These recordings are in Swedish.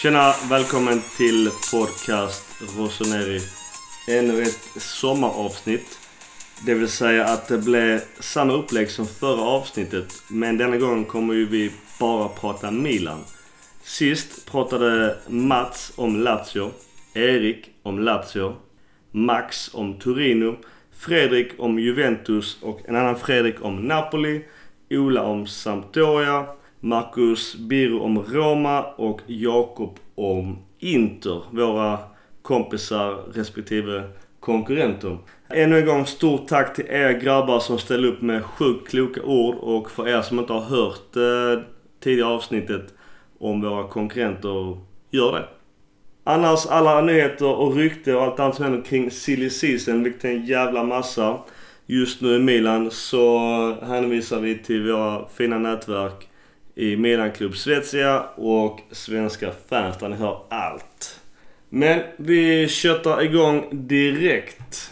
Tjena, välkommen till podcast Rossoneri. Ännu ett sommaravsnitt. Det vill säga att det blev samma upplägg som förra avsnittet. Men denna gång kommer ju vi bara prata Milan. Sist pratade Mats om Lazio, Erik om Lazio, Max om Torino, Fredrik om Juventus och en annan Fredrik om Napoli, Ola om Sampdoria, Marcus Biro om Roma och Jakob om Inter, våra kompisar respektive konkurrenter. Ännu en gång stort tack till er grabbar som ställer upp med sjukt kloka ord, och för er som inte har hört tidigare avsnittet om våra konkurrenter, gör det. Annars alla nyheter och rykte och allt annat som händer kring silly season, vilket är en jävla massa just nu i Milan, så hänvisar vi till våra fina nätverk i Milan Club Svezia och Svenska fans där ni hör allt. Men vi köttar igång direkt.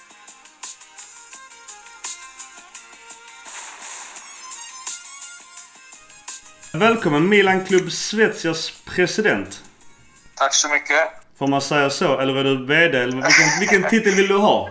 Välkommen Milan Club Svezias president. Tack så mycket. Får man säga så? Eller är du vd? Eller vilken titel vill du ha?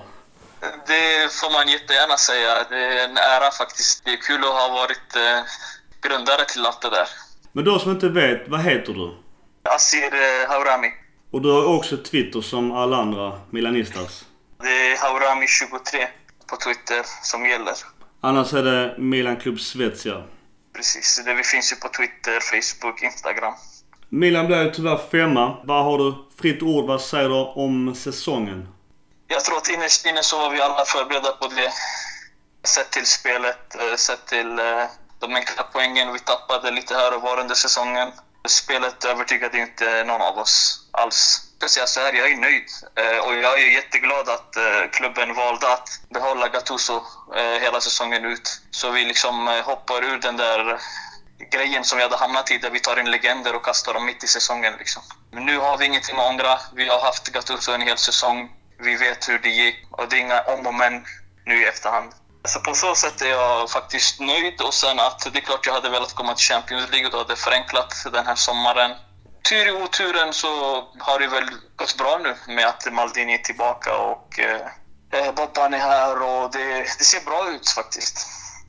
Det får man jättegärna säga. Det är en ära faktiskt. Det är kul att ha varit grundare till allt det där. Men då som inte vet, vad heter du? Asir Haurami. Och du har också Twitter som alla andra milanistas. Det är Haurami23 på Twitter som gäller. Annars är det Milan Club Svezia. Precis, det vi finns ju på Twitter, Facebook, Instagram. Milan blev tyvärr 5. Vad har du fritt ord, vad säger du om säsongen? Jag tror att innerst inne så var vi alla förberedda på det. Sett till spelet, sett till de enkla poängen vi tappade lite här och var under säsongen. Spelet övertygade inte någon av oss alls. Jag ska säga så här, jag är nöjd. Och jag är jätteglad att klubben valde att behålla Gattuso hela säsongen ut. Så vi liksom hoppar ur den där grejen som vi hade hamnat i, där vi tar in legender och kastar dem mitt i säsongen liksom. Men nu har vi ingenting att ångra. Vi har haft Gattuso en hel säsong. Vi vet hur det gick och det är inga om och men nu i efterhand. Så på så sätt är jag faktiskt nöjd, och sen att det är klart jag hade velat komma till Champions League och då hade förenklat den här sommaren. Tur i oturen så har det väl gått bra nu med att Maldini är tillbaka och Bobban är här och det ser bra ut faktiskt.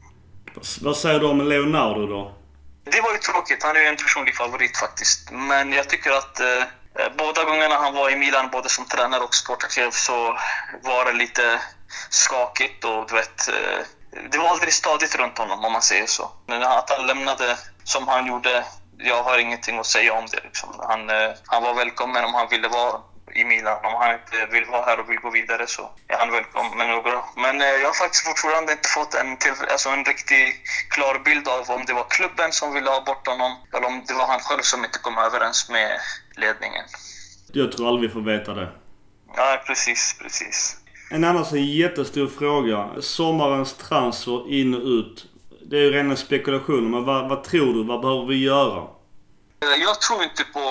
Vad säger du om Leonardo då? Det var ju tråkigt, han är ju en personlig favorit faktiskt. Men jag tycker att båda gångerna han var i Milan, både som tränare och sportchef, så var det lite skakigt och du vet, det var aldrig stadigt runt honom om man säger så. Men att han lämnade som han gjorde, jag har ingenting att säga om det liksom. Han var välkommen om han ville vara i Milan. Om han inte vill vara här och vill gå vidare så är han välkommen med några. Men jag har faktiskt fortfarande inte fått en riktigt klar bild av om det var klubben som ville ha bort honom eller om det var han själv som inte kom överens med ledningen. Jag tror aldrig vi får veta det. Ja, precis. En annan så jättestor fråga. Sommarens transfer in och ut. Det är ju rena spekulationer, men vad tror du? Vad behöver vi göra? Jag tror inte på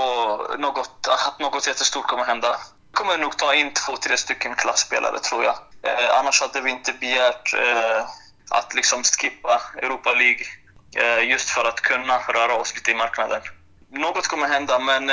att något jättestort kommer hända. Vi kommer nog ta in 2-3 stycken klassspelare tror jag. Annars hade vi inte begärt att liksom skippa Europa League just för att kunna röra oss lite i marknaden. Något kommer hända, men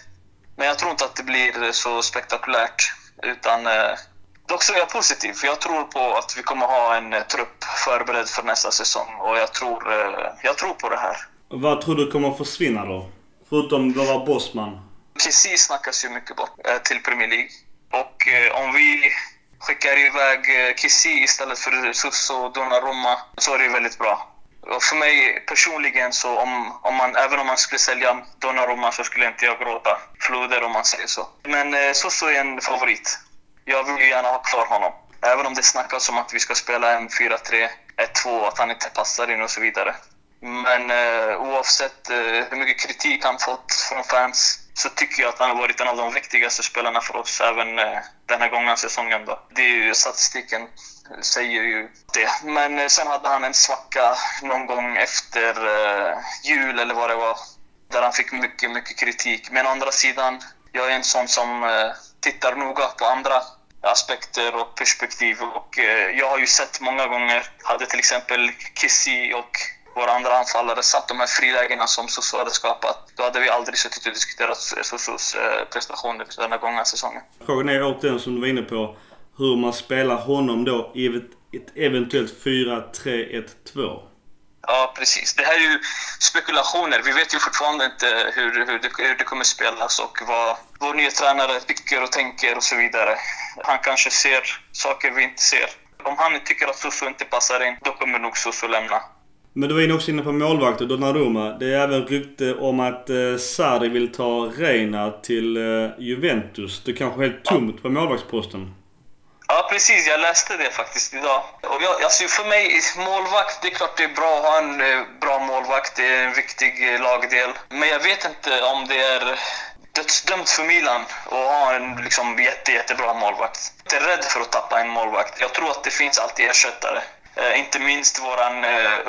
jag tror inte att det blir så spektakulärt, utan dock så är jag positiv, för jag tror på att vi kommer ha en trupp förberedd för nästa säsong, och jag tror på det här. Vad tror du kommer försvinna då? Förutom våra bossman. Kessie snackas ju mycket bort till Premier League. Och om vi skickar iväg Kessie istället för Suso och Donnarumma så är det väldigt bra. Och för mig personligen så även om man skulle sälja Donnarumma så skulle inte jag gråta floder om man säger så. Men Suso är en favorit. Jag vill ju gärna ha kvar honom. Även om det snackas om att vi ska spela en 4-3-1-2, att han inte passar in och så vidare. Men oavsett hur mycket kritik han fått från fans så tycker jag att han har varit en av de viktigaste spelarna för oss även den här gångna säsongen då. Det är ju, statistiken säger ju det. Men sen hade han en svacka någon gång efter jul eller vad det var, där han fick mycket kritik. Men å andra sidan, jag är en sån som tittar noga på andra aspekter och perspektiv, och jag har ju sett många gånger, hade till exempel Kessie och våra andra anfallare satt de här frilägena som Suso hade skapat, då hade vi aldrig suttit och diskuterat Susos prestationer denna gången säsongen. Frågan är åt den som du var inne på, hur man spelar honom då i ett eventuellt 4-3-1-2. Ja, precis. Det här är ju spekulationer. Vi vet ju fortfarande inte hur det kommer spelas och vad vår nya tränare tycker och tänker och så vidare. Han kanske ser saker vi inte ser. Om han tycker att Suso inte passar in, då kommer nog Suso lämna. Men du var också inne på målvakt och Donnarumma. Det är även rykte om att Sarri vill ta Reina till Juventus. Det är kanske helt tomt på målvaktsposten. Ja, precis. Jag läste det faktiskt idag. Och för mig, målvakt, det är klart det är bra att ha en bra målvakt. Det är en viktig lagdel. Men jag vet inte om det är dödsdömt för Milan att ha en liksom jättebra målvakt. Jag är inte rädd för att tappa en målvakt. Jag tror att det finns alltid ersättare. Inte minst våran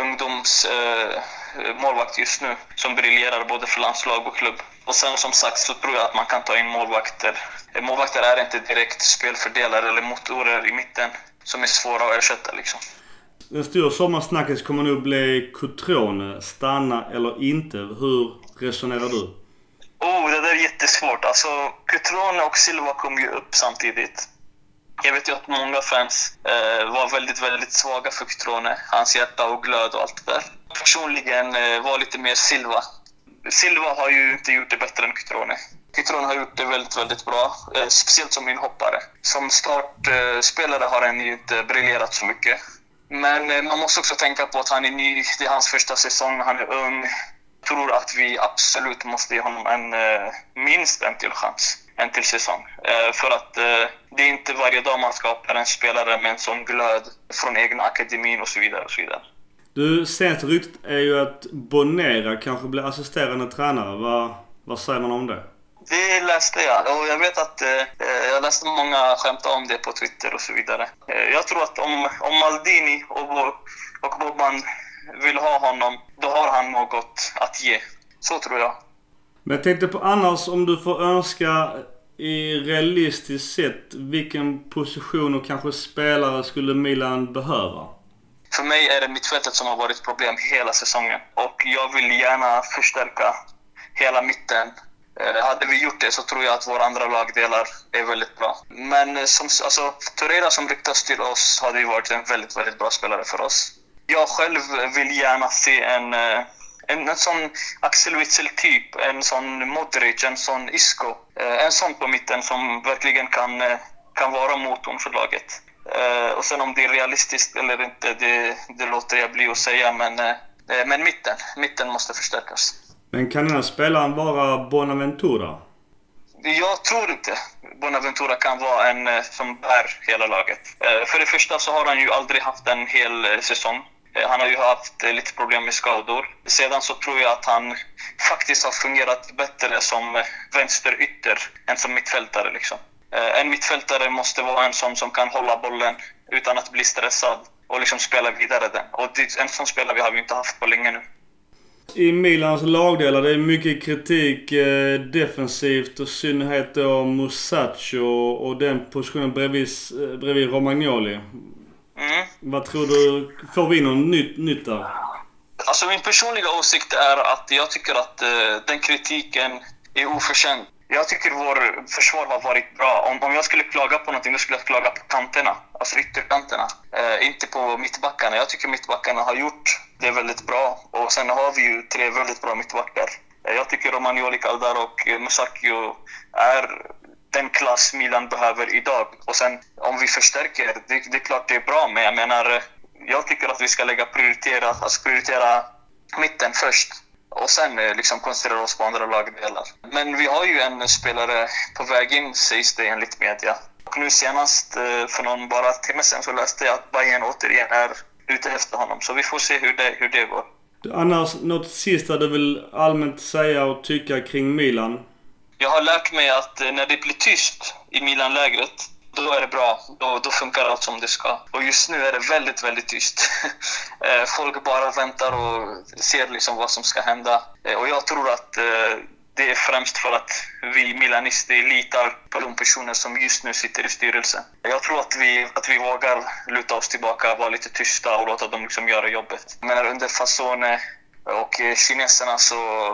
ungdomsmålvakt just nu som briljerar både för landslag och klubb. Och sen som sagt så tror jag att man kan ta in målvakter. Målvakter är inte direkt spelfördelare eller motorer i mitten som är svåra att ersätta liksom. Den stora sommarsnacket kommer nu bli Cutrone, stanna eller inte. Hur resonerar du? Det där är jättesvårt. Alltså, Cutrone och Silva kom ju upp samtidigt. Jag vet ju att många fans var väldigt, väldigt svaga för Cutrone. Hans hjärta och glöd och allt det där. Personligen var lite mer Silva. Silva har ju inte gjort det bättre än Cutrone. Cutrone har gjort det väldigt, väldigt bra. Speciellt som inhoppare. Som startspelare har han ju inte briljerat så mycket. Men man måste också tänka på att han är ny. Det är hans första säsong. Han är ung. Jag tror att vi absolut måste ge honom minst en till chans. En till säsong. För att det är inte varje dag man skapar en spelare med en sån glöd från egna akademin och så vidare och så vidare. Du, senaste ryktet är ju att Bonera kanske blir assisterande tränare. Vad säger man om det? Det läste jag och jag vet att jag läste många skämta om det på Twitter och så vidare. Jag tror att om Maldini och Boban vill ha honom, då har han något att ge. Så tror jag. Men jag tänkte på annars, om du får önska i realistiskt sätt, vilken position och kanske spelare skulle Milan behöva? För mig är det mittfältet som har varit problem hela säsongen. Och jag vill gärna förstärka hela mitten. Hade vi gjort det så tror jag att våra andra lagdelar är väldigt bra. Men Torreira som ryktas till oss hade ju varit en väldigt, väldigt bra spelare för oss. Jag själv vill gärna se en sån Axel Witsel-typ, en sån Modric, en sån Isco. En sån på mitten som verkligen kan vara motorn för laget. Och sen om det är realistiskt eller inte, det låter jag bli att säga. Men mitten måste förstärkas. Men kan den här spelaren vara Bonaventura? Jag tror inte Bonaventura kan vara en som bär hela laget. För det första så har han ju aldrig haft en hel säsong. Han har ju haft lite problem med skador. Sedan så tror jag att han faktiskt har fungerat bättre som vänsterytter än som mittfältare liksom. En mittfältare måste vara en som kan hålla bollen utan att bli stressad och liksom spela vidare den. Och en sån spelare har vi inte haft på länge nu. I Milans lagdelar det är mycket kritik defensivt och synnerhet då Musacchio och den positionen bredvid Romagnoli. Vad tror du? Får vi någon nytt där? Alltså min personliga åsikt är att jag tycker att den kritiken är oförtjänt. Jag tycker vår försvar har varit bra. Om jag skulle klaga på någonting, då skulle jag klaga på kanterna. Alltså ytterkanterna. Inte på mittbackarna. Jag tycker mittbackarna har gjort det väldigt bra. Och sen har vi ju 3 väldigt bra mittbackar. Jag tycker Romagnoli, Caldara och Musacchio är den klass Milan behöver idag. Och sen om vi förstärker, det är klart det är bra. Men jag menar, jag tycker att vi ska prioritera mitten först. Och sen liksom koncentrera oss på andra lagdelar. Men vi har ju en spelare på väg in, sägs det enligt media. Och nu senast, för bara timme sedan, så läste jag att Bayern återigen är ute efter honom. Så vi får se hur det går. Annars, något sista du vill allmänt säga och tycka kring Milan? Jag har lärt mig att när det blir tyst i Milan-lägret, då är det bra. Då funkar allt som det ska. Och just nu är det väldigt, väldigt tyst. Folk bara väntar och ser liksom vad som ska hända. Och jag tror att det är främst för att vi milanister litar på de personer som just nu sitter i styrelsen. Jag tror att vi vågar luta oss tillbaka, vara lite tysta och låta dem liksom göra jobbet. Men under Fasone och kineserna så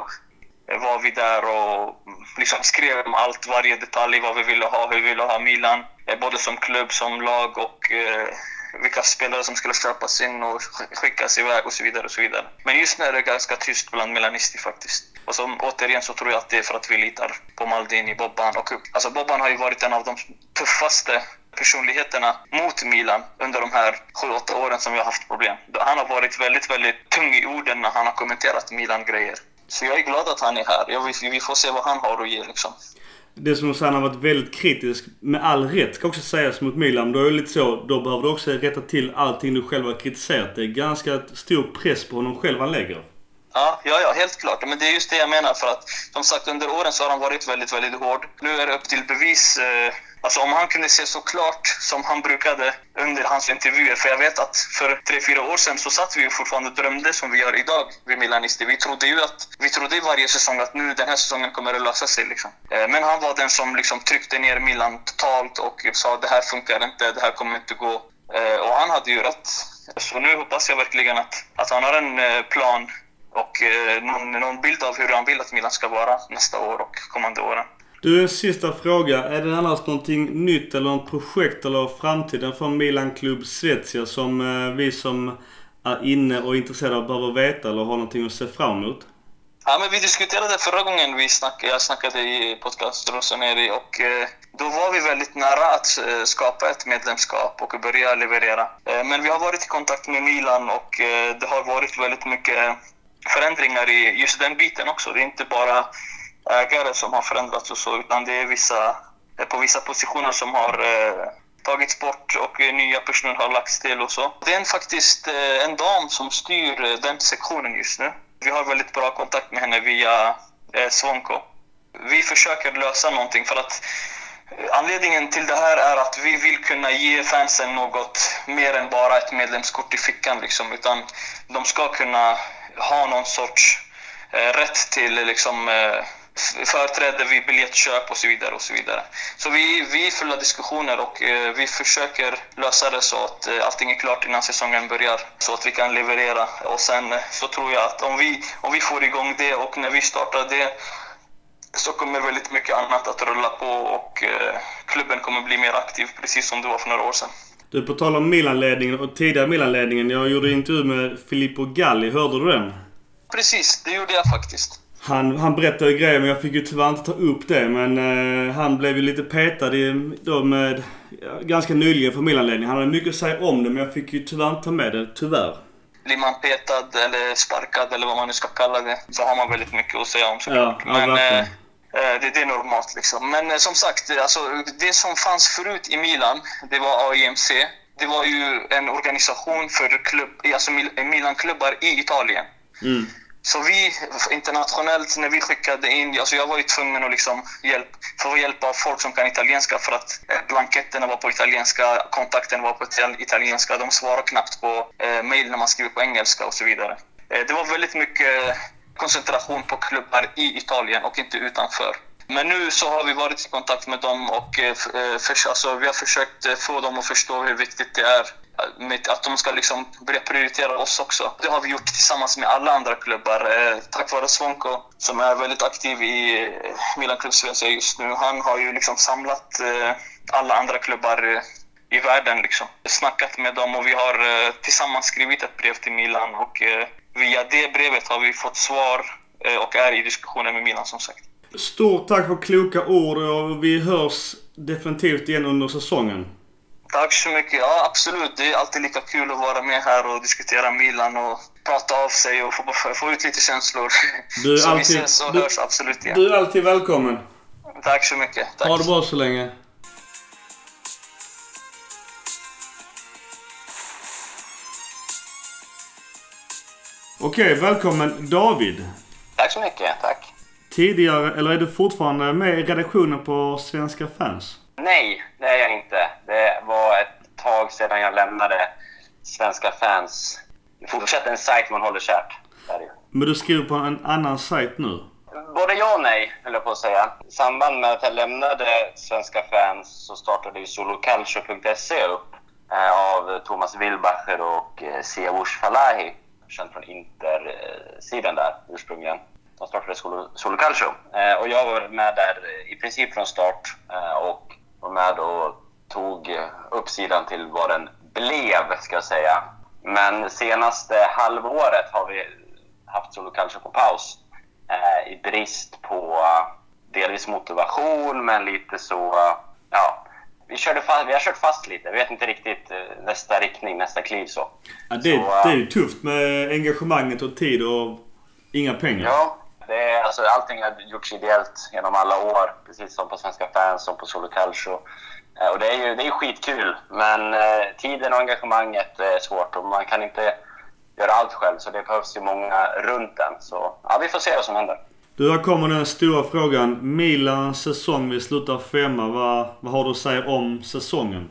var vi där och liksom skrev om allt, varje detalj, vad vi ville ha, hur vi ville ha Milan. Både som klubb, som lag och vilka spelare som skulle köpas in och skickas iväg och så vidare och så vidare. Men just nu är det ganska tyst bland milanister faktiskt. Och så, återigen så tror jag att det är för att vi litar på Maldini, Boban. Och, alltså Boban har ju varit en av de tuffaste personligheterna mot Milan under de här 7-8 åren som vi har haft problem. Han har varit väldigt, väldigt tung i orden när han har kommenterat Milan-grejer. Så jag är glad att han är här. Vi får se vad han har att ge liksom. Det som han har varit väldigt kritisk, med all rätt ska också sägas, mot Milan. Då är det lite så, då behöver du också rätta till allting du själv har kritiserat. Det är ganska stor press på honom själv han lägger. Ja, helt klart. Men det är just det jag menar, för att som sagt under åren så har han varit väldigt, väldigt hård. Nu är det upp till bevis. Alltså om han kunde se så klart som han brukade under hans intervjuer. För jag vet att för 3-4 år sedan så satt vi fortfarande och drömde som vi gör idag, vi milanister. Vi trodde i varje säsong att nu den här säsongen kommer att lösa sig liksom. Men han var den som liksom tryckte ner Milan totalt och sa det här funkar inte, det här kommer inte gå. Och han hade ju rätt. Så nu hoppas jag verkligen att han har en plan och någon bild av hur han vill att Milan ska vara nästa år och kommande åren. Du, en sista fråga. Är det annars någonting nytt eller något projekt eller framtiden för Milan Club Svezia som vi som är inne och intresserade av behöver veta eller har någonting att se fram emot? Ja, men vi diskuterade förra gången jag snackade i podcast Rossoneri och då var vi väldigt nära att skapa ett medlemskap och börja leverera. Men vi har varit i kontakt med Milan och det har varit väldigt mycket förändringar i just den biten också. Det är inte bara ägare som har förändrats och så, utan det är på vissa positioner som har tagits bort och nya personer har lagts till och så. Det är faktiskt en dam som styr den sektionen just nu. Vi har väldigt bra kontakt med henne via Svonko. Vi försöker lösa någonting för att anledningen till det här är att vi vill kunna ge fansen något mer än bara ett medlemskort i fickan liksom, utan de ska kunna ha någon sorts rätt till liksom företräde vid biljettköp och så vidare och så vidare. Så vi fulla diskussioner och vi försöker lösa det så att allting är klart innan säsongen börjar så att vi kan leverera. Och sen så tror jag att om vi får igång det och när vi startar det så kommer väldigt mycket annat att rulla på och klubben kommer bli mer aktiv precis som det var för några år sedan. Du, på tal om Milanledningen och tidigare Milanledningen, jag gjorde intervju med Filippo Galli, hörde du den? Precis, det gjorde jag faktiskt. Han berättade grejer, men jag fick ju tyvärr inte ta upp det. Men han blev ju lite petad ganska nyligen för Milanledningen. Han hade mycket att säga om det, men jag fick ju tyvärr inte ta med det, tyvärr. Blir man petad eller sparkad eller vad man nu ska kalla det, så har man väldigt mycket att säga om såklart. Ja, men det är normalt liksom. Men som sagt, alltså, det som fanns förut i Milan, det var AIMC. Det var ju en organisation för Milan-klubbar i Italien. Mm. Så vi internationellt, när vi skickade in, alltså jag var ju tvungen att liksom få hjälp av folk som kan italienska för att blanketterna var på italienska, kontakten var på italienska, de svarade knappt på mejl när man skriver på engelska och så vidare. Det var väldigt mycket koncentration på klubbar i Italien och inte utanför. Men nu så har vi varit i kontakt med dem och vi har försökt få dem att förstå hur viktigt det är att de ska liksom börja prioritera oss också. Det har vi gjort tillsammans med alla andra klubbar. Tack vare Svonko som är väldigt aktiv i Milan Club Svezia just nu. Han har ju liksom samlat alla andra klubbar i världen liksom. Snackat med dem och vi har tillsammans skrivit ett brev till Milan och via det brevet har vi fått svar och är i diskussioner med Milan som sagt. Stort tack för kloka ord och vi hörs definitivt igen under säsongen. Tack så mycket. Ja, absolut. Det är alltid lika kul att vara med här och diskutera Milan och prata av sig och få ut lite känslor. Så vi ses och hörs absolut igen. Du är alltid välkommen. Tack så mycket. Tack. Ha det bra så länge. Okej, välkommen David. Tack så mycket, tack. Tidigare, eller är du fortfarande med i redaktionen på Svenska Fans? Nej, det är jag inte. Det var ett tag sedan jag lämnade Svenska Fans. Det fortsätter en sajt man håller kärt. Men du skriver på en annan sajt nu? Både ja och nej, höll jag på att säga. I samband med att jag lämnade Svenska Fans så startade ju solocalcio.se upp av Thomas Wilbacher och Siavush Falahi, känd från Inter-sidan där ursprungligen. De startade Solocalcio. Och jag var med där i princip från start och var med och tog upp sidan till vad den blev, ska jag säga. Men senaste halvåret har vi haft Solocalcio på paus i brist på delvis motivation, men lite så, ja, vi har kört fast lite. Vi vet inte riktigt nästa riktning, nästa kliv så. Ja, det är ju tufft med engagemanget och tid och inga pengar. Ja, alltså, allting har gjorts ideellt genom alla år, precis som på Svenska Fans, som på Solocalcio. Och det är ju skitkul, men tiden och engagemanget är svårt och man kan inte göra allt själv, så det behövs ju många runt den. Så ja, vi får se vad som händer. Du, här kommer den stora frågan. Milans säsong, vi slutar 5. Vad har du att säga om säsongen?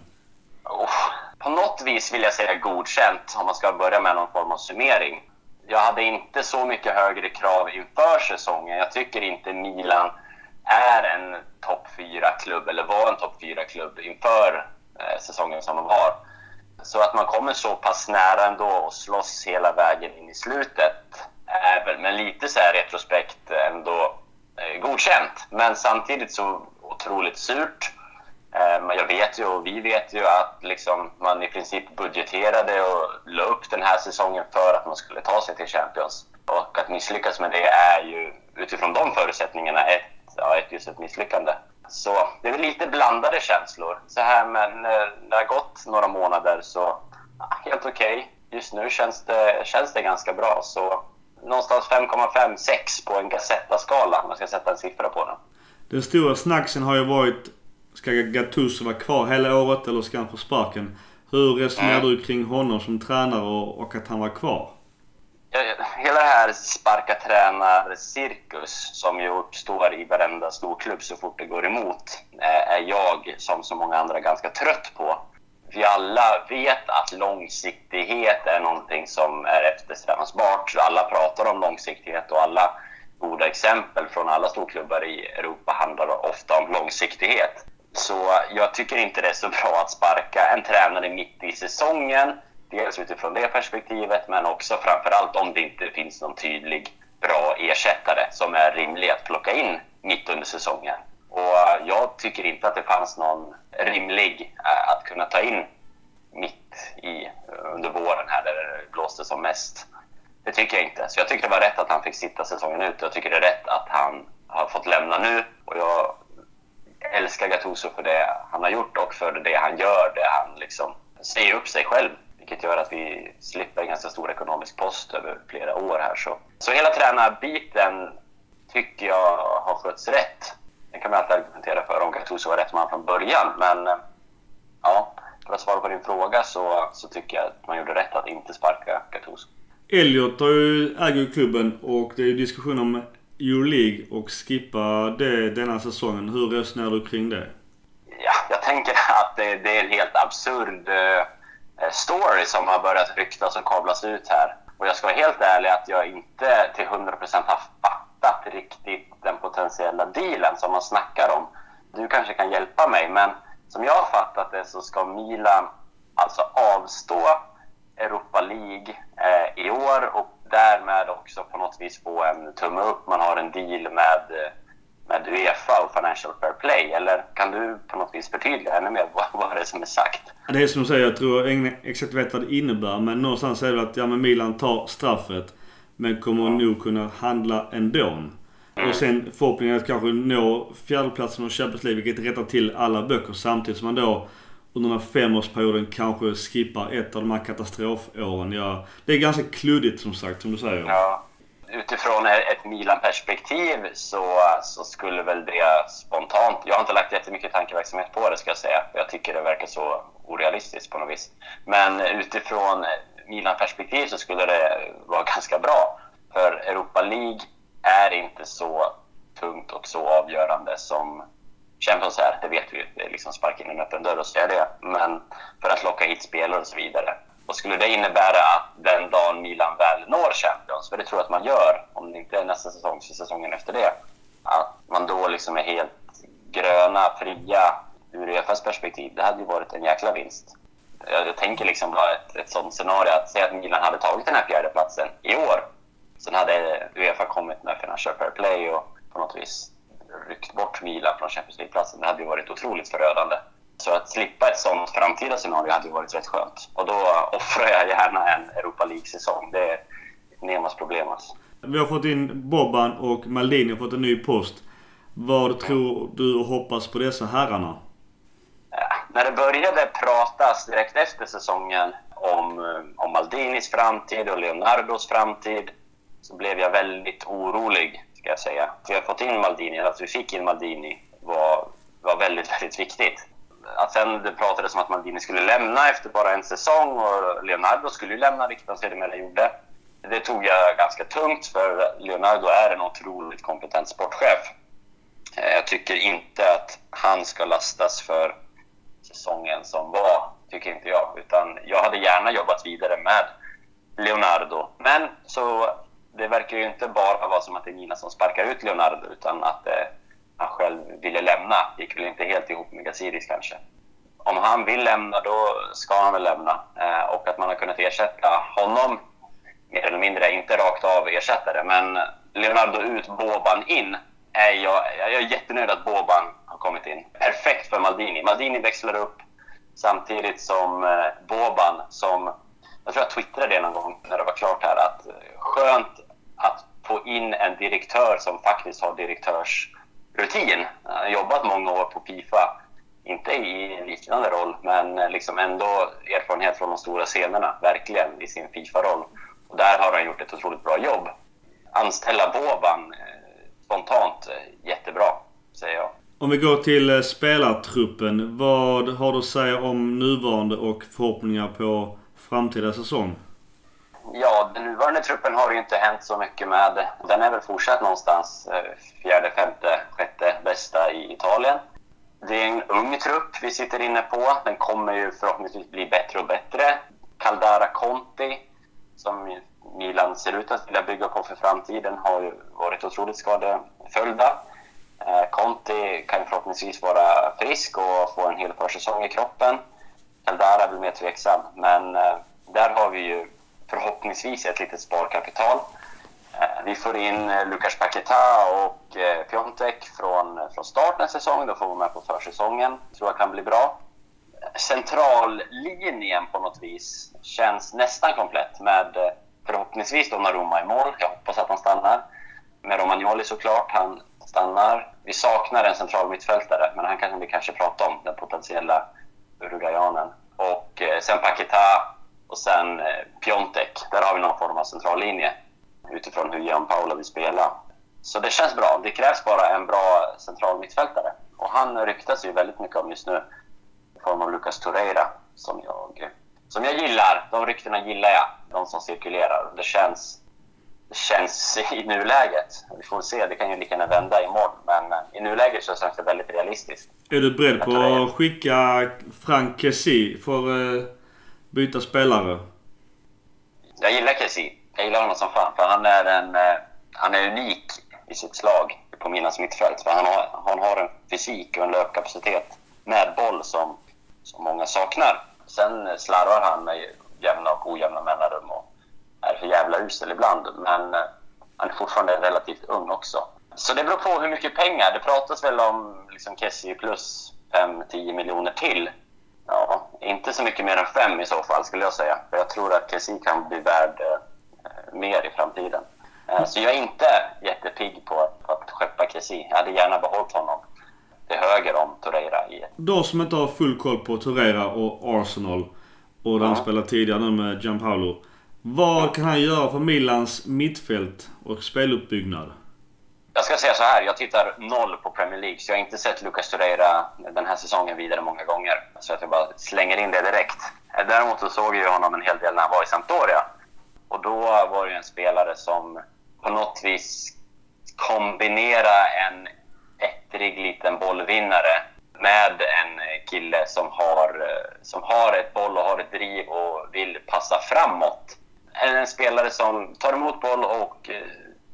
På något vis vill jag säga godkänt, om man ska börja med någon form av summering. Jag hade inte så mycket högre krav inför säsongen. Jag tycker inte Milan är en topp 4-klubb, eller var en topp 4-klubb inför säsongen som de var. Så att man kommer så pass nära ändå och slåss hela vägen in i slutet är väl med lite så här retrospekt ändå godkänt. Men samtidigt så otroligt surt. Men jag vet ju och vi vet ju att liksom man i princip budgeterade och la upp den här säsongen för att man skulle ta sig till Champions. Och att misslyckas med det är ju utifrån de förutsättningarna ett misslyckande. Så det är väl lite blandade känslor. Så här, men det har gått några månader så helt okej. Just nu känns det ganska bra. Så någonstans 5,5-6 på en Gazzetta-skala om man ska sätta en siffra på den. Den stora snacksen har ju varit, ska Gattuso vara kvar hela året eller ska han få sparken? Hur resonerar du kring honom som tränare och att han var kvar? Hela det här sparka-tränar-cirkus som ju uppstår i varenda storklubb så fort det går emot är jag, som så många andra, ganska trött på. Vi alla vet att långsiktighet är någonting som är eftersträvansbart. Alla pratar om långsiktighet och alla goda exempel från alla storklubbar i Europa handlar ofta om långsiktighet. Så jag tycker inte det är så bra att sparka en tränare mitt i säsongen. Dels utifrån det perspektivet, men också framförallt om det inte finns någon tydlig bra ersättare som är rimlig att plocka in mitt under säsongen. Och jag tycker inte att det fanns någon rimlig att kunna ta in mitt under våren här där det blåste som mest. Det tycker jag inte. Så jag tycker det var rätt att han fick sitta säsongen ut. Jag tycker det är rätt att han har fått lämna nu. Och jag älskar Gattuso för det han har gjort och för det han gör. Det han liksom säger upp sig själv. Vilket gör att vi slipper en ganska stor ekonomisk post över flera år här. Så hela tränarbiten tycker jag har skötts rätt. Det kan man alltid argumentera för om Gattuso var rätt man från början. Men ja, för att svara på din fråga så tycker jag att man gjorde rätt att inte sparka Gattuso. Elliot äger klubben och det är ju diskussion om Euroleague och skippa denna säsongen. Hur resonerar du kring det? Ja, jag tänker att det är en helt absurd story som har börjat ryktas och kablas ut här. Och jag ska vara helt ärlig att jag inte till 100% har fattat riktigt den potentiella dealen som man snackar om. Du kanske kan hjälpa mig, men som jag har fattat det så ska Milan alltså avstå Europa League i år och därmed också på något vis få en tumme upp. Man har en deal med UEFA och Financial Fair Play. Eller kan du på något vis förtydliga ännu mer vad är det som är sagt? Det är som du säger, jag tror ingen exakt vet vad det innebär. Men någonstans är det att Milan tar straffet men kommer nog kunna handla ändå. Och sen förhoppningen att kanske nå fjärdeplatsen och Champions League, vilket rättar till alla böcker samtidigt som man då under den här 5-årsperioden kanske skippar ett av de här katastrofåren. Ja, det är ganska kluddigt som sagt, som du säger. Ja. Utifrån ett Milan-perspektiv så skulle väl det spontant... Jag har inte lagt jättemycket tankeverksamhet på det, ska jag säga. Jag tycker det verkar så orealistiskt på något vis. Men utifrån Milan-perspektiv så skulle det vara ganska bra. För Europa League är inte så tungt och så avgörande som Champions är. Det vet vi ju. Det är liksom sparka in en öppen dörr och säga det. Men för att locka hit spelare och så vidare. Och skulle det innebära att den dagen Milan väl når Champions, för det tror jag att man gör, om det inte är nästa säsong så säsongen efter det, att man då liksom är helt gröna, fria ur UEFAs perspektiv. Det hade ju varit en jäkla vinst. Jag tänker liksom bara ett sånt scenario att säga att Milan hade tagit den här 4:e platsen i år. Sen hade UEFA kommit med Financial Fair Play och på något vis ryckt bort Milan från Champions League-platsen. Det hade ju varit otroligt förödande. Så att slippa ett sånt framtida scenario hade ju varit rätt skönt. Och då offrar jag gärna en Europa League-säsong. Det är Nemas problem alltså. Vi har fått in Boban och Maldini har fått en ny post. Vad tror du och hoppas på dessa herrarna? När det började pratas direkt efter säsongen om Maldinis framtid och Leonardos framtid så blev jag väldigt orolig, ska jag säga. Vi har fått in Maldini, att vi fick in Maldini var väldigt, väldigt viktigt. Att sen det pratades om att Maldini skulle lämna efter bara en säsong och Leonardo skulle ju lämna, vilket han sedermera gjorde. Det tog jag ganska tungt, för Leonardo är en otroligt kompetent sportchef. Jag tycker inte att han ska lastas för säsongen som var, tycker inte jag. Utan jag hade gärna jobbat vidare med Leonardo. Men så det verkar ju inte bara vara som att det är Nina som sparkar ut Leonardo, utan att han själv ville lämna. Det gick väl inte helt ihop med Gazidis kanske. Om han vill lämna, då ska han väl lämna. Och att man har kunnat ersätta honom mer eller mindre, inte rakt av ersättare, men Leonardo ut, Boban in. Jag är jättenöjd att Boban har kommit in. Perfekt för Maldini. Maldini växlar upp samtidigt som Boban, som jag tror jag twittrade det någon gång när det var klart här, att skönt att få in en direktör som faktiskt har direktörsrutin. Han har jobbat många år på FIFA, inte i en liknande roll, men liksom ändå erfarenhet från de stora scenerna, verkligen i sin FIFA-roll. Och där har han gjort ett otroligt bra jobb. Anställa Boban spontant jättebra, säger jag. Om vi går till spelartruppen, vad har du att säga om nuvarande och förhoppningar på framtida säsong? Ja, den nuvarande truppen har ju inte hänt så mycket med. Den är väl fortsatt någonstans 4:e, 5:e, 6:e bästa i Italien. Det är en ung trupp vi sitter inne på. Den kommer ju förhoppningsvis bli bättre och bättre. Caldara Conti, som Milan ser ut att vilja bygga på för framtiden, har ju varit otroligt skadeföljda. Conti kan förhoppningsvis vara frisk och få en hel försäsong i kroppen. Caldara är väl mer tveksam, men där har vi ju förhoppningsvis ett litet sparkapital. Vi får in Lukas Paquetá och Piontek från start nästa säsong. Då får vi med på försäsongen. Tror jag kan bli bra. Centrallinjen på något vis känns nästan komplett med förhoppningsvis Donnarumma i mål. Jag hoppas att han stannar. Med Romagnoli såklart, han stannar. Vi saknar en central mittfältare, men han kan vi kanske prata om, den potentiella uruguayanen. Och sen Paquetá och sen Piontek. Där har vi någon form av centrallinje utifrån hur Gianpaolo vill spela. Så det känns bra. Det krävs bara en bra central mittfältare. Och han ryktas ju väldigt mycket om just nu i form av Lucas Torreira som jag gillar. De ryktena gillar jag. De som cirkulerar. Det känns i nuläget. Vi får se, det kan ju lika gärna vända imorgon. Men i nuläget så känns det väldigt realistiskt. Är du beredd på att skicka Franck Kessie för byta spelare? Jag gillar Kessie. Jag gillar honom som fan. För han är unik i sitt slag på Milans mittfält. För han har en fysik och en löpkapacitet med boll som många saknar. Sen slarvar han med jämna och ojämna mellanrum och är för jävla usel ibland. Men han är fortfarande relativt ung också. Så det beror på hur mycket pengar. Det pratas väl om liksom Kessie plus 5-10 miljoner till. Ja, inte så mycket mer än 5 i så fall skulle jag säga. För jag tror att Kessie kan bli värd mer i framtiden. Så jag är inte jättepigg på att skeppa Kessie. Jag hade gärna behållit honom till höger om Torreira. De som inte har full koll på Torreira och Arsenal och där han spelade tidigare nu med Gianpaolo. Vad kan han göra för Milans mittfält och speluppbyggnad? Jag ska säga så här, jag tittar 0 på Premier League, så jag har inte sett Lucas Torreira den här säsongen vidare många gånger. Så att jag bara slänger in det direkt. Däremot så såg jag honom en hel del när han var i Sampdoria. Och då var det en spelare som på något vis kombinera en ettrig liten bollvinnare med en kille som har ett boll och har ett driv och vill passa framåt. En spelare som tar emot boll och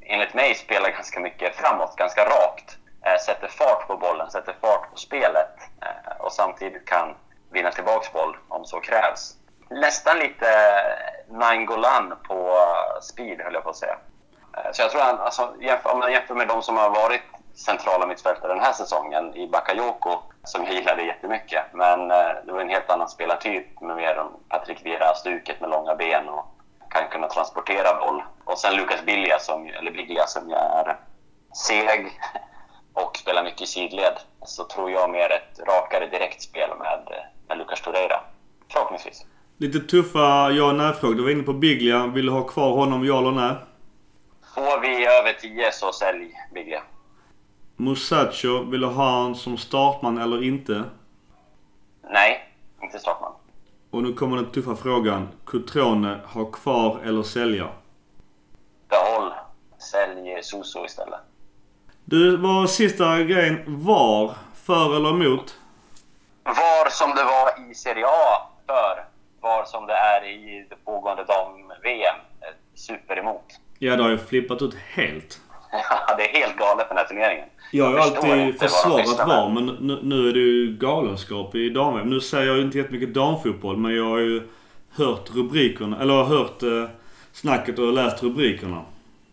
enligt mig spelar ganska mycket framåt, ganska rakt. Sätter fart på bollen, sätter fart på spelet och samtidigt kan vinna tillbaks boll om så krävs. Nästan lite Nainggolan på speed, höll jag på att säga. Så jag tror om man jämför med de som har varit centrala mittfältare den här säsongen i Bakayoko, som jag gillade jättemycket. Men det var en helt annan spelartyp med mer om Patrick Vieira-stuket med långa ben och kan kunna transportera boll. Och sen Lucas Biglia som är seg och spelar mycket i sidled. Så tror jag mer ett rakare direktspel med Lucas Torreira. Förhoppningsvis. Lite tuffa ja och nej-frågor. Du var inne på Biglia. Vill du ha kvar honom, ja eller nej? Får vi över 10 så sälj Biglia. Musacho, vill du ha han som startman eller inte? Nej, inte startman. Och nu kommer den tuffa frågan. Cutrone, ha kvar eller sälja? Behåll. Sälj Suso istället. Du, var sista grejen var för eller emot? Var som det var i Serie A för. Var som det är i det pågående dam-VM. Super emot. Ja, det har ju flippat ut helt. Ja, det är helt galet för den här turneringen. Jag har ju alltid försvarat var, men nu är det ju galenskap i dam-VM. Nu säger jag ju inte jättemycket damfotboll, men jag har ju hört rubrikerna, eller hört snacket och läst rubrikerna.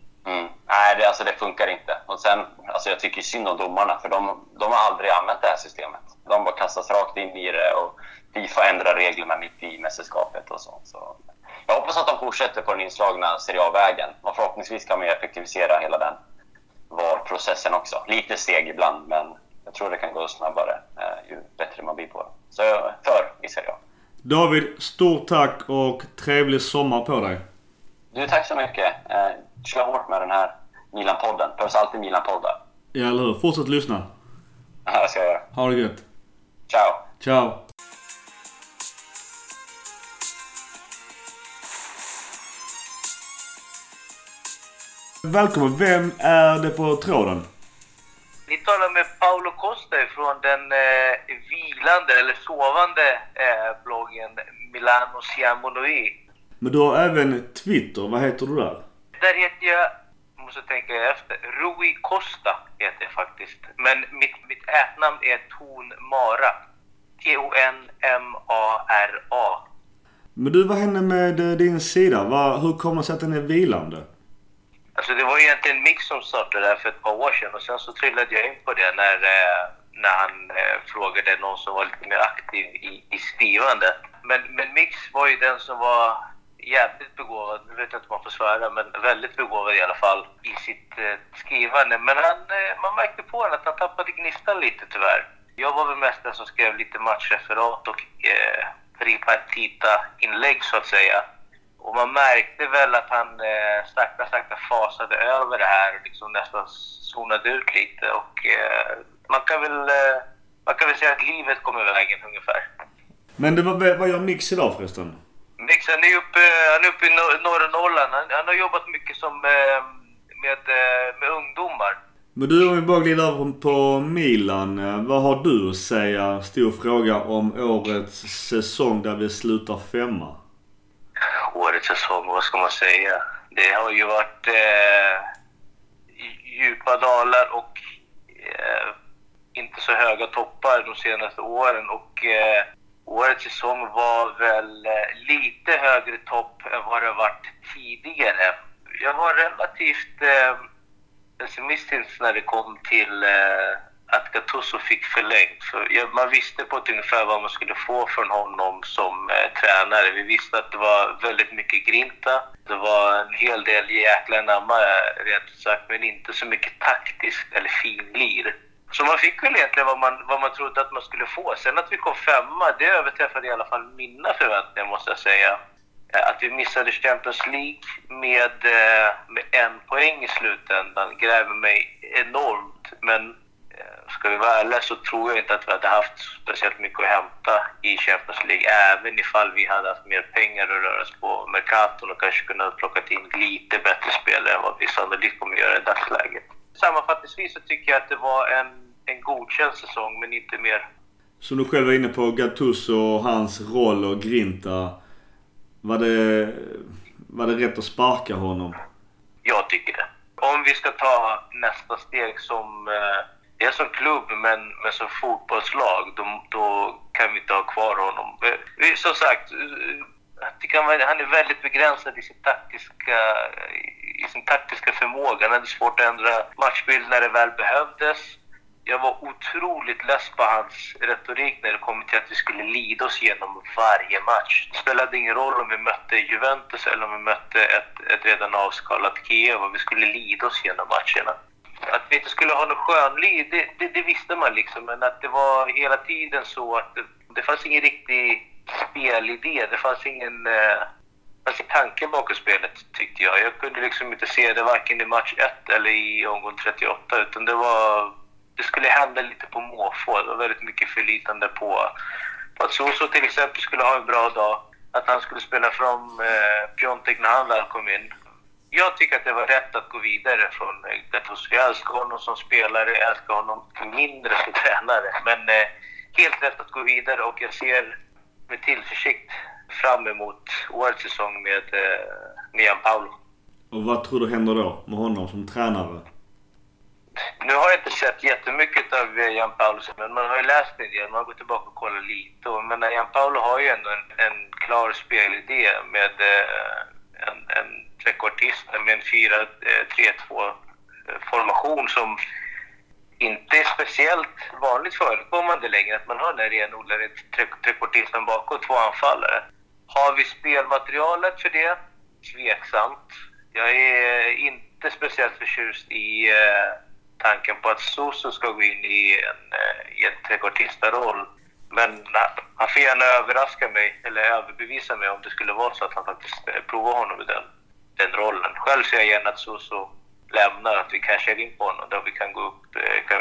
Nej, det funkar inte. Och sen, jag tycker synd om domarna, för de har aldrig använt det här systemet. De bara kastas rakt in i det och FIFA ändrar reglerna mitt i mästerskapet och så. Jag hoppas att de fortsätter på den inslagna Serie A-vägen. Och förhoppningsvis kan man effektivisera hela den VAR-processen också. Lite steg ibland, men jag tror det kan gå snabbare ju bättre man blir på det. Så för i Serie A. David, stort tack och trevlig sommar på dig. Du, tack så mycket. Kör hårt med den här Milan-podden. Behövs alltid Milan-poddar. Ja, eller hur? Fortsätt lyssna. Ja, det ska jag göra. Ha det gött. Ciao. Ciao. Välkommen. Vem är det på tråden? Vi talar med Paolo Costa från den vilande eller sovande bloggen Milano Siamo Noi. Men du har även Twitter. Vad heter du där? Där heter jag, måste tänka efter, Rui Costa heter jag faktiskt. Men mitt ätnamn är Ton Mara. Tonmara. Men du, vad hände med din sida? Hur kommer det sig att den är vilande? Alltså det var egentligen Mix som startade där för ett par år sedan. Och sen så trillade jag in på det när han frågade någon som var lite mer aktiv i skrivande. Men Mix var ju den som var jävligt begåvad, nu vet jag inte om man får svära, men väldigt begåvad i alla fall i sitt skrivande. Men man märkte på honom att han tappade gnistan lite tyvärr. Jag var väl mest den som skrev lite matchreferat och ripartita-inlägg så att säga. Och man märkte väl att han sakta fasade över det här och liksom nästan zonade ut lite. Och man kan väl säga att livet kom i vägen ungefär. Men vad gör Mix idag förresten? Mix, han är uppe i norra Norrland. Han har jobbat mycket med ungdomar. Men du, om vi bara glider över på Milan. Vad har du att säga? Stor fråga om årets säsong där vi slutar 5. Årets säsong, vad ska man säga? Det har ju varit djupa dalar och inte så höga toppar de senaste åren. Och årets säsong var väl lite högre topp än vad det varit tidigare. Jag var relativt pessimistisk när det kom till att Gattuso fick förlängt. För man visste på ett ungefär vad man skulle få från honom som tränare. Vi visste att det var väldigt mycket grinta. Det var en hel del jäkla namma rent sagt, men inte så mycket taktiskt eller finlir. Så man fick väl egentligen vad man trodde att man skulle få. Sen att vi kom 5, det överträffade i alla fall mina förväntningar måste jag säga. Att vi missade Champions League med 1 poäng i slutändan gräver mig enormt. Men ska vi vara ärliga så tror jag inte att vi hade haft speciellt mycket att hämta i Champions League. Även ifall vi hade haft mer pengar att röra oss på Mercaton och kanske kunnat plocka in lite bättre spelare än vad vi sannolikt kommer göra i dagsläget. Sammanfattningsvis så tycker jag att det var en godkänd säsong, men inte mer. Som du själv var inne på, Gattuso och hans roll och grinta. Var det rätt att sparka honom? Jag tycker det. om vi ska ta nästa steg som dels som klubb men som fotbollslag, då kan vi inte ha kvar honom. Som sagt, han är väldigt begränsad i sin taktiska förmåga. Han hade svårt att ändra matchbild när det väl behövdes. Jag var otroligt less på hans retorik när det kom till att vi skulle lida oss genom varje match. Det spelade ingen roll om vi mötte Juventus eller om vi mötte ett redan avskalat Kiev, och vi skulle lida oss genom matcherna. Att vi inte skulle ha någon skönlid, det visste man liksom, men att det var hela tiden så att det fanns ingen riktig spelidé, det fanns ingen tanke bakom spelet, tyckte jag. Jag kunde liksom inte se det varken i match 1 eller i omgång 38, utan det skulle hända lite på måfå. Det var väldigt mycket förlitande på att Soso till exempel skulle ha en bra dag, att han skulle spela från Piontek när han väl kom in. Jag tycker att det var rätt att gå vidare från Gattuso. Jag älskar honom som spelare, jag älskar honom mindre som tränare. Men helt rätt att gå vidare, och jag ser med tillförsikt fram emot årets säsong med Gianpaolo. Och vad tror du händer då med honom som tränare? Nu har jag inte sett jättemycket av Gianpaolo, men man har ju läst en del, man har gått tillbaka och kollat lite. Men Gianpaolo har ju ändå en klar spelidé med en trekvartist med en 4-3-2 formation som inte är speciellt vanligt förekommande längre, att man har den renodlade trekvartisten bakom 2 anfallare. Har vi spelmaterialet för det? Tveksamt. Jag är inte speciellt förtjust i tanken på att Soso ska gå in i en trekvartistaroll. Men han får gärna överraska mig eller överbevisa mig om det skulle vara så att han faktiskt provar honom i den rollen. Själv ser jag gärna att Soso lämnar, att vi cashar in på honom, där vi kan gå upp,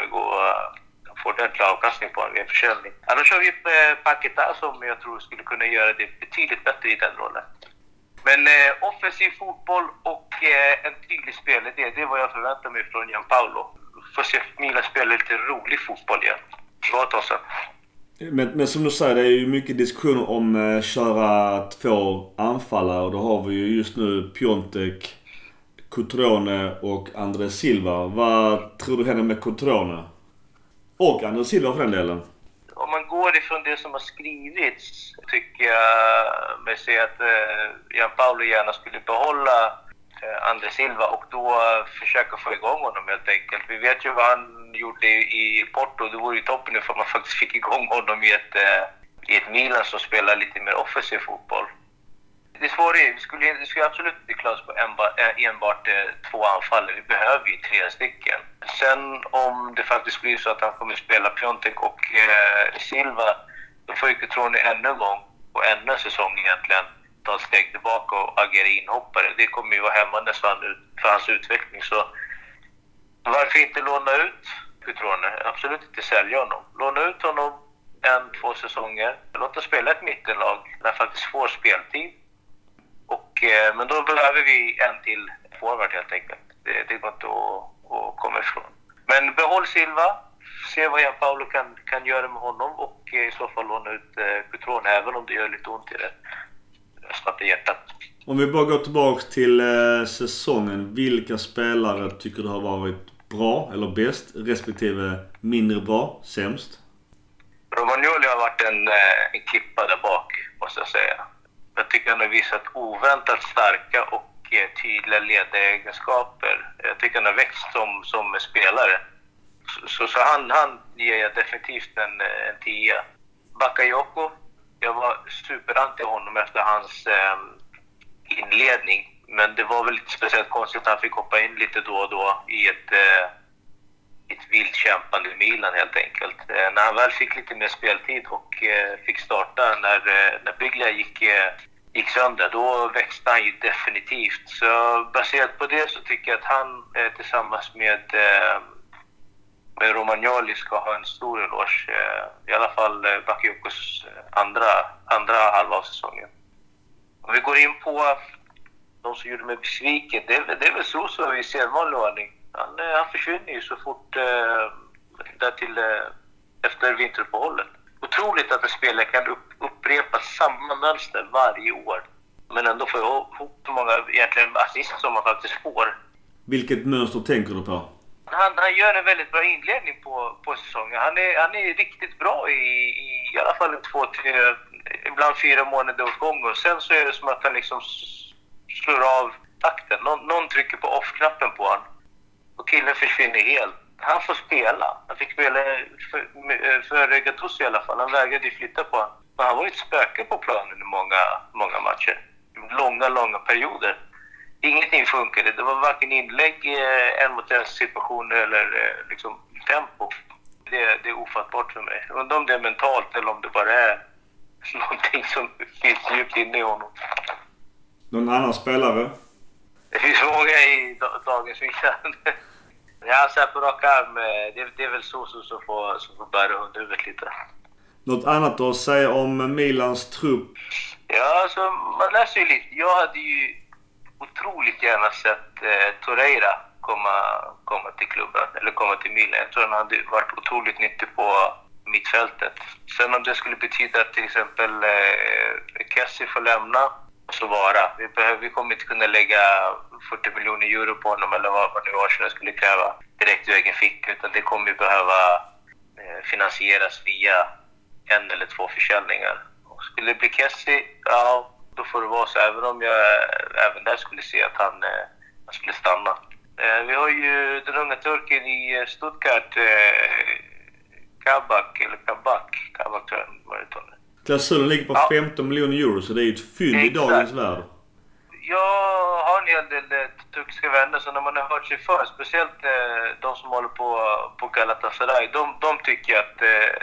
få ordentlig avkastning på honom vid en försäljning. Annars har vi Paquetá som jag tror skulle kunna göra det betydligt bättre i den rollen. Men offensiv fotboll och en tydlig spelidé, det är vad jag förväntar mig från Gianpaolo. Får se Milan spela lite rolig fotboll igen. Vad tar sen? Men som du säger, det är ju mycket diskussioner om köra 2 anfallare. Och då har vi ju just nu Piontek, Cutrone och André Silva. Vad tror du händer med Cutrone? Och André Silva för den delen. Om man går ifrån det som har skrivits, tycker jag mig se att Gianpaolo gärna skulle behålla André Silva och då försöka få igång honom helt enkelt. Vi vet ju vad han gjorde i Porto. Det vore ju toppen nu för man faktiskt fick igång honom i ett Milan som spelar lite mer offensiv fotboll. Det svåra är, vi skulle absolut inte klara oss på enbart 2 anfall. Vi behöver ju 3 stycken. Sen om det faktiskt blir så att han kommer spela Piontek och Silva, då får ju Cutrone ännu en gång och ännu en säsong egentligen ta ett steg tillbaka och agera inhoppare. Det kommer ju vara hämmande för hans utveckling. Så varför inte låna ut Cutrone? Absolut inte sälja honom. Låna ut honom 1-2 säsonger. Låt oss spela ett mittenlag när han faktiskt får speltid. Men då behöver vi en till forward helt enkelt. Det går inte att komma ifrån. Men behåll Silva. Se vad Gianpaolo kan göra med honom. Och i så fall låna ut Cutrone, även om det gör lite ont i det. Starta hjärtat. Om vi bara går tillbaka till säsongen. Vilka spelare tycker du har varit bra eller bäst, respektive mindre bra, sämst? Romagnoli har varit en klippa där bak, måste jag säga. Jag tycker han har visat oväntat starka och tydliga ledaregenskaper. Jag tycker han har växt som spelare. Så han ger jag definitivt en 10. Bakayoko, jag var superanti honom efter hans inledning. Men det var väl lite speciellt konstigt att han fick hoppa in lite då och då i ett vilt kämpande Milan helt enkelt. När han väl fick lite mer speltid och fick starta när Biglia gick sönder, då växte han ju definitivt. Så baserat på det så tycker jag att han tillsammans med Romagnoli ska ha en stor eloge. I alla fall Bakayokos andra halva av säsongen. Om vi går in på de som gjorde mig besviken, det är väl så i sedvanlig ordning. Han försvinner ju så fort efter vinteruppehållet. Otroligt att en spelare kan upprepa samma mönster varje år. Men ändå får jag ihop så många egentligen assist som man faktiskt får. Vilket mönster tänker du på? Han gör en väldigt bra inledning på säsongen. Han är riktigt bra i alla fall 2-3, ibland 4 månader åt gång. Och sen så är det som att han liksom slår av takten. Någon trycker på off-knappen på han. Och killen försvinner helt. Han får spela. Han fick spela för Gattuso i alla fall. Han vägrade ju flytta på han. Men han var ju ett spöke på planen i många matcher. Långa perioder. Ingenting funkade. Det var varken inlägg, en mot en situationer eller liksom tempo. Det är ofattbart för mig. Undrar om det är mentalt eller om det bara är någonting som finns djupt inne i honom. Någon annan spelare? Det finns många i dagens Milan. Ja, så här på rak arm, det är väl så som får bära hundhuvudet lite. Något annat att säga om Milans trupp? Ja, alltså man läser ju lite. Jag hade ju otroligt gärna sett Torreira komma till klubben, eller komma till Milan. Jag tror han hade varit otroligt nyttig på mittfältet. Sen om det skulle betyda att till exempel Kessie får lämna, så vara. Vi kommer inte kunna lägga 40 miljoner euro på honom eller vad nu Arsenal skulle kräva direkt ur egen fick, utan det kommer ju behöva finansieras via 1 eller 2 försäljningar. Och skulle det bli Kessie, ja, då får det vara så, även om jag även där skulle se att han skulle stanna. Vi har ju den unga turken i Stuttgart, Kabak tror jag var det talet. Klausulen ligger på 15 miljoner euro, så det är ju ett fynd i dagens värld. Jag har en hel del turkiska vänner, så när man har hört sig för, speciellt de som håller på Galatasaray, de tycker att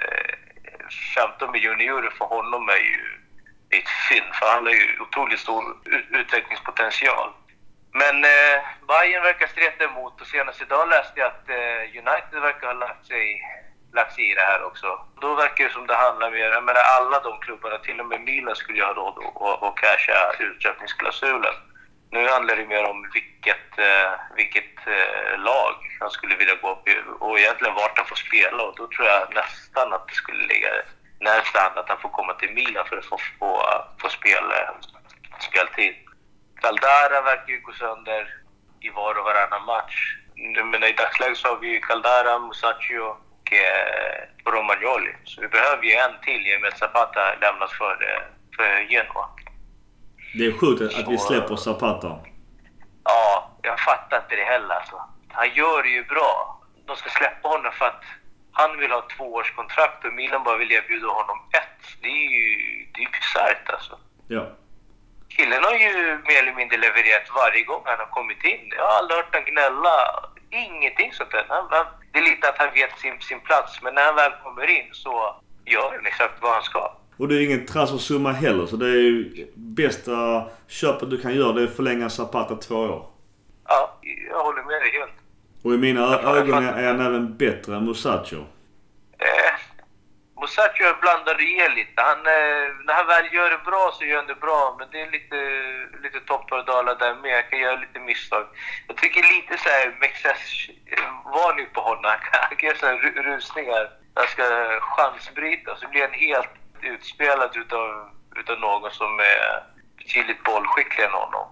15 miljoner euro för honom är ju ett fynd, för han har ju otroligt stor utvecklingspotential. Men Bayern verkar streta emot, och senast idag läste jag att United verkar ha lagt sig i det här också. Då verkar det som det handlar mer, jag menar alla de klubbarna, till och med Milan skulle ju ha råd att casha utköpningsklausulen. Nu handlar det mer om vilket lag han skulle vilja gå upp i, och egentligen vart han får spela, och då tror jag nästan att det skulle ligga nästan att han får komma till Milan för att få speltid. Caldara verkar ju gå sönder i var och varannan match. Men i dagsläget så har vi ju Caldara, Musacchio och Romagnoli. Så vi behöver ju en till i och med att Zapata lämnas för Genoa. Det är sjukt att vi släpper Zapata. Ja, jag fattar inte det heller alltså. Han gör det ju bra. De ska släppa honom för att han vill ha 2-årskontrakt och Milan bara vill erbjuda honom 1. Det är ju bisarrt alltså. Ja. Killen har ju mer eller mindre levererat varje gång han har kommit in. Jag har aldrig hört han gnälla. Ingenting sånt där. Det är lite att han vet sin plats, men när han väl kommer in så gör han exakt vad han ska. Och det är ingen transfersumma heller, så det är ju bästa köpet du kan göra, det är att förlänga Zapata 2 år. Ja, jag håller med dig helt. Och i mina ögon är han även bättre än Musacchio. Musacchio är blandad och ger lite. När han väl gör det bra så gör han det bra, men det är lite toppar och dalar där med. Jag kan göra lite misstag. Jag tycker lite så här Mexes varning på honom. Han kan göra så här rusningar. Han ska chansbryta, så blir han helt utspelad utav någon som är betydligt bollskicklig än honom.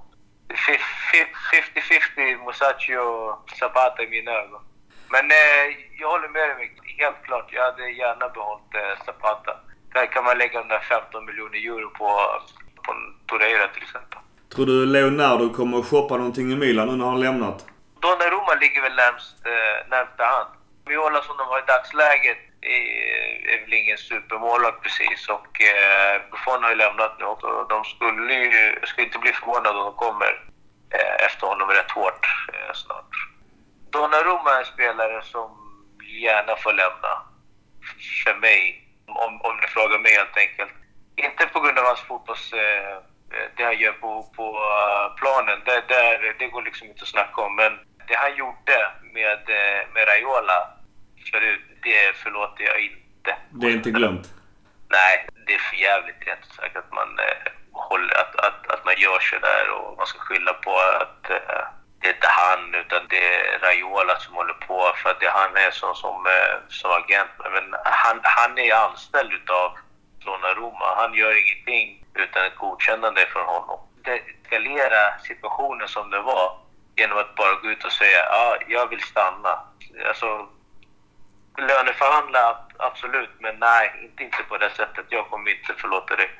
50-50 Musacchio och Zapata i mina ögon. Men jag håller med dig, helt klart. Jag hade gärna behållit Zapata. Där kan man lägga de där 15 miljoner euro på Torreira till exempel. Tror du Leonardo kommer att shoppa någonting i Milan nu när han lämnat? Donnarumma ligger väl närmast hand. Viola som de har i dagsläget är väl ingen supermålvakt precis, och Buffon har ju lämnat nu, och de skulle inte bli förvånade om de kommer efter honom rätt hårt snart. Donnarumma är en spelare som gärna får lämna för mig, om du frågar mig helt enkelt. Inte på grund av hans det han gör på planen, det går liksom inte att snacka om, men det han gjorde med Raiola förut, det förlåter jag inte. Det är inte glömt? Nej, det är för jävligt rent sagt att man att man gör så där, och man ska skylla på att det är inte han utan det är Raiola som håller på, för att det han är som agent. Men han är anställd utav Donnarumma. Han gör ingenting utan ett godkännande från honom. Det eskalera situationen som det var genom att bara gå ut och säga ja, jag vill stanna. Alltså, löneförhandla absolut, men nej, inte på det sättet. Jag kommer inte förlåta det.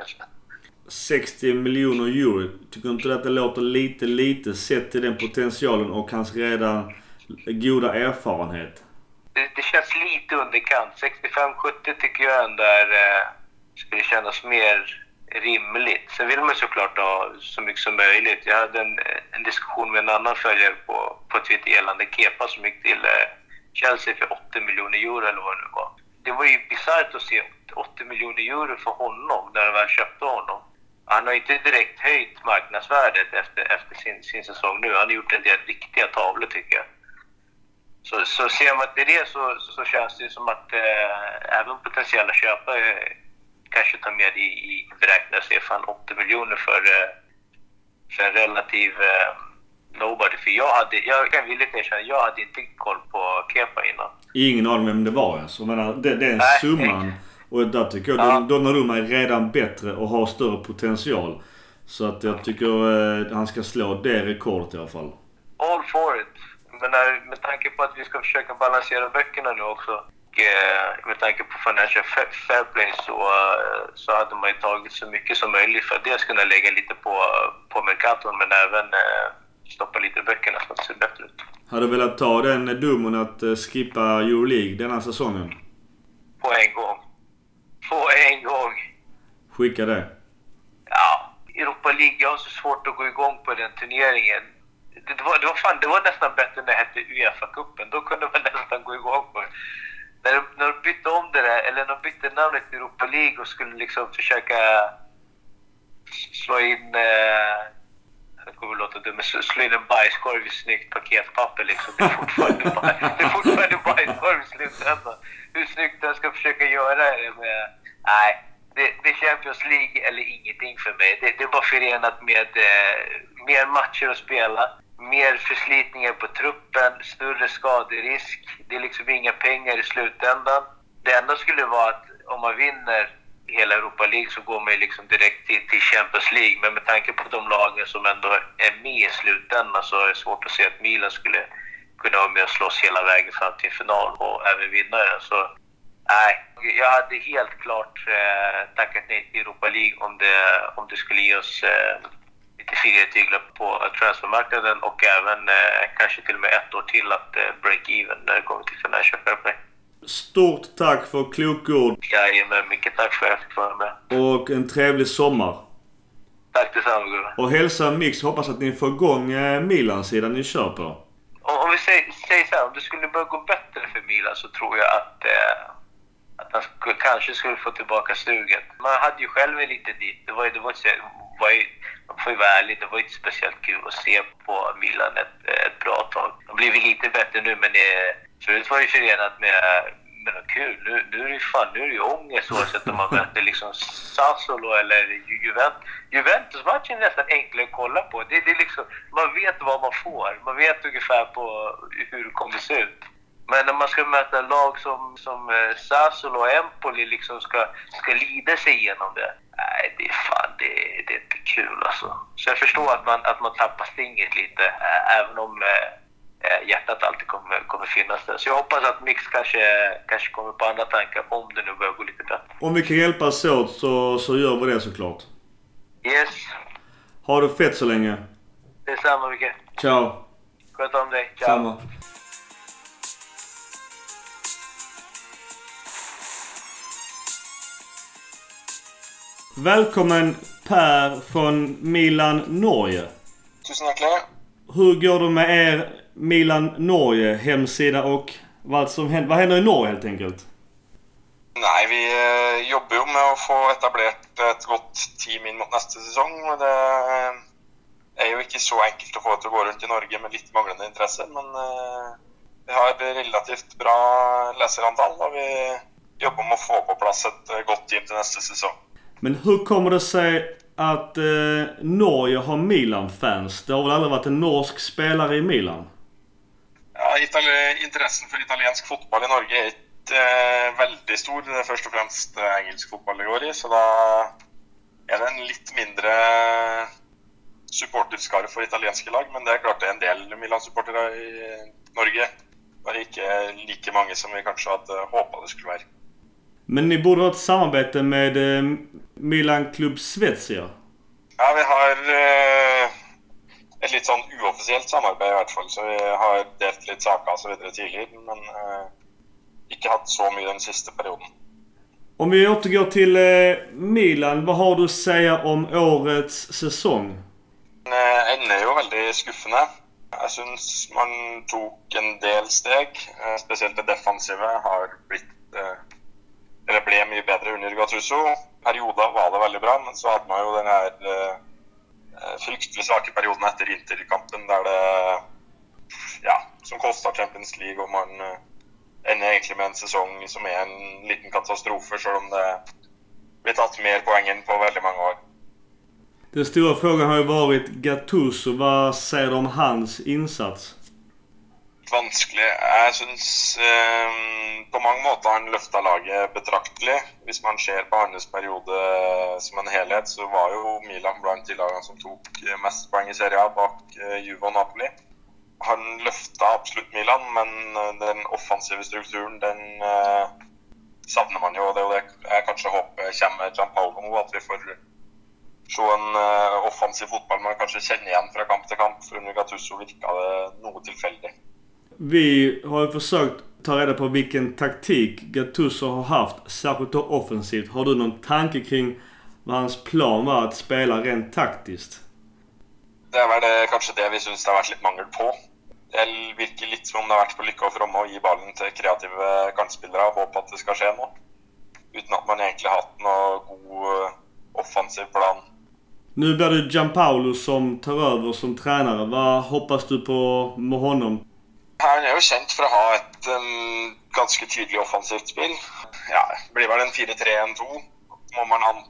60 miljoner euro. Tycker inte att det låter lite sett till den potentialen och hans redan goda erfarenhet? Det känns lite underkant. 65-70 tycker jag ändå skulle kännas mer rimligt. Sen vill man såklart ha så mycket som möjligt. Jag hade en diskussion med en annan följare på Twitter gällande Kepa som gick till Chelsea för 80 miljoner euro eller vad det var. Det var ju bisarrt att se 80 miljoner euro för honom när de väl köpte honom. Han har inte direkt höjt marknadsvärdet efter sin säsong nu. Han har gjort en del riktiga tavlor tycker jag. Så ser man till det så känns det som att även potentiella köpare kanske tar med i beräknas se fan 80 miljoner för en relativ nobody. För jag kan villigt erkänna, jag hade inte koll på Kepa innan. Ingen aning vem det var alltså. Men det är en summan. Och där tycker jag Donnarumma är redan bättre och har större potential. Så att jag tycker han ska slå det rekordet i alla fall. All for it. Men med tanke på att vi ska försöka balansera böckerna nu också. Och med tanke på financial fair play så hade man ju tagit så mycket som möjligt för att dels kunna lägga lite på Mercaton men även stoppa lite i böckerna så att det ser bättre ut. Har du velat ta den domen att skippa Euroleague denna säsongen? På en gång. Skicka det. Ja, Europa League, jag har så svårt att gå igång på den turneringen. Det var nästan bättre när det hette UEFA-cupen. Då kunde man nästan gå igång på det. När de bytte om det där, eller när de bytte namnet till Europa League och skulle liksom försöka slå in... jag kommer låta dum, men slå in en bajskorv i snyggt paketpapper liksom. Det är fortfarande bajskorv i slutändan. Hur snyggt jag ska försöka göra det med... Nej, det är Champions League eller ingenting för mig. Det är bara förenat med mer matcher att spela. Mer förslitningar på truppen, större skaderisk. Det är liksom inga pengar i slutändan. Det enda skulle vara att om man vinner hela Europa League så går man liksom direkt till Champions League. Men med tanke på de lagen som ändå är med i slutändan så är det svårt att se att Milan skulle kunna vara med och slåss hela vägen fram till final och även vinna den. Så nej, jag hade helt klart tackat nej till Europa League om det skulle ge oss... lite fyrtyglar på transfermarknaden och även kanske till och med ett år till att break-even när det kommer till financial fair play. Stort tack för klokord. Jajamän, mycket tack för att jag fick vara med. Och en trevlig sommar. Tack detsamma, gubben. Och hälsa Mix, hoppas att ni får igång Milan-sidan ni kör på. Om vi säger så här, om det skulle börja gå bättre för Milan så tror jag att han kanske skulle få tillbaka stuget. Man hade ju själv en liten dit. Det var man får ju vara ärlig, det var inte speciellt kul att se på Milan ett bra tag. De blir lite bättre nu, men förut var det förenat med något kul. Nu är det ju ångest oavsett om man möter liksom Sassuolo eller Juventus. Juventus-matchen är nästan enklare att kolla på. Det är liksom, man vet vad man får. Man vet ungefär på hur det kommer se ut. Men när man ska möta lag som Sassuolo och Empoli liksom ska lida sig igenom det. Nej, det är inte kul alltså. Så jag förstår att man tappar stinget lite, även om hjärtat alltid kommer finnas där. Så jag hoppas att Mix kanske kommer på andra tankar om det nu börjar gå lite bättre. Om vi kan hjälpas åt så gör vi det såklart. Yes. Ha det fett så länge. Det är samma, Micke. Ciao. Sköt om dig. Ciao. Samma. Välkommen Per från Milan Norge. Tusen hjärtligt. Hur går det med er Milan Norge hemsida och vad händer i Norge helt enkelt? Nej, vi jobbar ju med att få etablerat ett gott team in mot nästa säsong. Men det är ju inte så enkelt att få det att gå runt i Norge med lite manglande intresse. Men vi har ett relativt bra läsarantal och vi jobbar med att få på plats ett gott team till nästa säsong. Men hur kommer det sig att Norge har Milan-fans? Det har väl aldrig varit en norsk spelare i Milan? Ja, intressen för italiensk fotboll i Norge är inte väldigt stor. Det är först och främst engelsk fotboll det går i. Så då är det en lite mindre supporterskare for italienske lag, men det er klart det er en del Milan-supportere i Norge. Bare ikke like mange som vi kanskje hadde håpet det skulle være. Men ni borde ha ett samarbete med Milan Club Svezia. Ja, vi har et litt sånn uoffisielt samarbeid i hvert fall, så vi har delt litt saker og så videre tidligere, men ikke hatt så mye den siste perioden. Om vi återgår till Milan, vad har du att säga om årets säsong? Den er jo veldig skuffende. Jeg synes man tok en del steg, spesielt det defensive har ble mye bedre under Gattuso. Perioder var det veldig bra, men så hadde man jo den her fryktelig svake perioden etter Inter-kampen, der det, som kostet Champions League, og man ender egentlig med en sesong som er en liten katastrofe, selv om det blir tatt mer poeng enn på veldig mange år. Den stora frågan har ju varit Gattuso. Vad säger du om hans insats? Vanskelig. Jeg synes på mange måter han løftet laget betraktelig. Hvis man ser på hans periode som en helhet, så var jo Milan blant de lagene som tok mest poeng i serien bak Juve og Napoli. Han løftet absolutt Milan, men den offensive strukturen, den savner man jo. Det er jo det jeg kanskje håper kommer med Gianpaolo nå, at vi får så en offensiv fotball man kanskje känner igen från kamp till kamp, för under Gattuso virkade något tillfälligt. Vi har ju försökt ta reda på vilken taktik Gattuso har haft, särskilt då offensivt. Har du någon tanke kring vad hans plan var att spela rent taktiskt? Det är väl kanske det vi syns det har varit lite mangel på. Det virker lite som om det har varit på lycka och framme och ge ballen till kreativa kantspelare och hoppas att det ska ske nå. Utan att man egentligen haft någon god offensiv plan. Nu blir det Gianpaolo som tar över som tränare. Vad hoppas du på med honom? Han är ju känd för att ha ett ganska tydligt offensivt spel. Ja, det blir väl en 4-3-1-2 må man ha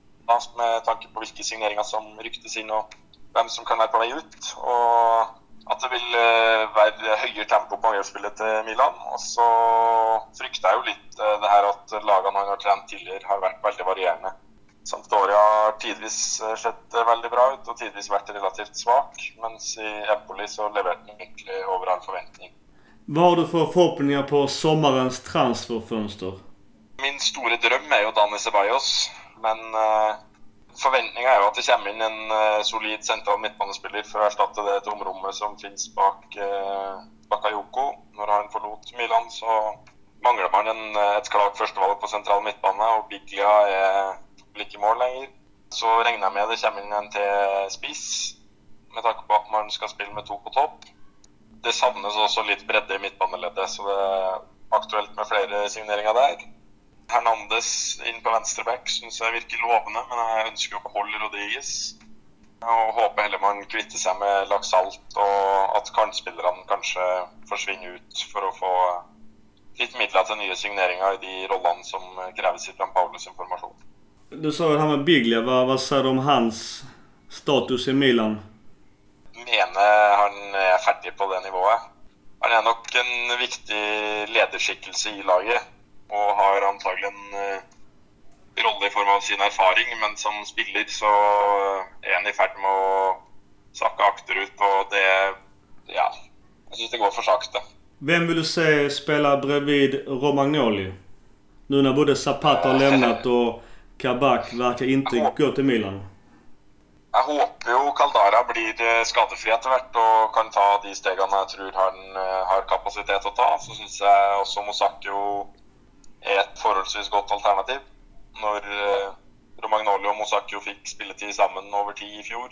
med tanke på vilka signeringar som ryktes in och vem som kan vara på väg ut. Och att det vill vara högre tempo på angrepsspelet till Milan. Och så fryktar jag ju lite det här att lagen han har tränat tidigare har varit väldigt varierande. Sampdoria har tidvis sett väldigt bra ut och tidvis varit relativt svag, mens i Empoli så levererade den egentligen över all förväntning. Vad har du för förhoppningar på sommarens transferfönster? Min stora dröm är ju Dani Ceballos, men förväntningarna är ju att det kommer in en solid central mittbanespelare för att ersätta det tomrummet som finns bak Bakayoko. När han förlot Milan så manglar man ett klart förstevalg på central mittbane, och Biglia är ikke mål lenger. Så regner jeg med det kommer inn en til spiss, med tanke på at man skal spille med 2 på topp. Det savnes også litt bredde i midtbaneleddet, så det er aktuelt med flere signeringer der. Hernandez inn på venstreback synes jeg virker lovende, men jeg ønsker å beholde Rodriguez. Og håper heller man kvitter seg med Laxalt, og at kantspillerne kanskje forsvinner ut for å få litt midler til nye signeringer i de rollene som kreves i Gianpaolos informasjon. Du sa det här med Biglia. Vad säger du om hans status i Milan? Mener han är färdig på det nivået. Han är nog en viktig lederskikkelse i laget och har antagligen en roll i form av sin erfaring, men som spiller så är han i färd med att sacka akterut, och det, jag synes det går för sakta. Vem vill du se spela bredvid Romagnoli? Nu när både Zapata har lämnat och Kabak verkar inte gå till Milan. Jag hoppas ju Caldara blir skadefri etter hvert och kan ta de stegene jag tror han har kapacitet att ta. Så synes jag också Musacchio är ett forholdsvis gott alternativ. När Romagnoli och Musacchio fick spilletid sammen over tid i fjor,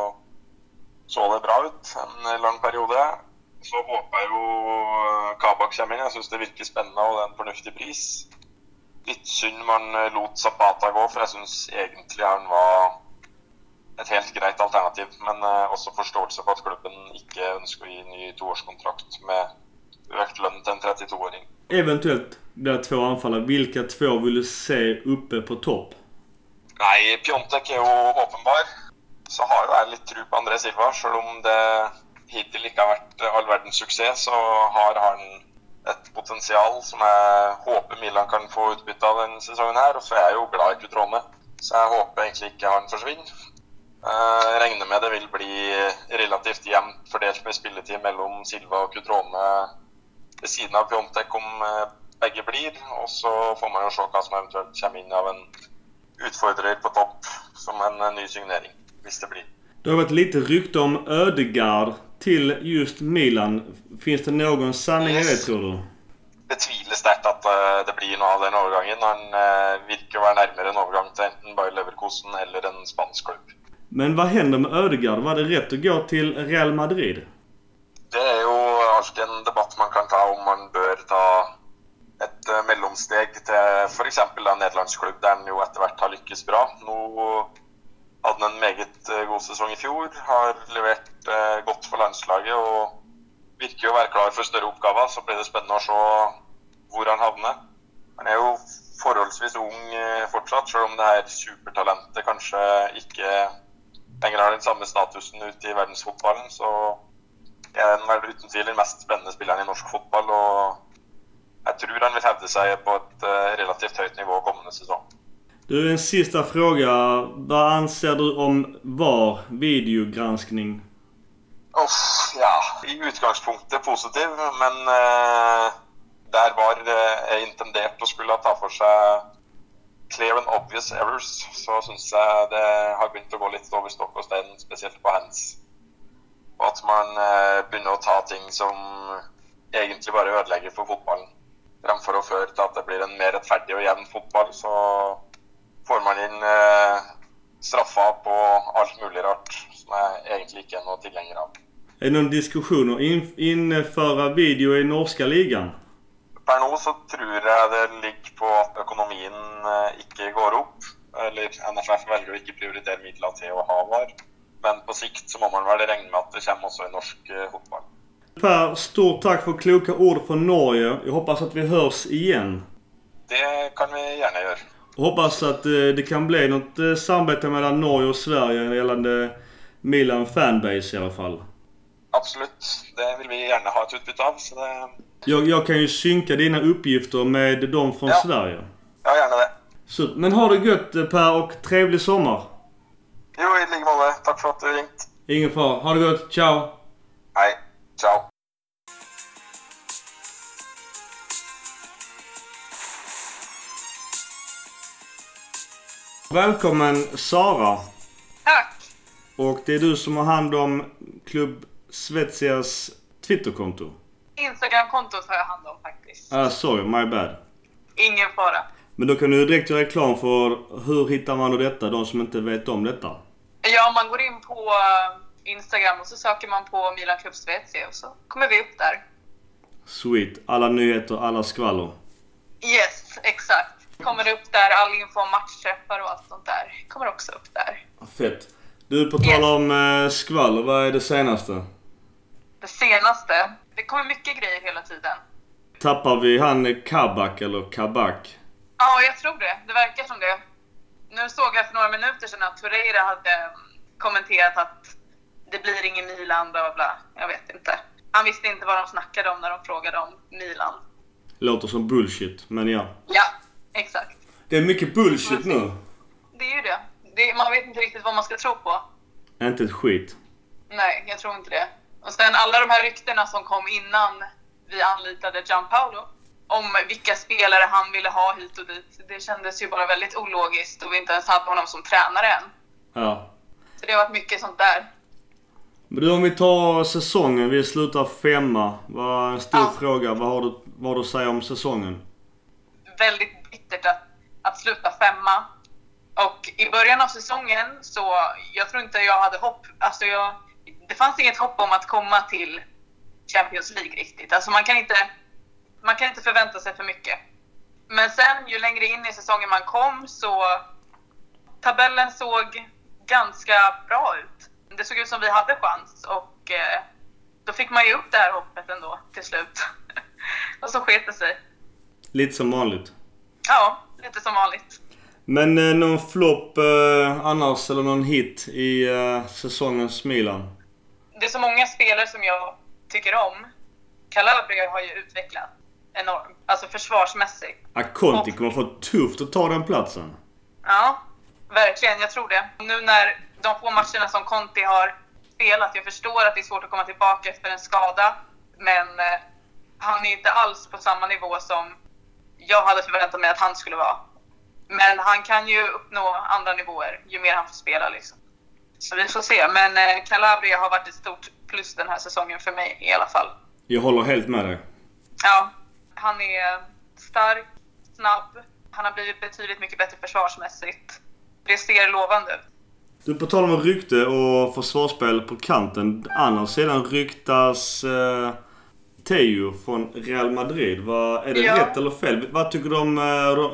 så det bra ut en lång period. Så hoppas jag ju Kabak kommer in. Jag synes det virker spennende, och det är en fornuftig pris. Litt synd man lot Zapata gå, for jeg synes egentlig han var et helt greit alternativ, men også forståelse for at klubben ikke ønsker å gi ny 2-årskontrakt med økt lønn til en 32-åring. Eventuellt blir det 2 anfallare. Vilka 2 vill du se uppe på topp? Nej, Piontek är ju åpenbar. Så har jag litt tro på André Silva, selv om det hittil ikke har vært all verdens suksess, så har han ett potential som jag hoppas Milan kan få utbyte av den säsongen här, och så är jag ju glad i Cutrone. Så jag hoppas egentligen inte han försvinner. Jeg regner med det vil bli relativt jevnt fordelt med spilletid mellom Silva og Cutrone ved siden av Piontek om begge blir. Og så får man jo se hva som eventuelt kommer inn av en utfordrer på topp som en ny signering, hvis det blir. Det har varit lite rykte om Ødegaard till just Milan. Finns det någon sanning i det, tror du? Betviler sterkt at det blir noe av den overgangen. Han virker å være nærmere en overgang til enten Bayer Leverkusen eller en spansk klubb. Men vad händer med Ødegaard? Var det rätt att gå till Real Madrid? Det er jo alltid en debatt man kan ta om man bør ta et mellomsteg til for eksempel en nederlandsk klubb der han jo etter hvert har lykkes bra. Nå hadde han en meget god sesong i fjor, har levert godt for landslaget og virker jo å være klar for større oppgaver. Så blir det spennende å se hvor han havner. Han er jo forholdsvis ung fortsatt, selv om det her supertalentet kanskje ikke lenger har den samme statusen ute i verdensfotballen. Så er han vel uten tvil den mest spennende spilleren i norsk fotball, og jeg tror han vil hevde seg på et relativt høyt nivå kommende sesong. Du, en sista fråga. Vad anser du om VAR-videogranskning? Ja, i utgangspunktet positiv, men der VAR intendert å skulle ta for seg clear and obvious errors, så synes jeg det har begynt å gå litt over stokk og stein, spesielt på hands. Og at man begynner å ta ting som egentlig bare ødelegger for fotballen. Fremfor å føre til at det blir en mer rettferdig og jevn fotball, så får man inn straffa på alt mulig rart, som jeg egentlig ikke er noe tilhenger av. Är det någon diskussion om införa video i norska ligan? Per nå så tror jeg det ligger på at økonomien ikke går opp, eller NFF velger å ikke prioritere midler til å ha VAR. Men på sikt så må man vel regne med at det kommer også i norsk fotball. Per, stort tack för kloka ord från Norge. Jag hoppas att vi hörs igen. Det kan vi gärna göra. Jag hoppas att det kan bli något samarbete mellan Norge och Sverige gällande Milan fanbase i alla fall. Absolut, det vill vi gärna ha ett utbyte av. Så det... jag kan ju synka dina uppgifter med dem från Sverige. Ja, gärna det. Så, men ha det gött, Per, och trevlig sommar. Jo, i like måte. Tack för att du ringt. Ingen fara. Ha det gott. Ciao. Hej. Ciao. Välkommen, Sara. Tack. Och det är du som har hand om Klubb Svetsias Twitterkonto. Instagramkontot har jag hand om faktiskt. Sorry, my bad. Ingen fara. Men då kan du direkt göra reklam för hur hittar man då detta, de som inte vet om detta? Ja, man går in på Instagram och så söker man på Milan Klubb Svezia och så kommer vi upp där. Sweet. Alla nyheter, alla skvaller. Yes, exakt. Kommer upp där, all info om matchträffar och allt sånt där. Kommer också upp där. Fett. Du, på tal om skvaller, vad är det senaste? Det senaste? Det kommer mycket grejer hela tiden. Tappar vi han Kabak eller Kabak? Ja, jag tror det. Det verkar som det. Nu såg jag för några minuter sedan att Torreira hade kommenterat att det blir ingen Milan, bla bla. Jag vet inte. Han visste inte vad de snackade om när de frågade om Milan. Låter som bullshit, men ja. Ja, exakt. Det är mycket bullshit nu. Det är ju det. Man vet inte riktigt vad man ska tro på. Inte ett skit. Nej, jag tror inte det. Och sen alla de här ryktena som kom innan vi anlitade Gianpaolo om vilka spelare han ville ha hit och dit. Det kändes ju bara väldigt ologiskt och vi inte ens hade honom som tränare än. Ja. Så det har varit mycket sånt där. Men du, om vi tar säsongen, vi slutar 5:a. Vad en stor fråga. Vad har du att säga om säsongen? Väldigt bittert att sluta 5:a. Och i början av säsongen så jag tror inte jag hade hopp. Alltså det fanns inget hopp om att komma till Champions League riktigt. Alltså man kan inte förvänta sig för mycket. Men sen ju längre in i säsongen man kom så tabellen såg ganska bra ut. Det såg ut som vi hade chans och då fick man ju upp det här hoppet ändå till slut. Och så sket det sig. Lite som vanligt. Ja, lite som vanligt. Men någon flopp annars eller någon hit i säsongens Milan? Det är så många spelare som jag tycker om. Calabria har ju utvecklat enormt, alltså försvarsmässigt. Conte kommer få tufft att ta den platsen. Ja, verkligen, jag tror det. Nu när de få matcherna som Conte har spelat. Jag förstår att det är svårt att komma tillbaka efter en skada, men han är inte alls på samma nivå som jag hade förväntat mig att han skulle vara. Men han kan ju uppnå andra nivåer ju mer han får spela liksom. Så vi får se. Men Calabria har varit ett stort plus den här säsongen för mig i alla fall. Jag håller helt med dig. Ja, han är stark, snabb. Han har blivit betydligt mycket bättre försvarsmässigt. Det ser lovande ut. Du, på tal om rykte och försvarsspel på kanten. Annars sedan ryktas Teo från Real Madrid. Är det rätt eller fel? Vad tycker du om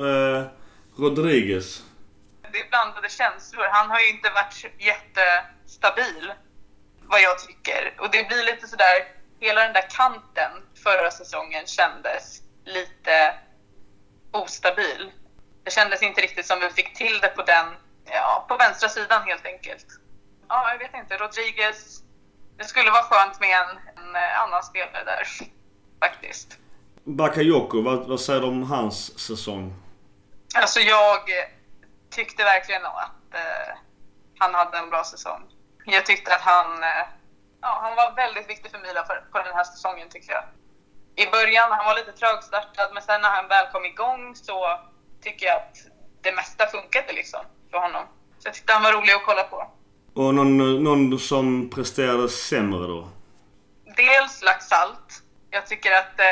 Rodriguez? Det är blandade känslor. Han har ju inte varit jättestabil, vad jag tycker. Och det blir lite sådär, hela den där kanten förra säsongen kändes lite ostabil. Det kändes inte riktigt som vi fick till det på vänstra sidan helt enkelt. Ja, jag vet inte. Rodriguez, det skulle vara skönt med en annan spelare där, faktiskt. Bakayoko, vad säger du om hans säsong? Alltså jag tyckte verkligen att han hade en bra säsong. Jag tyckte att han var väldigt viktig för Milan på den här säsongen, tycker jag. I början han var lite trögstartad, men sen när han väl kom igång så tycker jag att det mesta funkade liksom för honom. Så jag tyckte han var rolig att kolla på. Och någon som presterade sämre då? Dels Laxalt. Jag tycker att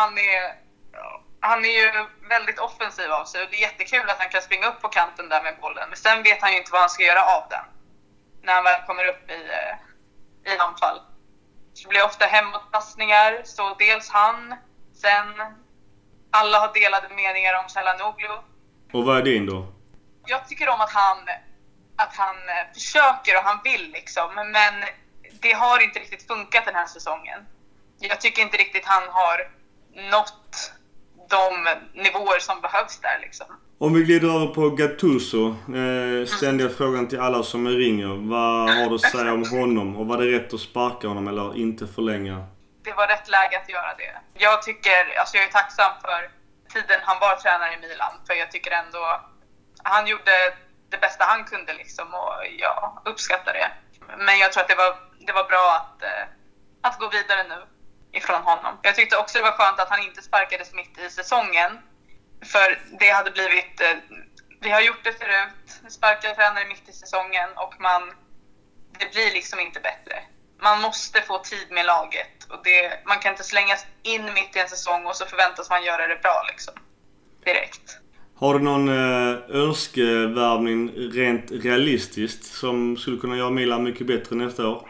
han är ju väldigt offensiv av sig och det är jättekul att han kan springa upp på kanten där med bollen. Men sen vet han ju inte vad han ska göra av den när han väl kommer upp i anfall. Så det blir ofta hemåtpassningar, så dels han, sen alla har delade meningar om Çalhanoğlu. Och vad är din då? Jag tycker om att han försöker och han vill liksom, men det har inte riktigt funkat den här säsongen. Jag tycker inte riktigt han har nått de nivåer som behövs där liksom. Om vi glider över på Gattuso, ständiga frågan till alla som ringer. Vad har du att säga om honom? Och var det rätt att sparka honom eller inte förlänga? Det var rätt läge att göra det. Jag är tacksam för tiden han var tränare i Milan. För jag tycker ändå han gjorde det bästa han kunde liksom, och jag uppskattar det. Men jag tror att det var bra att gå vidare nu ifrån honom. Jag tyckte också det var skönt att han inte sparkades mitt i säsongen. För det hade blivit... Vi har gjort det förut. Sparkade tränare mitt i säsongen och det blir liksom inte bättre. Man måste få tid med laget. Och man kan inte slängas in mitt i en säsong och så förväntas man göra det bra liksom. Direkt. Har du någon önskevärvning rent realistiskt som skulle kunna göra Milan mycket bättre nästa år?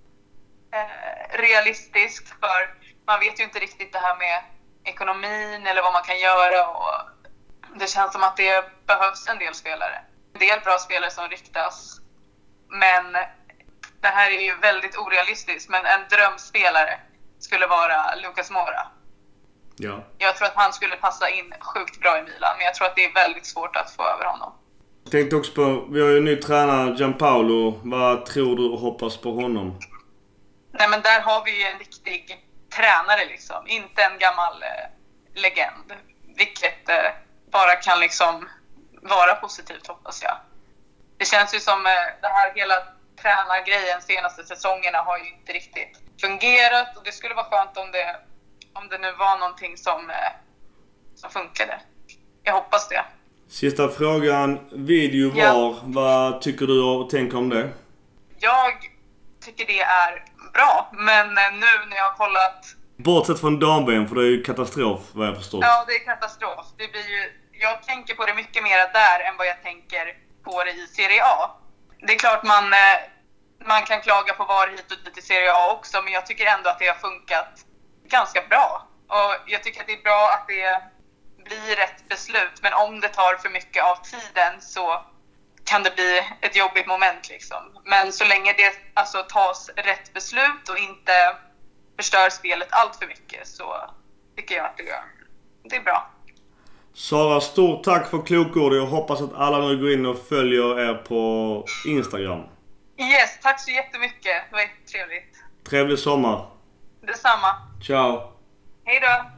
Realistiskt, för man vet ju inte riktigt det här med ekonomin eller vad man kan göra, och det känns som att det behövs en del spelare. En del bra spelare som ryktas, men det här är ju väldigt orealistiskt, men en drömspelare skulle vara Lucas Moura. Ja. Jag tror att han skulle passa in sjukt bra i Milan, men jag tror att det är väldigt svårt att få över honom. Jag tänkte också på, vi har ju ny tränare Gianpaolo. Vad tror du och hoppas på honom? Nej, men där har vi ju en riktig tränare liksom, inte en gammal legend, vilket bara kan liksom vara positivt, hoppas jag. Det känns ju som det här hela tränargrejen senaste säsongerna har ju inte riktigt fungerat, och det skulle vara skönt om det nu var någonting som funkade. Jag hoppas det. Sista frågan, video var. Ja. Vad tycker du och tänker om det? Jag tycker det är bra, men nu när jag har kollat... Bortsett från damben, för det är ju katastrof, vad jag förstår. Ja, det är katastrof. Det blir ju... Jag tänker på det mycket mer där än vad jag tänker på det i Serie A. Det är klart man kan klaga på var hit och dit i Serie A också, men jag tycker ändå att det har funkat ganska bra. Och jag tycker att det är bra att det blir rätt beslut, men om det tar för mycket av tiden så kan det bli ett jobbigt moment liksom. Men så länge det alltså tas rätt beslut och inte förstör spelet allt för mycket, så tycker jag att det är bra. Sara, stort tack för klokord. Jag hoppas att alla nu går in och följer er på Instagram. Yes, tack så jättemycket. Det var trevligt. Trevlig sommar. Detsamma. Ciao. Hej då.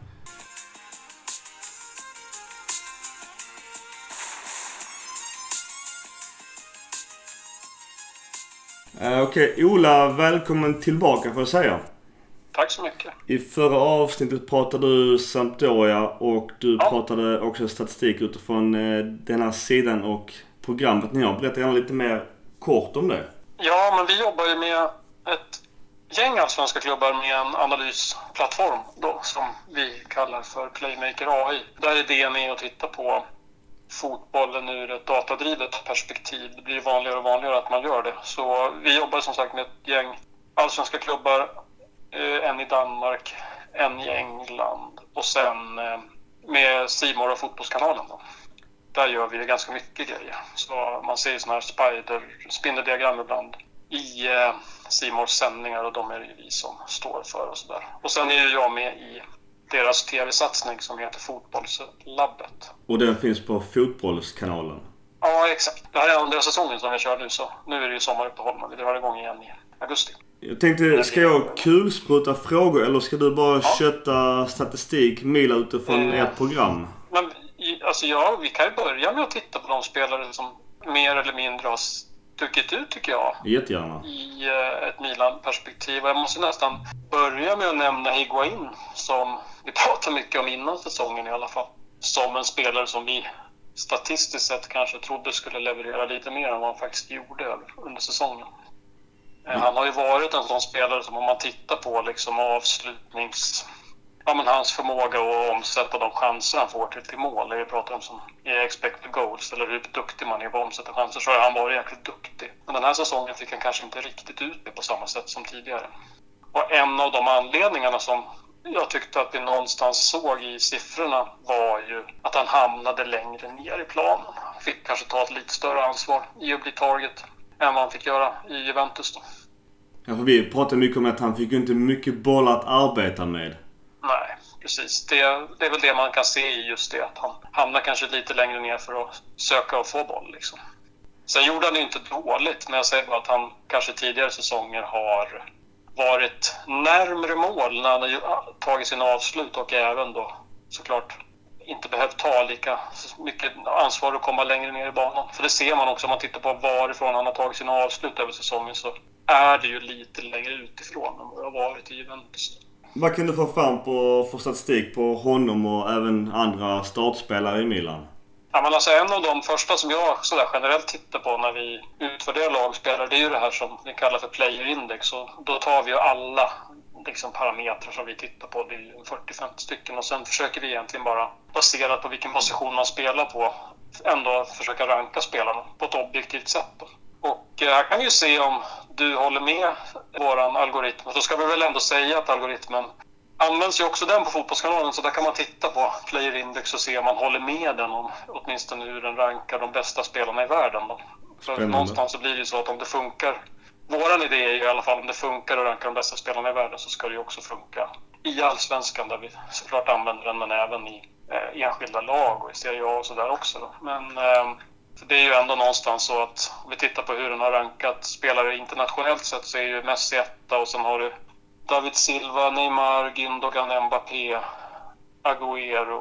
Okej, Ola, välkommen tillbaka får jag säga. Tack så mycket. I förra avsnittet pratade du Sampdoria och du pratade också statistik utifrån den här sidan och programmet ni har. Berätta gärna lite mer kort om det. Ja, men vi jobbar ju med ett gäng allsvenska klubbar med en analysplattform då, som vi kallar för Playmaker AI. Där idén är att titta på fotbollen ur ett datadrivet perspektiv. Det blir vanligare och vanligare att man gör det. Så vi jobbar som sagt med ett gäng allsvenska klubbar. En i Danmark, en i England och sen med C More och Fotbollskanalen då. Där gör vi ganska mycket grejer. Så man ser ju såna här spindeldiagram ibland i C Mores sändningar och de är det vi som står för och sådär. Och sen är ju jag med i deras tv-satsning som heter Fotbollslabbet. Och den finns på Fotbollskanalen? Ja, exakt. Det här är andra säsongen som jag kör nu, så nu är det ju sommaruppehåll, men vi drar igång igen i augusti. Jag tänkte, ska jag kulspruta frågor eller ska du bara kötta statistik mila utifrån ert program? Men, alltså vi kan ju börja med att titta på de spelare som mer eller mindre har stuckit ut, tycker jag. Jättegärna. I ett Milan-perspektiv. Jag måste nästan börja med att nämna Higuain, som vi pratar mycket om innan säsongen i alla fall. Som en spelare som vi statistiskt sett kanske trodde skulle leverera lite mer än vad han faktiskt gjorde under säsongen. Han har ju varit en sån spelare som, om man tittar på liksom hans förmåga att omsätta de chanser han får till mål. Det vi pratar om som expected goals, eller hur duktig man är på att omsätta chanser, så har han varit jäkligt duktig. Men den här säsongen fick han kanske inte riktigt ut det på samma sätt som tidigare. Och en av de anledningarna som jag tyckte att vi någonstans såg i siffrorna var ju att han hamnade längre ner i planen. Han fick kanske ta ett lite större ansvar i att bli target än vad han fick göra i Juventus då. Ja, för vi pratade mycket om att han fick inte mycket boll att arbeta med. Nej, precis. Det är väl det man kan se i just det, att han hamnar kanske lite längre ner för att söka och få boll liksom. Sen gjorde han ju inte dåligt, men jag säger bara att han kanske tidigare säsonger har varit närmare mål när han har tagit sina avslut och även då såklart inte behövt ta lika mycket ansvar att komma längre ner i banan. För det ser man också om man tittar på varifrån han har tagit sina avslut över säsongen, så är det ju lite längre utifrån än vad det har varit i Juventus. Vad kan du få fram för statistik på honom och även andra startspelare i Milan? Ja, men alltså en av de första som jag sådär generellt tittar på när vi utvärderar lagspelare, det är ju det här som vi kallar för player index. Och då tar vi ju alla liksom parametrar som vi tittar på, det är ju 40-50 stycken. Och sen försöker vi egentligen bara, baserat på vilken position man spelar på, ändå försöka ranka spelarna på ett objektivt sätt då. Och här kan vi ju se om du håller med våran algoritm. Så ska vi väl ändå säga att algoritmen används ju också den på Fotbollskanalen, så där kan man titta på player index och se om man håller med den, om åtminstone hur den rankar de bästa spelarna i världen då. Så någonstans så blir det ju så att om det funkar, våran idé är ju i alla fall, om det funkar att ranka de bästa spelarna i världen, så ska det ju också funka i allsvenskan, där vi såklart använder den, men även i enskilda lag och i Serie A och sådär också då. Men det är ju ändå någonstans så att om vi tittar på hur den har rankat spelare internationellt sett, så är ju Messi etta, och sen har du David Silva, Neymar, Gündogan, Mbappé, Agüero,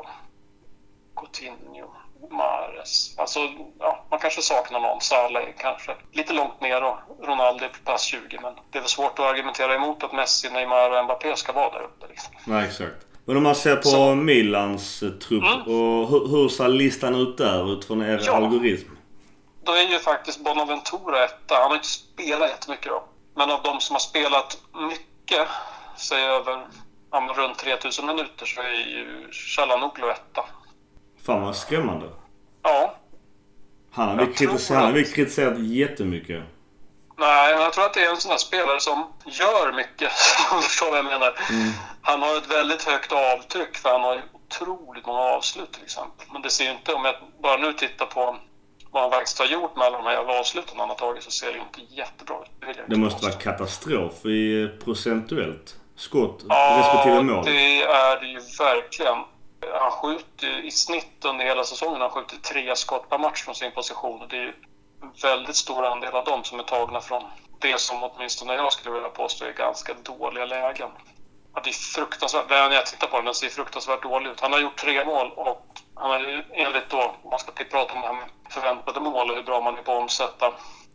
Coutinho, Mahrez. Alltså, ja, man kanske saknar någon. Salah är kanske lite långt ner och Ronaldo är på plats 20. Men det är väl svårt att argumentera emot att Messi, Neymar och Mbappé ska vara där uppe. Liksom. Ja, exakt. Men om man ser på Milans trupp, och hur ser listan ut där utifrån er algoritm? Då är ju faktiskt Bonaventura etta. Han har inte spelat jättemycket då. Men av de som har spelat mycket, säg över runt 3000 minuter, så är ju Çalhanoğlu etta. Fan vad skrämmande. Ja. Han har vi kritiserat jättemycket. Nej, jag tror att det är en sån här spelare som gör mycket, om du förstår vad jag menar. Han har ett väldigt högt avtryck, för han har otroligt många avslut till exempel. Men det ser ju inte, om jag bara nu tittar på vad han faktiskt har gjort med alla de här avsluten han har tagit, så ser det inte jättebra ut. Det måste vara katastrof i procentuellt skott respektive mål. Ja, det är det ju verkligen. Han skjuter i snitt under hela säsongen, han skjuter 3 skott per match från sin position. Och det är ju en väldigt stor andel av dem som är tagna från det som åtminstone jag skulle vilja påstå är ganska dåliga lägen. Ja, det är fruktansvärt, när jag tittar på den ser fruktansvärt dålig ut. Han har gjort 3 mål och han har ju enligt då, man ska prata om det här med förväntade mål och hur bra man är på att omsätta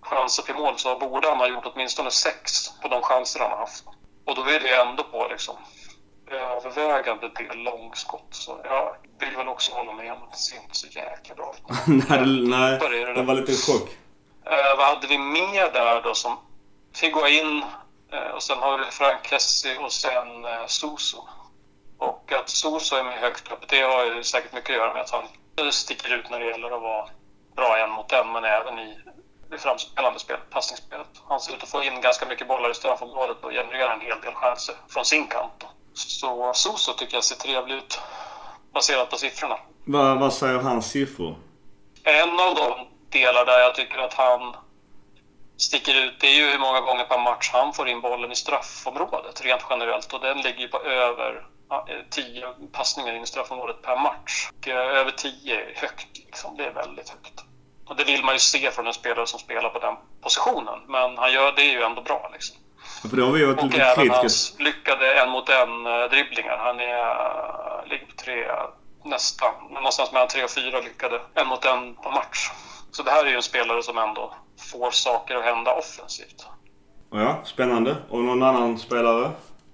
chanser till mål så borde han ha gjort åtminstone 6 på de chanser han har haft. Och då är det ändå på liksom övervägande del långskott. Så jag vill väl också hålla med om att det ser inte så jäkla bra ut. Nej, det var lite chock. Vad hade vi mer där då som Higuain och sen har vi Frank Kessie och sen Suso. Och att Suso är med högt upp, det har ju säkert mycket att göra med att han sticker ut när det gäller att vara bra en mot en, men även i det framspelande spelet, passningsspelet. Han ser ut att få in ganska mycket bollar i straffområdet och genererar en hel del chanser från sin kant då. Så Suso tycker jag ser trevlig ut baserat på siffrorna. Vad säger hans siffror? En av de delar där jag tycker att han sticker ut, det är ju hur många gånger per match han får in bollen i straffområdet rent generellt, och den ligger ju på över 10 passningar in i straffområdet per match. Och över 10 är högt liksom. Det är väldigt högt. Och det vill man ju se från en spelare som spelar på den positionen, men han gör det ju ändå bra liksom. För då har vi varit och lite även kritiska. hans lyckade en mot en dribblingar. Han ligger på 3 nästan, någonstans mellan 3 och 4 lyckade en mot en på match. Så det här är ju en spelare som ändå får saker att hända offensivt. Ja, spännande. Och någon annan spelare?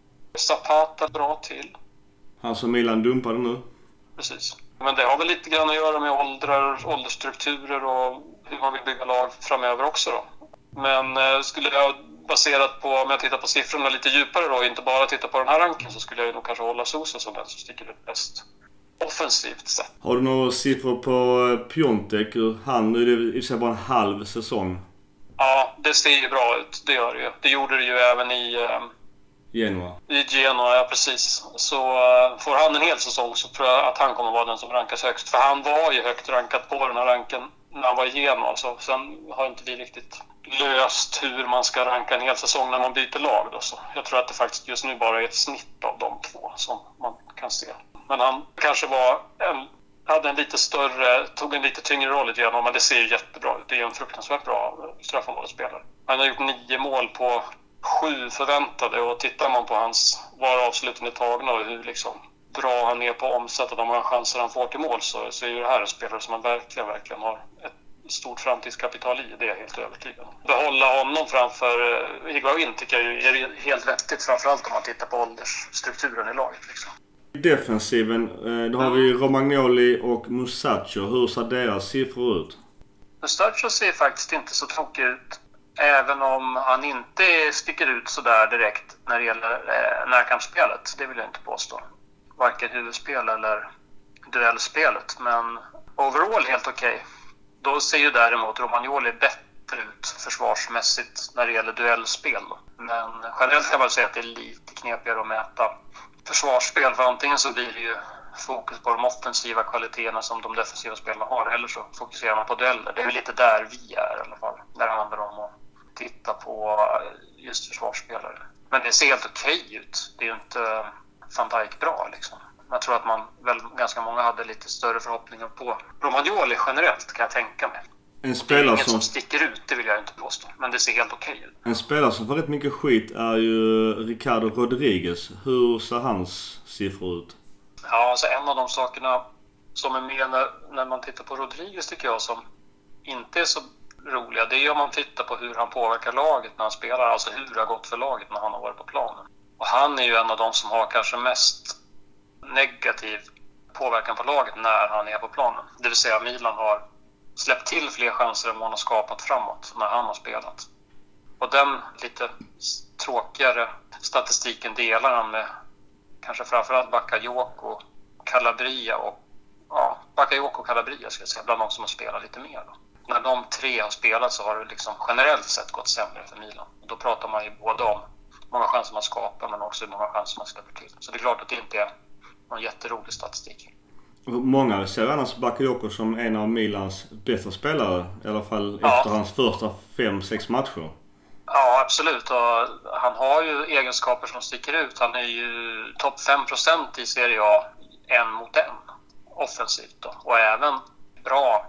Zapata bra till. Han som Milan dumpade nu. Precis. Men det har väl lite grann att göra med åldersstrukturer och hur man vill bygga lag framöver också då. Men skulle jag baserat på, om jag tittar på siffrorna lite djupare då, inte bara titta på den här ranken, så skulle jag nog kanske hålla Suso som den som sticker ut bäst offensivt sett. Har du några siffror på Piontek? Han nu är det i sig bara en halv säsong. Ja, det ser ju bra ut. Det gör det ju. Det gjorde det ju även i Genoa. I Genoa, ja precis. Så får han en hel säsong så tror jag att han kommer vara den som rankas högst. För han var ju högt rankad på den här ranken när han var i Genoa. Så sen har inte vi riktigt löst hur man ska ranka en hel säsong när man byter lag då. Så jag tror att det faktiskt just nu bara är ett snitt av de två som man kan se. Men han kanske hade en lite större, tog en lite tyngre roll i Genoa, men det ser ju jättebra ut. Det är en fruktansvärt bra straffområdesspelare. Han har gjort 9 mål på 7 förväntade, och tittar man på hans var avsluten är tagna och hur liksom bra han är på att omsätta de här chanser han får till mål, så är ju det här en spelare som man verkligen har ett stort framtidskapital i. Det är jag helt övertygad om. Behålla honom framför Higuain tycker jag är helt vettigt, framförallt om man tittar på åldersstrukturen i laget liksom. Defensiven, då har vi Romagnoli och Musacchio. Hur ser deras siffror ut? Musacchio ser faktiskt inte så tråkig ut, även om han inte sticker ut så där direkt när det gäller närkampsspelet. Det vill jag inte påstå. Varken huvudspel eller duellspelet, men overall helt okej. Då ser ju däremot Romagnoli bättre ut försvarsmässigt när det gäller duellspel. Men generellt kan man säga att det är lite knepigare att mäta försvarsspel, för antingen så blir det ju fokus på de offensiva kvaliteterna som de defensiva spelarna har, eller så fokuserar man på dueller. Det är väl lite där vi är i alla fall, när det handlar om att titta på just försvarsspelare. Men det ser helt okej ut. Det är ju inte Van Dijk bra liksom. Jag tror att man väl ganska många hade lite större förhoppningar på Romagnoli generellt, kan jag tänka mig. En spelare det är inget som sticker ut, det vill jag inte påstå. Men det ser helt okej ut. En spelare som får rätt mycket skit är ju Ricardo Rodriguez. Hur ser hans siffror ut? Ja, alltså en av de sakerna som är med när man tittar på Rodriguez tycker jag som inte är så roliga, det är om man tittar på hur han påverkar laget när han spelar. Alltså hur det har gått för laget när han har varit på planen. Och han är ju en av de som har kanske mest negativ påverkan på laget när han är på planen. Det vill säga Milan har släppt till fler chanser än man har skapat framåt när han har spelat. Och den lite tråkigare statistiken delar han med kanske framförallt Bakayoko, Calabria och Bakayoko och Calabria ska jag säga, bland de som har spelat lite mer då. När de 3 har spelat så har det liksom generellt sett gått sämre för Milan. Och då pratar man ju både om hur många chanser man skapar, men också hur många chanser man släpper till. Så det är klart att det inte är någon jätterolig statistik. Många ser annars Bakayoko som en av Milans bästa spelare, i alla fall efter hans första 5-6 matcher. Ja, absolut. Och han har ju egenskaper som sticker ut. Han är ju topp 5% i Serie A 1 mot 1 offensivt då. Och även bra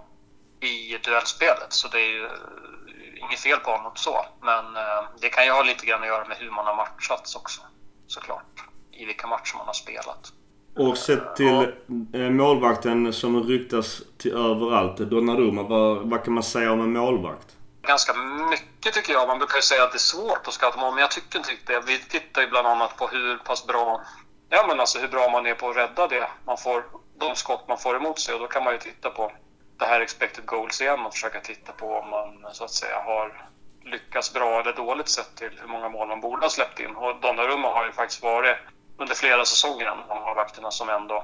i duellspelet. Så det är ju inget fel på honom så. Men det kan ju ha lite grann att göra med hur man har matchats också, såklart. I vilka matcher man har spelat. Och sett till målvakten som ryktas till överallt, Donnarumma, vad kan man säga om en målvakt? ganska mycket tycker jag. Man brukar ju säga att det är svårt att scouta mål, men jag tycker inte det. Vi tittar ju bland annat på hur pass bra, hur bra man är på att rädda det man får, de skott man får emot sig. Och då kan man ju titta på det här expected goals igen och försöka titta på om man så att säga har lyckats bra eller dåligt sett till hur många mål man borde ha släppt in. Och Donnarumma har ju faktiskt varit under flera säsonger en av de vakterna som ändå,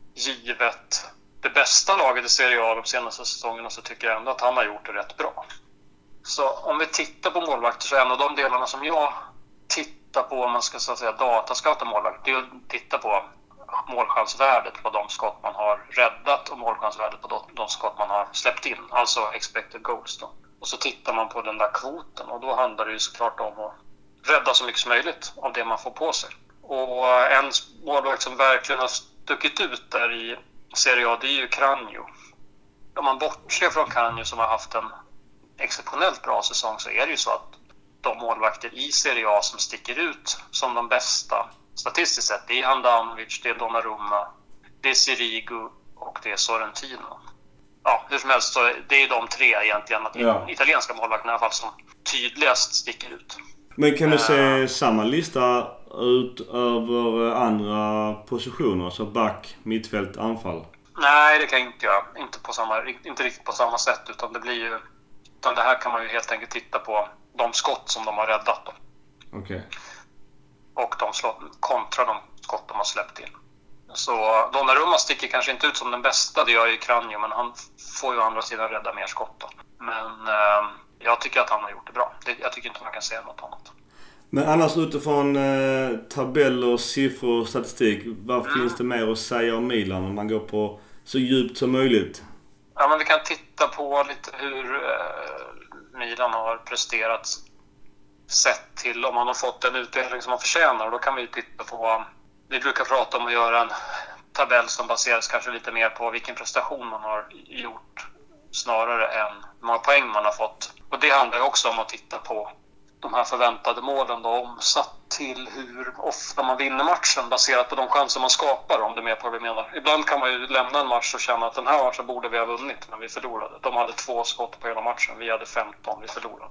givet det bästa laget i Serie A de senaste säsongerna, så tycker jag ändå att han har gjort det rätt bra. Så om vi tittar på målvakter, så är en av de delarna som jag tittar på om man ska så att säga datascouta målvakter, det är att titta på målchansvärdet på de skott man har räddat och målchansvärdet på de skott man har släppt in, alltså expected goals då. Och så tittar man på den där kvoten, och då handlar det ju såklart om att rädda så mycket som möjligt av det man får på sig. Och en målvakt som verkligen har stuckit ut där i Serie A, det är ju Cragno. Om man bortser från Cragno som har haft en exceptionellt bra säsong, så är det ju så att de målvakter i Serie A som sticker ut som de bästa statistiskt sett, det är Handanovic, det är Donnarumma, det är Sirigu och det är Sorrentino. Ja, hur som helst, så det är de tre egentligen, italienska målvakterna i alla fall, som tydligast sticker ut. Men kan du se samma lista ut över andra positioner, så back, mittfält, anfall? Nej, det kan jag inte göra. Inte riktigt på samma sätt, utan det blir ju, utan det här kan man ju helt enkelt titta på de skott som de har räddat då. Okej. Och de kontra de skott de har släppt in. Så Donnarumma sticker kanske inte ut som den bästa, det gör ju Cragno, men han får ju å andra sidan rädda mer skott då. Men jag tycker att han har gjort det bra. Jag tycker inte man kan säga något annat. Men annars utifrån tabeller, siffror och statistik, vad finns det mer att säga om Milan om man går på så djupt som möjligt? Ja, men vi kan titta på lite hur Milan har presterat sett till om man har fått en utdelning som man förtjänar. Och då kan vi titta på, vi brukar prata om att göra en tabell som baseras kanske lite mer på vilken prestation man har gjort snarare än hur många poäng man har fått. Och det handlar ju också om att titta på de här förväntade målen då, omsatt till hur ofta man vinner matchen baserat på de chanser man skapar, om det är med på vad vi menar. Ibland kan man ju lämna en match och känna att den här matchen borde vi ha vunnit, men vi förlorade. De hade 2 skott på hela matchen, vi hade 15, vi förlorade.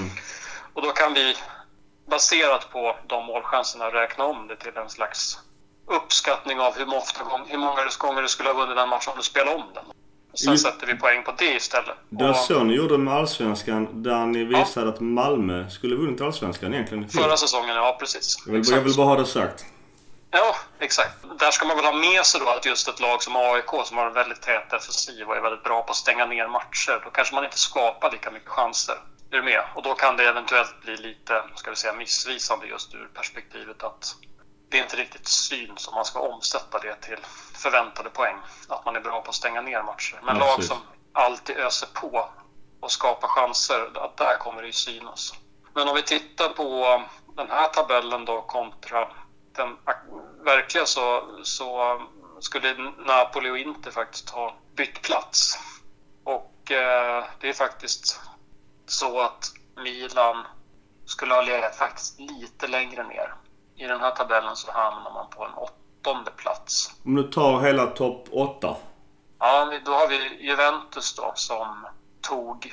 Och då kan vi, baserat på de målchanserna, räkna om det till en slags uppskattning av hur många gånger du skulle ha vunnit den matchen om du spelar om den. Sen sätter vi poäng på det istället. Det var så ni gjorde med Allsvenskan, där ni visade att Malmö skulle vunnit Allsvenskan egentligen. Förra säsongen, ja precis. Jag vill bara ha det sagt. Ja, exakt. Där ska man väl ha med sig då att just ett lag som AIK, som har en väldigt tät defensiv och är väldigt bra på att stänga ner matcher, då kanske man inte skapar lika mycket chanser. Är du med? Och då kan det eventuellt bli lite, ska vi säga, missvisande just ur perspektivet att det är inte riktigt syns om man ska omsätta det till förväntade poäng. Att man är bra på att stänga ner matcher. Men lag som alltid öser på och skapar chanser, att där kommer det ju synas. Men om vi tittar på den här tabellen då kontra den verkliga, så skulle Napoli och Inter faktiskt ha bytt plats. Och det är faktiskt så att Milan skulle ha legat faktiskt lite längre ner. I den här tabellen så hamnar man på en 8:e plats. Om du tar hela topp 8? Ja, då har vi Juventus då, som tog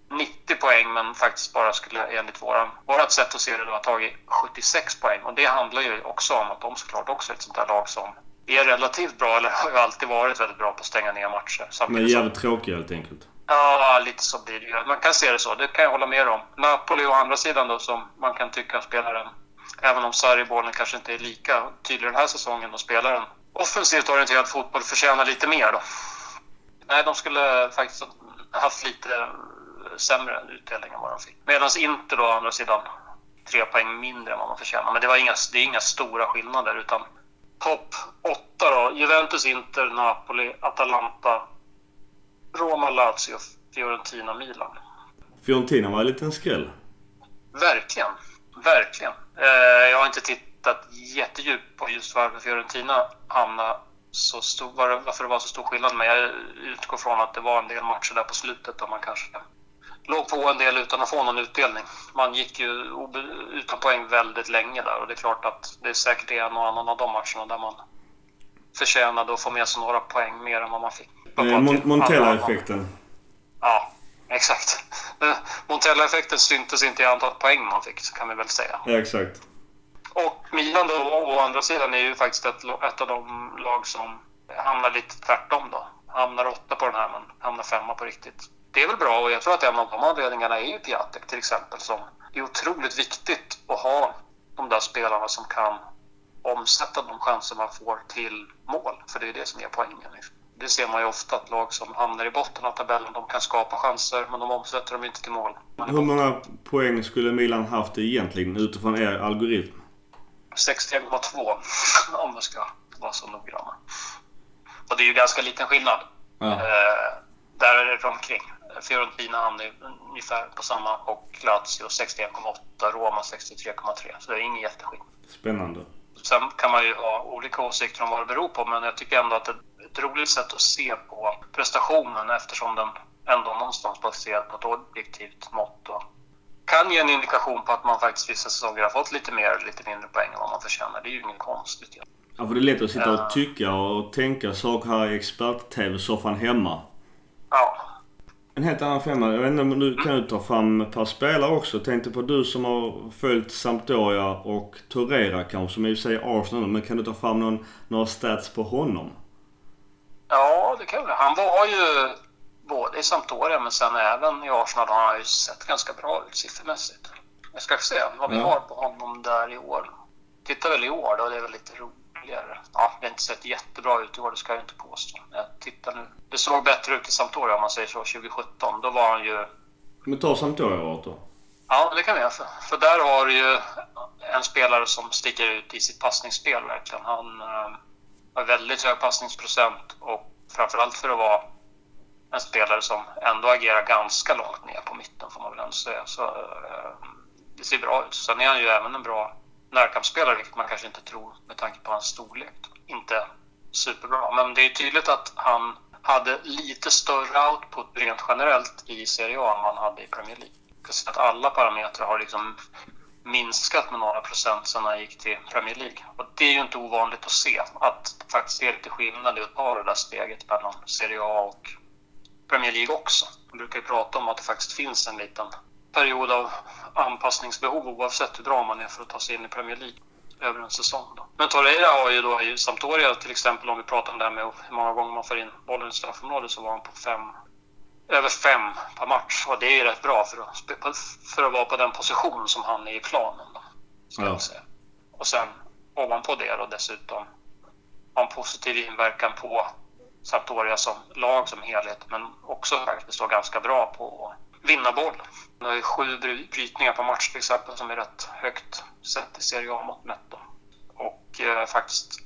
90 poäng men faktiskt bara skulle, enligt vårat sätt att se det, då, ha tagit 76 poäng. Och det handlar ju också om att de såklart också är ett sånt här lag som är relativt bra, eller har ju alltid varit väldigt bra på att stänga ner matcher. Men jävligt tråkiga helt enkelt. Ja, lite så blir det ju. Man kan se det så, det kan jag hålla med om. Napoli å andra sidan då, som man kan tycka spelar en, även om Sarri-bollen kanske inte är lika tydlig den här säsongen, och spelar en offensivt orienterad fotboll, förtjänar lite mer då. Nej, de skulle faktiskt haft lite sämre utdelning än vad de fick. Medan Inter då å andra sidan 3 poäng mindre än vad man förtjänar. Men det är inga stora skillnader, utan topp 8 då: Juventus, Inter, Napoli, Atalanta, Roma, Lazio, Fiorentina, Milan. Fiorentina var en liten skräll. Verkligen. Jag har inte tittat jättedjupt på just varför Fiorentina hamnade så stor, varför det var så stor skillnad, men jag utgår från att det var en del matcher där på slutet och man kanske låg på en del utan att få någon utdelning. Man gick ju utan poäng väldigt länge där, och det är klart att det är säkert en och annan av de matcherna där man förtjänade att få med sig några poäng mer än vad man fick. Montella-effekten. Ja, exakt. Montella-effekten syntes inte i antal poäng man fick, så kan vi väl säga. Ja, exakt. Och Milan då, å andra sidan, är ju faktiskt ett av de lag som hamnar lite tvärtom då. Hamnar 8 på den här, men hamnar 5 på riktigt. Det är väl bra, och jag tror att en av de anledningarna är ju Piatek till exempel, som är otroligt viktigt att ha de där spelarna som kan omsätta de chanser man får till mål. För det är det som är poängen. Liksom. Det ser man ju ofta, att lag som hamnar i botten av tabellen, de kan skapa chanser, men de omsätter dem inte till mål. Hur många poäng skulle Milan haft egentligen utifrån er algoritm? 61,2 om det ska vara så noggranna. Och det är ju ganska liten skillnad. Ja. Där är det omkring. Fiorentina hamnar ungefär på samma, och Lazio 61,8, Roma 63,3. Så det är ingen jätteskillnad. Spännande. Sen kan man ju ha olika åsikter om vad det beror på, men jag tycker ändå att det är ett roligt sätt att se på prestationen, eftersom den ändå någonstans baserad på ett objektivt mått och kan ge en indikation på att man faktiskt vissa säsonger har fått lite mer eller lite mindre poäng än vad man förtjänar. Det är ju inget konstigt. Ja, för det är lätt att sitta och tycka och tänka saker här i expert-tv-soffan hemma. Ja. En helt annan femma. Jag vet inte om du kan ta fram ett par spelare också. Tänkte på du som har följt Sampdoria och Torreira kanske, som är i sig Arsenal. Men kan du ta fram några stats på honom? Ja, det kan jag. Han var ju både i Sampdoria, men sen även i Arsenal har han ju sett ganska bra ut siffermässigt. Jag ska se vad vi har på honom där i år. Titta väl i år då, det är väl lite roligare. Ja, det har inte sett jättebra ut i år, det ska jag inte påstå. Jag tittar nu. Det såg bättre ut i Sampdoria om man säger så, 2017. Då var han ju... Men ta Sampdoria då. Ja, det kan vi göra. För där har du ju en spelare som sticker ut i sitt passningsspel verkligen. Han har väldigt hög passningsprocent, och framförallt för att vara en spelare som ändå agerar ganska långt ner på mitten, får man väl ändå säga. Så det ser bra ut. Sen är han ju även en bra närkampsspelare, vilket man kanske inte tror med tanke på hans storlek. Inte superbra, men det är tydligt att han hade lite större output rent generellt i Serie A än man hade i Premier League. Så att alla parametrar har liksom minskat med några procent sedan han gick till Premier League. Och det är ju inte ovanligt att se, att faktiskt är lite skillnad i att ta det där steget mellan Serie A och Premier League också. Man brukar ju prata om att det faktiskt finns en liten period av anpassningsbehov oavsett hur bra man är för att ta sig in i Premier League över en säsong då. Men Torreira har ju då i Sampdoria till exempel, om vi pratar om det här med hur många gånger man får in bollen i straffområdet, så var han på över 5 per match, och det är ju rätt bra för att vara på den position som han är i planen då, ska jag säga. Och sen ovanpå det då dessutom ha en positiv inverkan på Sampdoria som lag som helhet, men också faktiskt då ganska bra på att vinna boll. Det är 7 brytningar på match till exempel, som är rätt högt sett i Serie A-mått mätt då. Och faktiskt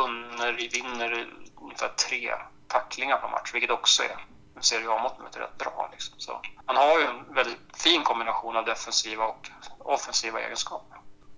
vinner ungefär 3 tacklingar på match, vilket också är en Serie A-mått mätt rätt bra liksom. Så han har ju en väldigt fin kombination av defensiva och offensiva egenskaper.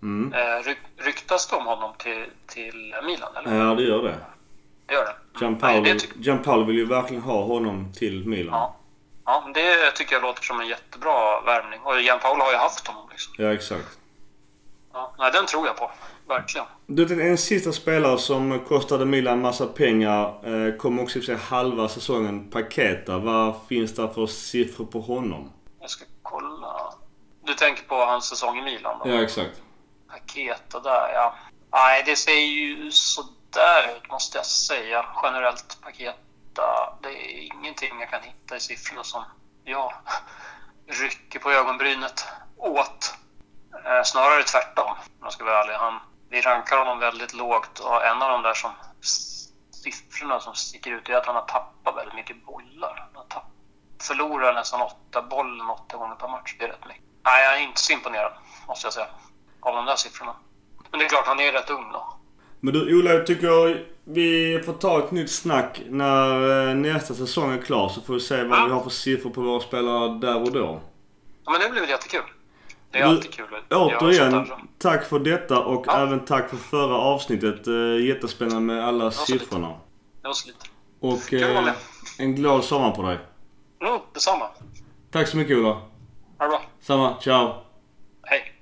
Ryktas det om honom till Milan, eller? Ja, det gör det. Det gör det. Gianpaolo vill ju verkligen ha honom till Milan. Ja, men det tycker jag låter som en jättebra värvning. Och Gianpaolo har ju haft honom liksom. Ja, exakt. Ja, nej, den tror jag på. Verkligen. Du, en sista spelare som kostade Milan massa pengar kom också i sig halva säsongen, Paqueta. Vad finns det för siffror på honom? Jag ska kolla. Du tänker på hans säsong i Milan då? Ja, exakt. Paqueta där, ja. Nej, det ser ju så där ut måste jag säga. Generellt Paqueta, det är ingenting jag kan hitta i siffrorna som jag rycker på ögonbrynet åt. Snarare tvärtom, om jag ska vara ärlig. Vi rankar honom väldigt lågt, och en av de där siffrorna som sticker ut är att han har tappat väldigt mycket bollar. Han förlorar nästan 8 gånger per match. Det är rätt mycket. Nej, jag är inte så imponerad, måste jag säga, av de där siffrorna. Men det är klart, han är rätt ung då. Men du, Ola, jag tycker vi får ta ett nytt snack när nästa säsong är klar, så får vi se vad vi har för siffror på våra spelare där och då. Ja, men det blir väl jättekul. Det är alltid kul. Återigen, tack för detta och även tack för förra avsnittet. Jättespännande med alla siffrorna. Det var så lite. Och en glad sommar på dig. Jo, detsamma. Tack så mycket, Ola. Ha det bra. Samma, ciao. Hej.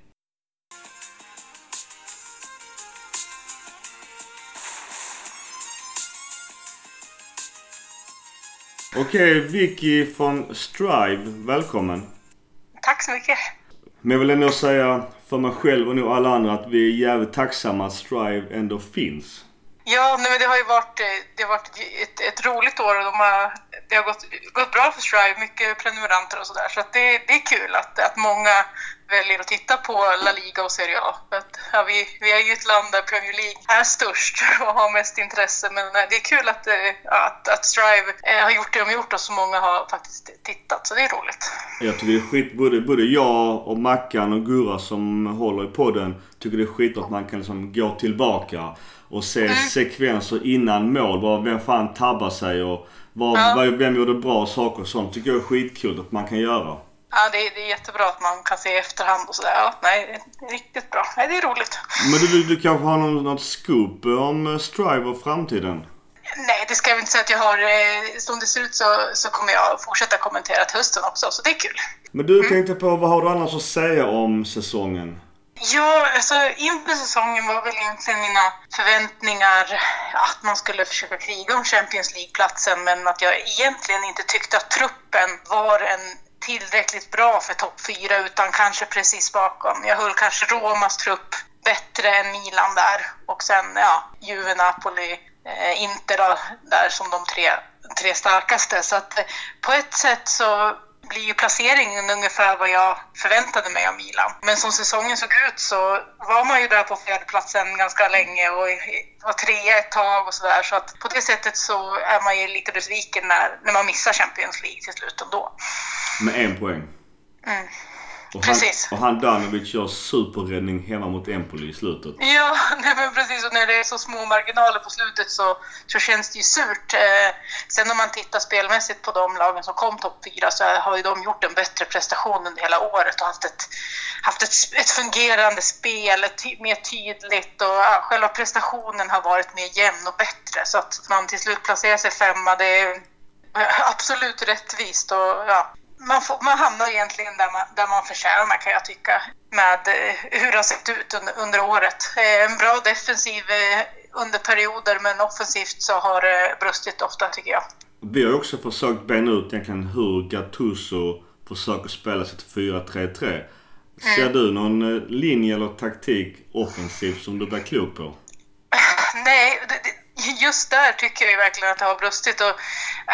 Okej, Vicky från Strive, välkommen. mycket. Men jag vill ändå säga för mig själv och nog alla andra att vi är jävligt tacksamma att Strive ändå finns. Ja, men det har ju varit ett roligt år och det har gått bra för Strive, mycket prenumeranter och sådär. Så att det är kul att många väljer att titta på La Liga och Serie A. För att, ja, vi är ju ett land där Premier League är störst och har mest intresse. Men det är kul att Strive har gjort det de gjort och så många har faktiskt tittat. Så det är roligt. Jag tycker det är skit, både jag och Mackan och Gurra som håller i podden tycker det är skit att man kan liksom gå tillbaka och se sekvenser innan mål. Vem fan tabbar sig och vem gjorde bra saker och sånt. Tycker jag är skitkul att man kan göra. Ja, det är jättebra att man kan se i efterhand och sådär. Ja, nej, det är riktigt bra. Nej, det är roligt. Men du kanske har något scoop om Strive och framtiden? Nej, det ska jag inte säga att jag har. Som det ser ut så kommer jag fortsätta kommentera till hösten också, så det är kul. Men du tänkte på, vad har du annars att säga om säsongen? Ja, alltså inför säsongen var väl egentligen mina förväntningar att man skulle försöka kriga om Champions League-platsen, men att jag egentligen inte tyckte att truppen var en tillräckligt bra för topp 4 utan kanske precis bakom. Jag höll kanske Romas trupp bättre än Milan där och sen Juve, Napoli, Inter då, där som de tre starkaste. Så att på ett sätt så blir ju placeringen ungefär vad jag förväntade mig av Milan. Men som säsongen såg ut så var man ju där på fjärdeplatsen ganska länge och var 3 ett tag och sådär. Så att på det sättet så är man ju lite besviken när man missar Champions League till slut ändå. Med 1 poäng. Precis. Och han Danovic gör superräddning hemma mot Empoli i slutet. Ja, nej, men precis. Och när det är så små marginaler på slutet så känns det ju surt. Sen om man tittar spelmässigt på de lagen som kom topp 4 så har ju de gjort en bättre prestation under hela året och haft ett fungerande spel, mer tydligt och själva prestationen har varit mer jämn och bättre. Så att man till slut placerar sig 5, det är absolut rättvist och man hamnar egentligen där man förtjänar, kan jag tycka, med hur det har sett ut under året. En bra defensiv under perioder, men offensivt så har det brustit ofta, tycker jag. Vi har också försökt bena ut egentligen hur Gattuso försöker spela sitt 4-3-3. Ser du någon linje eller taktik offensivt som du blir klok på? Nej, just där tycker jag verkligen att det har brustit. Och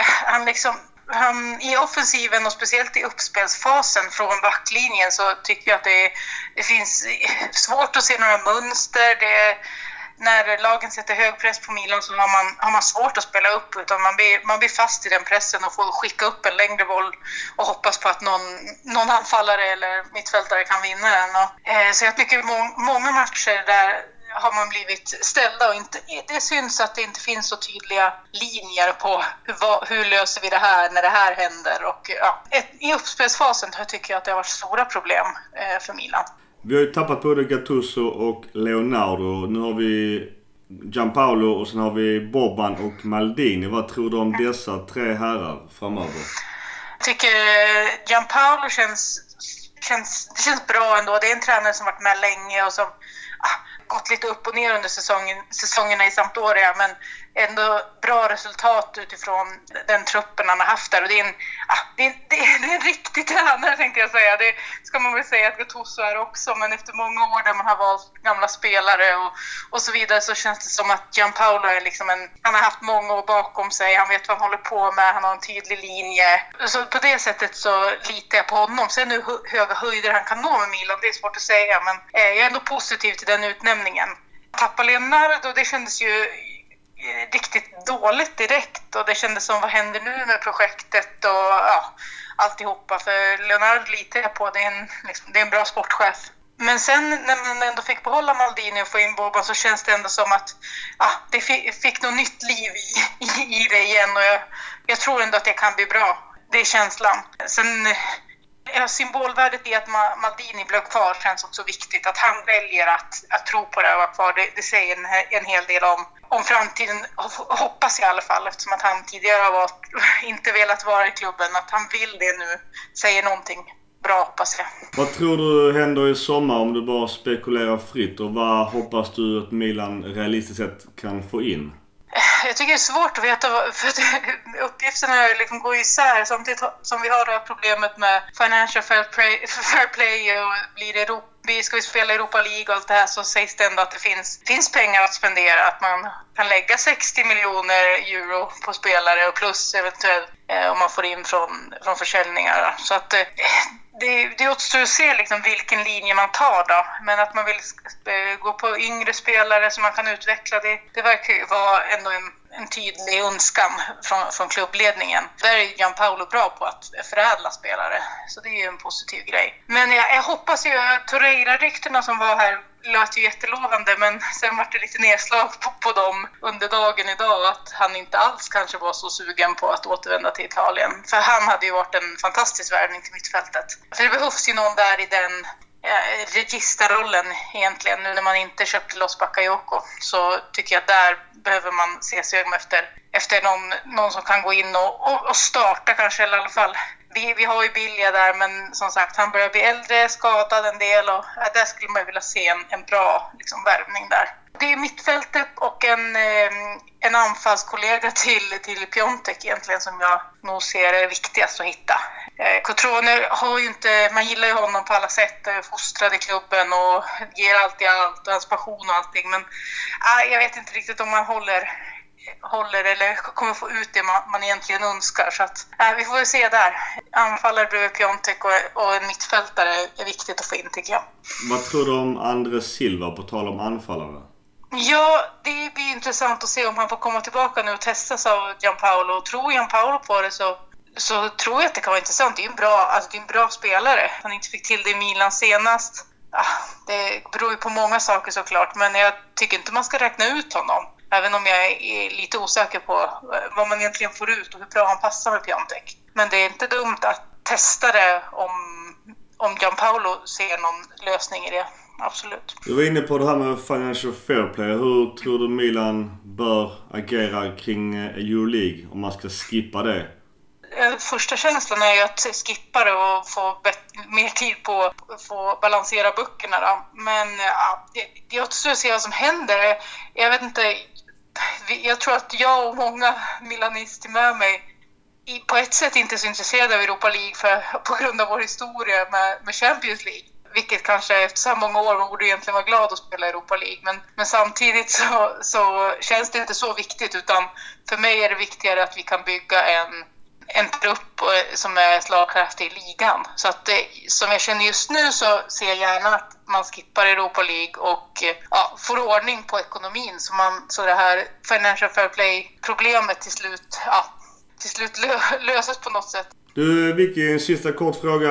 han i offensiven och speciellt i uppspelsfasen från backlinjen så tycker jag att det finns svårt att se några mönster. När lagen sätter hög press på Milan så har man svårt att spela upp, utan man blir fast i den pressen och får skicka upp en längre boll och hoppas på att någon anfallare eller mittfältare kan vinna den. Så jag tycker många matcher där har man blivit ställda och det syns att det inte finns så tydliga linjer på hur löser vi det här när det här händer. Och i uppspelsfasen tycker jag att det har varit stora problem för Milan. Vi har ju tappat både Gattuso och Leonardo. Nu har vi Gianpaolo och sen har vi Boban och Maldini. Vad tror du om dessa 3 herrar framöver? Jag tycker Gianpaolo känns bra ändå. Det är en tränare som varit med länge och som gått lite upp och ner under säsongerna i Sampdoria, men ändå bra resultat utifrån den truppen han har haft där. Och det är en riktig tränare, tänkte jag säga. Det ska man väl säga att Gattuso är också, men efter många år där man har valt gamla spelare och så vidare så känns det som att Gianpaolo är liksom han har haft många år bakom sig, han vet vad han håller på med, han har en tydlig linje. Så på det sättet så litar jag på honom. Sen hur höga höjder han kan nå med Milan, det är svårt att säga, men jag är ändå positiv till den utnämningen. Tappa Leonardo, det kändes ju riktigt dåligt direkt och det kändes som, vad händer nu med projektet och alltihopa, för Leonardo litar jag på, det är en bra sportchef. Men sen när man ändå fick behålla Maldini och få in Boban så känns det ändå som att det fick något nytt liv i det igen och jag tror ändå att det kan bli bra. Det är känslan. Sen symbolvärdet i att Maldini blev kvar känns också viktigt. Att han väljer att tro på det och vara kvar, det säger en hel del om framtiden, hoppas jag i alla fall, eftersom att han tidigare har inte velat vara i klubben. Att han vill det nu säger någonting bra, hoppas jag. Vad tror du händer i sommar om du bara spekulerar fritt, och vad hoppas du att Milan realistiskt sett kan få in? Jag tycker det är svårt att veta, för uppgifterna liksom går isär samtidigt som vi har det här problemet med financial fair play och ska vi spela Europa League och allt det här, så sägs det ändå att det finns pengar att spendera, att man kan lägga 60 miljoner euro på spelare och plus eventuellt om man får in från försäljningar. Så att det återstår att se liksom vilken linje man tar då. Men att man vill gå på yngre spelare som man kan utveckla, det verkar ju vara ändå en tydlig önskan från klubbledningen. Där är Gianpaolo bra på att förädla spelare. Så det är ju en positiv grej. Men jag hoppas ju att Torreira-ryktena som var här lät ju jättelovande, men sen var det lite nedslag på dem under dagen idag, att han inte alls kanske var så sugen på att återvända till Italien. För han hade ju varit en fantastisk värvning till mittfältet. För det behövs ju någon där i den registerrollen egentligen. Nu när man inte köpte Los Bakayoko, så tycker jag att där behöver man se sig om efter någon som kan gå in och starta kanske, eller i alla fall. Vi har ju Bilja där, men som sagt, han börjar bli äldre, skadad en del, och där skulle man vilja se en bra liksom, värvning där. Det är mittfältet och en anfallskollega till Piontek egentligen som jag nog ser är viktigast att hitta. Cotrone har ju inte, man gillar ju honom på alla sätt, fostrad i klubben och ger alltid allt och hans passion och allting, men jag vet inte riktigt om man håller eller kommer få ut det man egentligen önskar, så att vi får se där. Anfallare bredvid Piontek och en mittfältare är viktigt att få in, tycker jag. Vad tror du om Andres Silva på tal om anfallare? Ja, det blir intressant att se om han får komma tillbaka nu och testas av Gianpaolo. Tror Gianpaolo på det så tror jag att det kan vara intressant. Det är en bra spelare. Han inte fick till det i Milan senast. Det beror ju på många saker såklart, men jag tycker inte man ska räkna ut honom. Även om jag är lite osäker på vad man egentligen får ut och hur bra han passar med Piontek. Men det är inte dumt att testa det om Gianpaolo ser någon lösning i det. Absolut. Du var inne på det här med financial fair play. Hur tror du Milan bör agera kring Euroleague om man ska skippa det? Första känslan är ju att skippa det och få mer tid på att få balansera böckerna då. Men det återstår att se vad som händer. Jag vet inte, jag tror att jag och många milanister med mig på ett sätt inte är så intresserade av Europa League på grund av vår historia med Champions League. Vilket kanske efter så många år man borde egentligen vara glad att spela Europa League. Men samtidigt så känns det inte så viktigt, utan för mig är det viktigare att vi kan bygga en trupp som är slagkraftig i ligan. Så att som jag känner just nu så ser jag gärna att man skippar Europa League och får ordning på ekonomin så det här financial fair play problemet till slut löses på något sätt. Du Vicky, en sista kort fråga.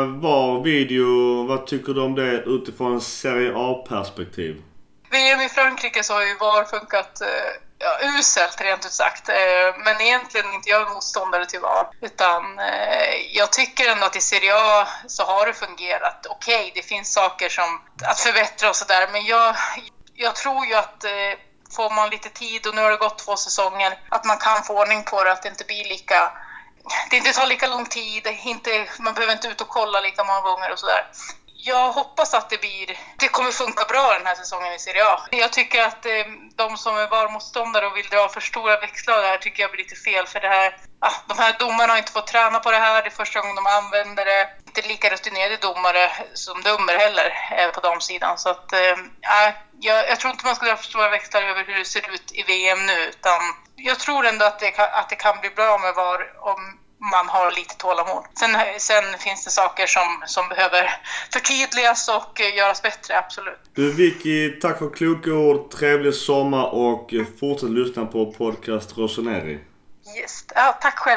Vad tycker du om det utifrån Serie A-perspektiv? VM i Frankrike så har ju VAR funkat uselt rent ut sagt. Men egentligen inte jag är motståndare till VAR. Utan jag tycker ändå att i Serie A så har det fungerat okej. Det finns saker som att förbättra och sådär. Men jag tror ju att får man lite tid, och nu har det gått 2 säsonger, att man kan få ordning på det, att det inte blir det inte tar lika lång tid, man behöver inte ut och kolla lika många gånger och sådär. Jag hoppas att det kommer funka bra den här säsongen i Serie A. Jag tycker att de som är VAR-motståndare och vill dra för stora växlar där tycker jag blir lite fel. För det här, de här domarna har inte fått träna på det här. Det är första gången de använder det. Inte lika rutinerade domare som dömer heller på de sidan. Så att jag tror inte man ska dra för stora växlar över hur det ser ut i VM nu. Utan jag tror ändå att det kan bli bra med VAR om man har lite tålamod. Sen finns det saker som behöver förtydligas och göras bättre, absolut. Du Vicky, tack för kloka ord, trevlig sommar och fortsätt lyssna på podcast Rossoneri. Yes. Ja, tack själv.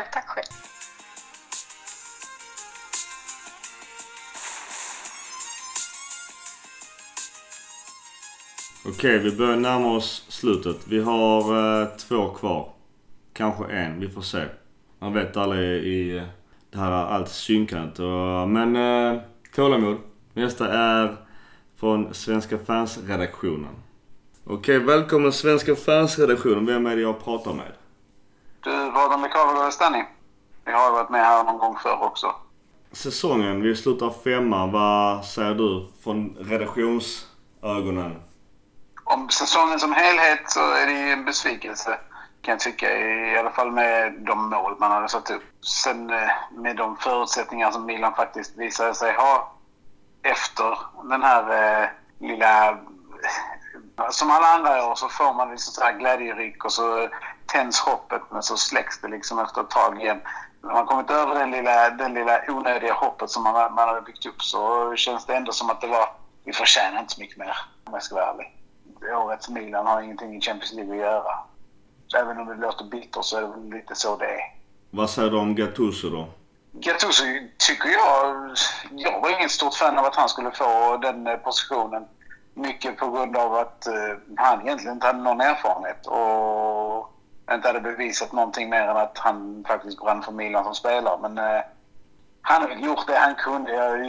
Okej, vi börjar närma oss slutet. Vi har 2 kvar. Kanske 1, vi får se. Man vet aldrig i det här allt synkat. Men tålamod. Nästa är från Svenska Fans-redaktionen. Okej, välkommen Svenska Fans-redaktionen. Vem är det jag pratar med? Du pratar med Carlo Restani. Vi har varit med här någon gång förr också. Säsongen, vi slutar 5. Vad säger du från redaktionsögonen? Om säsongen som helhet så är det ju en besvikelse. kan jag tycka, i alla fall med de mål man hade satt upp. Sen med de förutsättningar som Milan faktiskt visade sig ha efter den här lilla... Som alla andra år så får man liksom så här glädjeryck och så tänds hoppet, men så släcks det liksom efter ett tag igen. När man kommit över den lilla onödiga hoppet som man hade byggt upp, så känns det ändå som att vi förtjänar inte så mycket mer, om jag ska vara ärlig. Årets Milan har ingenting i Champions League att göra. Så även om det låter bitter så är det väl lite så det är. Vad säger du om Gattuso då? Gattuso tycker jag var ingen stort fan av att han skulle få den positionen. Mycket på grund av att han egentligen inte hade någon erfarenhet och inte hade bevisat någonting mer än att han faktiskt brann för Milan som spelare. Men han har gjort det han kunde.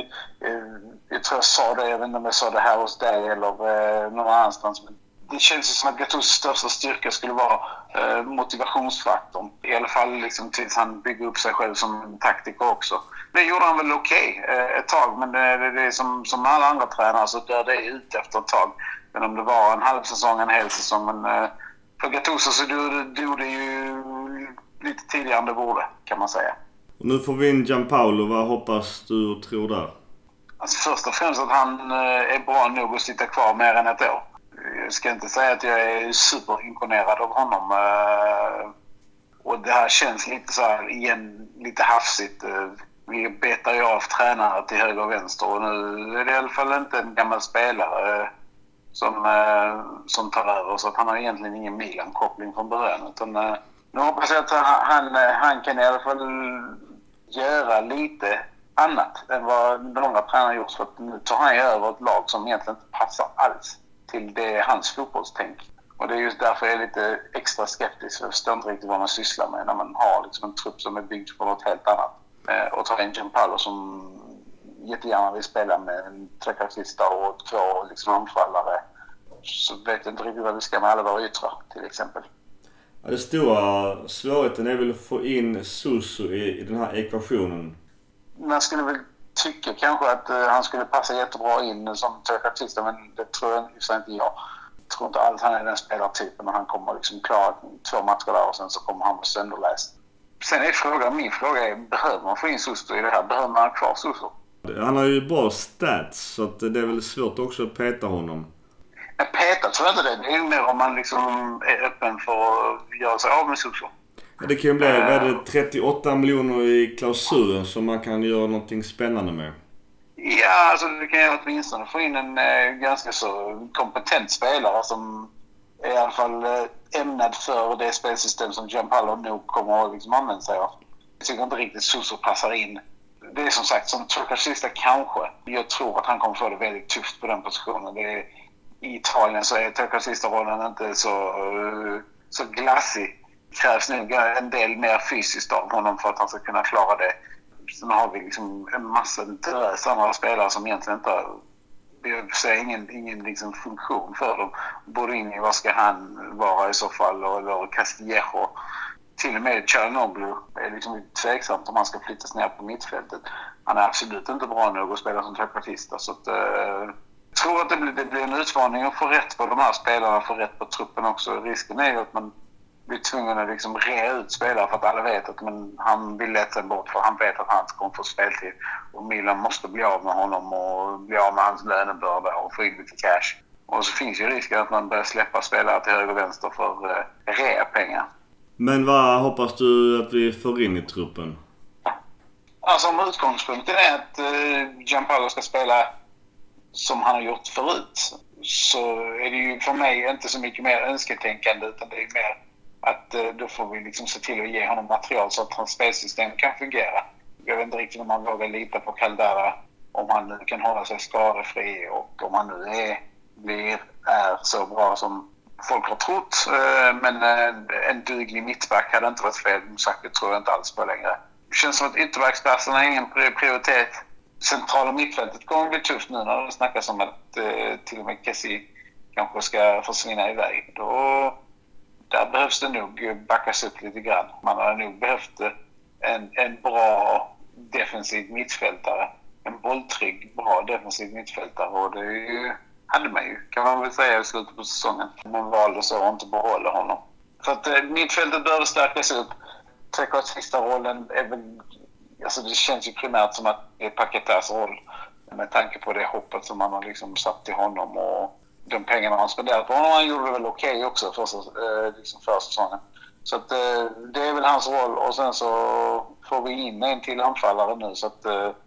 Jag tror jag sa det, jag vet inte om jag sa det här hos dig eller någon annanstans. Men det känns som att Gattusos största styrka skulle vara motivationsfaktorn. I alla fall liksom tills han bygger upp sig själv som taktiker också. Det gjorde han väl okej ett tag, men det är som alla andra tränare så dör det ut efter ett tag. Men om det var en halv säsong, en hel säsong. Men för Gattuso så dog det ju lite tidigare än det borde, kan man säga. Och nu får vi in Gianpaolo. Vad hoppas du och tror där? Alltså först och främst att han är bra nog att sitta kvar mer än ett år. Jag ska inte säga att jag är superimponerad av honom. Och det här känns lite så här igen, lite hafsigt. Vi betar ju av tränare till höger och vänster. Och nu är det i alla fall inte en gammal spelare som tar över. Så att han har egentligen ingen Milan-koppling från början. Utan, nu hoppas jag att han kan i alla fall göra lite annat än vad de andra tränarna gjort. För att nu tar han ju över ett lag som egentligen inte passar alls till det hans fotbollstänk. Och det är just därför jag är lite extra skeptisk. Jag förstår inte riktigt vad man sysslar med när man har liksom en trupp som är byggd på något helt annat. Och tar in Gianpaolo som jättegärna vill spela med en trequartista och 2 liksom anfallare. Så vet jag inte riktigt vad vi ska med alla våra yttrar till exempel. Ja, det stora svårigheten är väl att få in Suso i den här ekvationen. Man skulle väl tycka kanske att han skulle passa jättebra in som trequartista, men det tror jag inte jag. Jag tror inte alls han är den spelartypen och han kommer liksom klara 2 matcher där och sen så kommer han vara sönderläst. Sen är min fråga är, behöver man få in Suso i det här? Behöver man ha kvar Suso? Han har ju bra stats så att det är väl svårt också att peta honom. Men peta tror jag inte det. Det är mer om man liksom är öppen för att göra sig av med Suso. Ja, det kan ju bli 38 miljoner i klausulen som man kan göra någonting spännande med. Ja, alltså du kan ju åtminstone få in en ganska så kompetent spelare som är i alla fall ämnad för det spelsystem som Gianpaolo nog kommer att liksom använda sig av. Jag tycker inte riktigt Suso passar in. Det är som sagt som trequartista kanske. Jag tror att han kommer få det väldigt tufft på den positionen. I Italien så är trequartista-rollen inte så glassig. Det krävs nog en del mer fysiskt av honom för att han ska kunna klara det. Sen har vi liksom en massa andra spelare som egentligen inte har, jag säger ingen liksom funktion för dem. Borini, vad ska han vara i så fall? Eller Castillejo. Till och med Çalhanoğlu är liksom tveksamt om han ska flyttas ner på mittfältet. Han är absolut inte bra nog att spela som trequartista. Så att, jag tror att det blir en utmaning att få rätt på de här spelarna, få rätt på truppen också. Risken är ju att man blir tvungen att liksom rea ut spelare för att alla vet att han vill lätt sig bort för han vet att han inte kommer få speltid. Och Milan måste bli av med honom och bli av med hans lönebörda och få in lite cash. Och så finns ju risken att man börjar släppa spelare till höger och vänster för rea-pengar. Men vad hoppas du att vi får in i truppen? Alltså om utgångspunkten är att Gianpaolo ska spela som han har gjort förut, så är det ju för mig inte så mycket mer önsketänkande, utan det är mer att då får vi liksom se till att ge honom material så att hans spelsystem kan fungera. Jag vet inte riktigt om man vågar lita på Caldara, om han nu kan hålla sig skadefri och om han nu är så bra som folk har trott. Men en duglig mittback hade inte varit fel. Sagt, det tror jag inte alls på längre. Det känns som att ytterbacksplatsen är ingen prioritet. Centrala mittfältet kommer att bli tufft nu när det snackas om att till och med Kessie kanske ska försvinna iväg. Där behövs det nog backas upp lite grann. Man har nog behövt en bra defensiv mittfältare. En bolltrygg, bra defensiv mittfältare. Och det hade man ju, kan man väl säga, i slutet på säsongen. Man valde så att inte behålla honom. För att mittfältet behöver stärkas upp. Trekvartsista rollen är väl... Alltså det känns ju primärt som att det är Paquetas roll. Med tanke på det hoppet som man har liksom satt till honom och de pengarna han spenderat på honom. Han gjorde det väl okej också för säsongen. Så att det är väl hans roll. Och sen så får vi in en till anfallare nu. Så att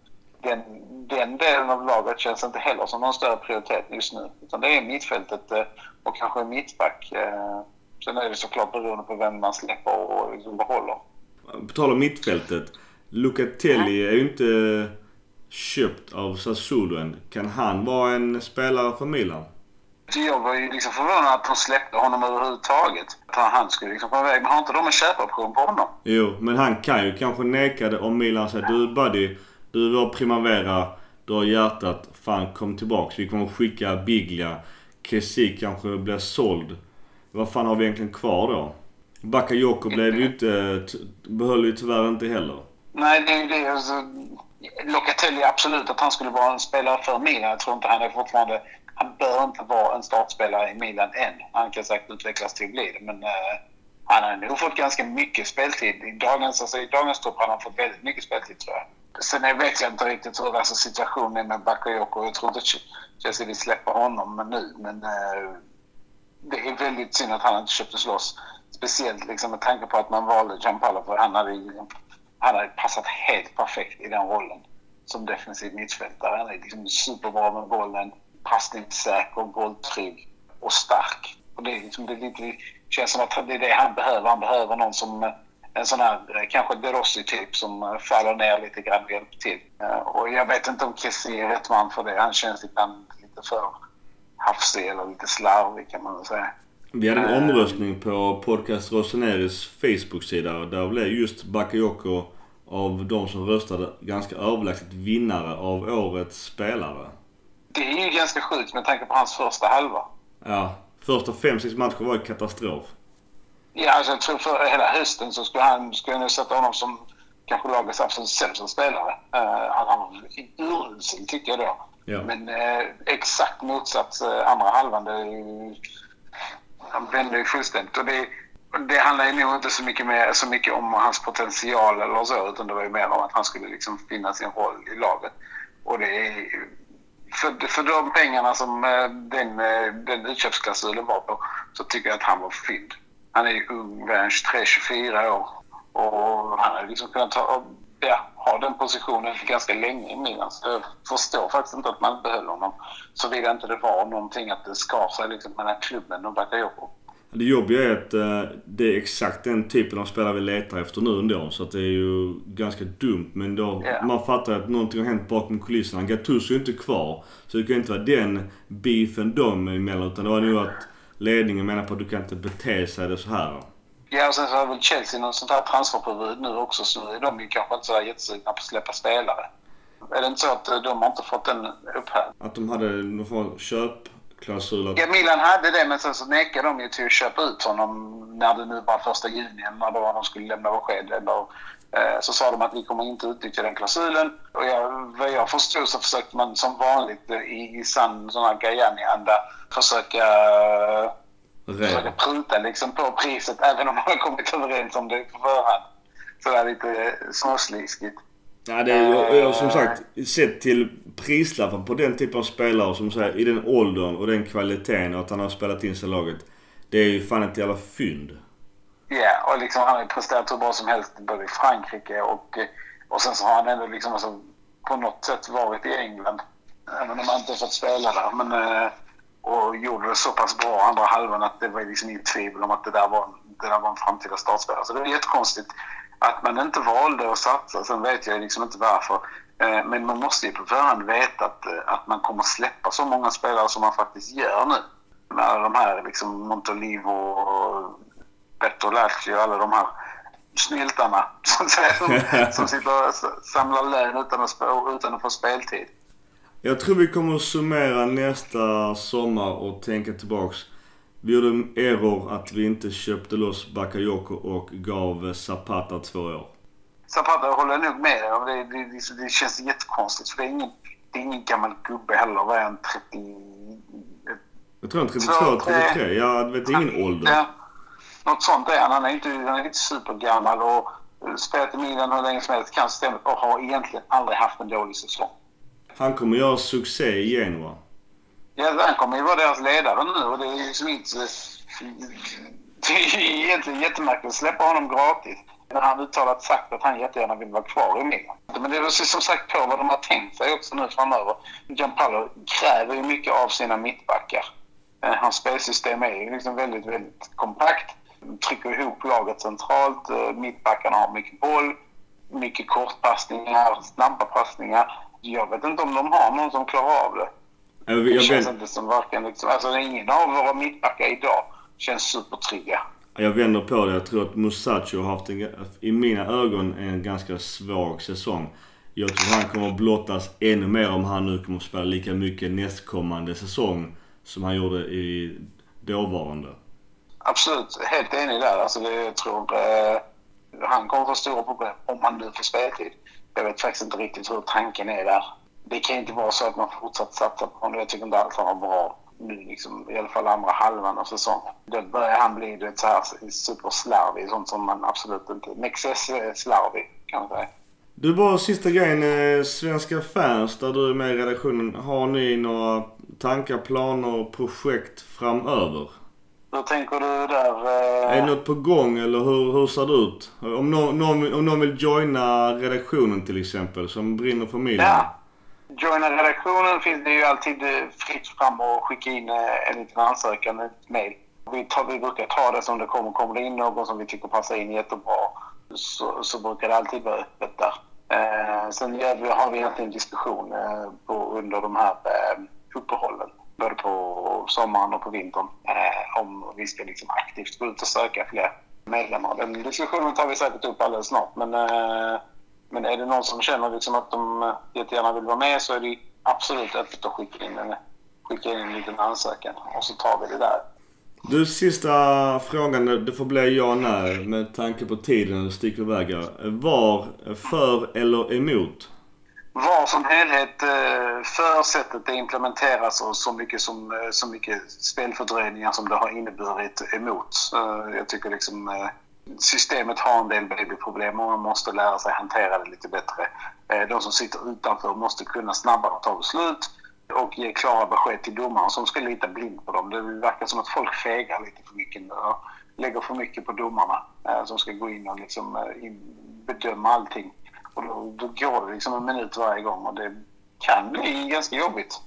den delen av laget känns inte heller som någon större prioritet just nu. Utan det är mittfältet och kanske mittback. Sen är det såklart beroende på vem man släpper och liksom behåller. På tal om mittfältet. Locatelli är ju inte köpt av Sassuolo än. Kan han vara en spelare för Milan? Jag var ju liksom förvånad att de släppte honom överhuvudtaget. Att han skulle liksom på väg. Men har inte de en köpoption på honom? Jo, men han kan ju kanske neka det om Milan säger du buddy, du var Primavera, du har hjärtat, fan kom tillbaks. Vi kommer skicka Biglia. Kessie kanske blir såld. Vad fan har vi egentligen kvar då? Bakayoko blev ju inte, behöll ju tyvärr inte heller. Nej, det är ju det. Alltså, Locatelli absolut att han skulle vara en spelare för Milan. Jag tror inte han är fortfarande... Han bör inte vara en startspelare i Milan än. Han kan säkert utvecklas till att bli det. Men han har nog fått ganska mycket speltid. I dagens topp har han fått väldigt mycket speltid, tror jag. Sen vet jag inte riktigt hur alltså, situationen är med Bakayoko. Jag tror inte Chelsea vill släppa honom nu. Men det är väldigt synd att han inte köptes loss. Speciellt liksom, med tanke på att man valde Gianpaolo. För han hade passat helt perfekt i den rollen. Som defensiv mittfältare. Han är liksom superbra med bollen. Passningssäker, bolltrygg och stark. Och det är liksom, det känns som att det är det han behöver. Han behöver någon som en sån här, kanske De Rossi-typ som faller ner lite grann och hjälper till. Och jag vet inte om Kessie är rätt man för det. Han känns lite för hafsig eller lite slarvig, kan man säga. Vi hade en omröstning på podcast Rossoneri's Facebook-sida. Där blev just Bakayoko av de som röstade ganska överlägset vinnare av årets spelare. Det är ju ganska sjukt med tanke på hans första halva. Ja, första 5-6 matcher var ju katastrof. Ja, alltså jag tror för hela hösten så skulle jag nu sätta honom som kanske lagets absolut sämsta spelare. Han var urusel tycker jag då. Ja. Men exakt motsats andra halvan, det är ju... Han vände ju fullständigt. Och det handlar ju nog inte så mycket om hans potential eller så, utan det var ju mer om att han skulle liksom finna sin roll i laget. Och det är för de pengarna som den utköpsklausulen var på, så tycker jag att han var fynd. Han är ju ung, 23-24 år. Och han har liksom kunnat ha den positionen ganska länge i Milan. Så jag förstår faktiskt inte att man behöll honom. Så vill det inte det var någonting att det skar sig liksom mellan klubben och Bakayoko. Det jobbiga är att det är exakt den typen av spelare vi letar efter nu ändå. Så att det är ju ganska dumt. Men då man fattar att någonting har hänt bakom kulisserna. Gattuso är inte kvar. Så det kan inte vara den beefen de emellan. Utan det var nu att ledningen menar på att du kan inte bete sig det så här. Ja, och sen så har väl Chelsea någon sånt här transferperiod nu också. Så är de ju kanske inte så jättesugna på att släppa spelare. Är det inte så att de har inte fått den upphävd? Att de hade någon form av köpklausul? Ja, Milan hade det, men sen så nekade de ju till att köpa ut honom när det nu var 1 juni, när de skulle lämna besked. Eller, så sa de att vi kommer inte utnyttja den klausulen. Och vad jag förstod så försökte man som vanligt i sann sån här Gajani-anda försöka pruta liksom på priset, även om man har kommit överens om det på förhand. Så det är lite småsliskigt. Ja, det är som sagt, sett till prislappen på den typen av spelare som säger i den åldern och den kvaliteten och att han har spelat in sig laget. Det är ju fan ett jävla fynd. Ja, och liksom han har ju presterat hur bra som helst både i Frankrike och sen så har han ändå liksom alltså, på något sätt varit i England. Även om han inte fått spela där. Men, och gjorde det så pass bra andra halvan att det var liksom inget tvivel om att det där var en framtida startspelare. Så det var jättekonstigt att man inte valde att satsa. Sen vet jag liksom inte varför. Men man måste ju på förhand veta att man kommer släppa så många spelare som man faktiskt gör nu. Med de här liksom Montolivo och Bertolacci och alla de här snyltarna som sitter och samlar lön utan att få speltid. Jag tror vi kommer att summera nästa sommar och tänka tillbaks. Vi gjorde en error att vi inte köpte loss Bakayoko och gav Zapata 2 år. Zapata håller nog med om. Det känns jättekonstigt för det är ingen gammal gubbe heller. Vad är han? 30... Jag tror han 32-33. Jag vet ingen ålder. Ja. Något sånt är han. Han är inte supergammal och spelat i Milan hur länge som helst, kan systemet och har egentligen aldrig haft en dålig säsong. Han kommer göra succé i Genoa. Ja, han kommer ju vara deras ledare nu och det är liksom inte... Det är egentligen jättemärkligt att släppa honom gratis. När han uttalat sagt att han jättegärna vill vara kvar i Milan. Men det är väl som sagt på vad de har tänkt sig också nu framöver. Gianpaolo kräver ju mycket av sina mittbackar. Hans spelsystem är ju liksom väldigt, väldigt kompakt. Trycker ihop laget centralt. Mittbackarna har mycket boll. Mycket kortpassningar, snabba passningar. Jag vet inte om de har någon som klarar av det. Det känns inte som varken liksom, alltså ingen av våra mittbackar idag känns supertrygga. Jag vänder på det. Jag tror att Musacchio har haft i mina ögon en ganska svag säsong. Jag tror han kommer att blottas ännu mer om han nu kommer att spela lika mycket nästkommande säsong som han gjorde i dåvarande. Absolut, helt enig där. Alltså jag tror han kommer att få stora problem om han nu får speltid. Jag vet faktiskt inte riktigt hur tanken är där. Det kan inte vara så att man fortsatt satsa på honom. Jag tycker inte alls han var bra nu, liksom, i alla fall andra halvan av säsongen. Då börjar han bli så här superslarvig, sånt som man absolut inte... Excess-slarvig, kan man säga. Du, bara sista grejen, svenska fans där du är med i redaktionen. Har ni några tankar, planer och projekt framöver? Hur tänker du där? Är det något på gång eller hur ser det ut? Om någon vill joina redaktionen till exempel, som brinner för Milan. Ja. Joina redaktionen finns det ju alltid fritt fram och skicka in en liten ansökan, ett mail. Vi brukar ta det som det kommer det in någon som vi tycker passar in jättebra, så brukar det alltid vara öppet där. Sen har vi egentligen en diskussion under de här uppehållen, både på sommaren och på vintern, om vi ska liksom aktivt gå ut och söka fler medlemmar. Den diskussionen tar vi säkert upp alldeles snart, men är det någon som känner liksom att de jättegärna vill vara med, så är det absolut öppet att skicka in en liten ansökan och så tar vi det där. Du, sista frågan, det får bli ja när med tanke på tiden det sticker iväg. Var, för eller emot? Var som helhet för sättet det implementeras och så mycket spelfördröjningar som det har inneburit emot. Jag tycker liksom systemet har en del babyproblem och man måste lära sig hantera det lite bättre. De som sitter utanför måste kunna snabbare ta beslut och ge klara besked till domaren som ska lita blind på dem. Det verkar som att folk fegar lite för mycket nu och lägger för mycket på domarna som ska gå in och liksom bedöma allting. Och då går det liksom en minut varje gång och det kan bli ganska jobbigt.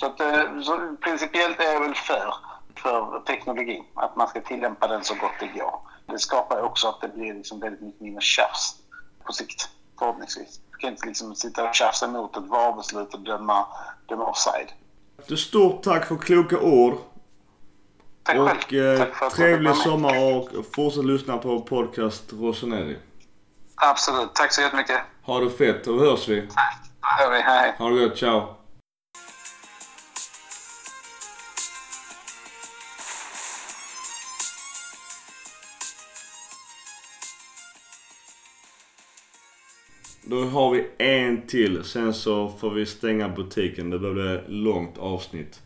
Så principiellt är jag väl för teknologin, att man ska tillämpa den så gott det går. Det skapar också att det blir liksom väldigt mycket mindre tjafs på sikt, förhoppningsvis. Du kan inte liksom sitta och tjafsa emot ett VAR-beslut och döma offside. Stort tack för kloka ord. Tack och själv. Tack trevlig sommar och fortsätt lyssna på podcast Rossoneri. Absolut, tack så jättemycket. Ha det fett, då hörs vi. Hej. Ha det gott, ciao. Då har vi en till, sen så får vi stänga butiken. Det blir ett långt avsnitt.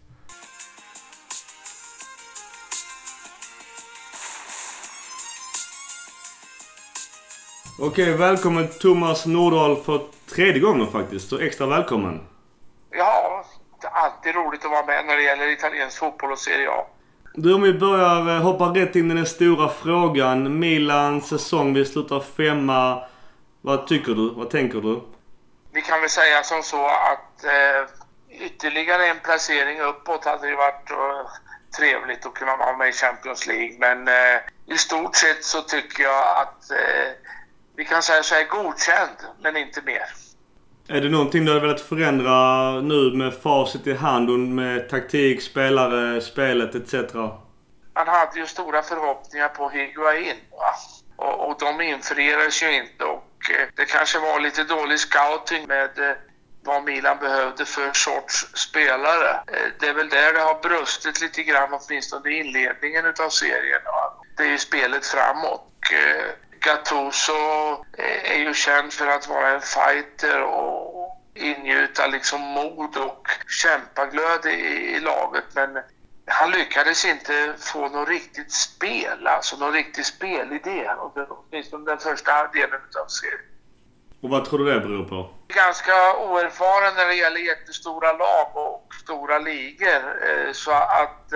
Okej, välkommen Thomas Nordahl för tredje gången faktiskt. Så extra välkommen. Ja, det är alltid roligt att vara med när det gäller italiensk fotboll och Serie A. Du, om vi börjar hoppa rätt in i den stora frågan. Milans säsong, vi slutar 5. Vad tycker du? Vad tänker du? Vi kan väl säga som så att ytterligare en placering uppåt hade ju varit trevligt att kunna vara med i Champions League. Men i stort sett så tycker jag att vi kan säga så här godkänd, men inte mer. Är det någonting du har velat förändra nu med facit i hand och med taktik, spelare, spelet etc? Han hade ju stora förhoppningar på Higuain, va? Och de infriades ju inte. Och det kanske var lite dålig scouting med vad Milan behövde för sorts spelare. Det är väl där det har brustit lite grann, åtminstone i inledningen av serien. Det är ju spelet framåt. Gattuso är ju känd för att vara en fighter och ingjuta liksom mod och kämpaglöd i laget. Men han lyckades inte få något riktigt spel, alltså någon riktig spelidé, åtminstone den första delen av serien. Och vad tror du det beror på? Ganska oerfaren när det gäller jättestora lag och stora ligor, så att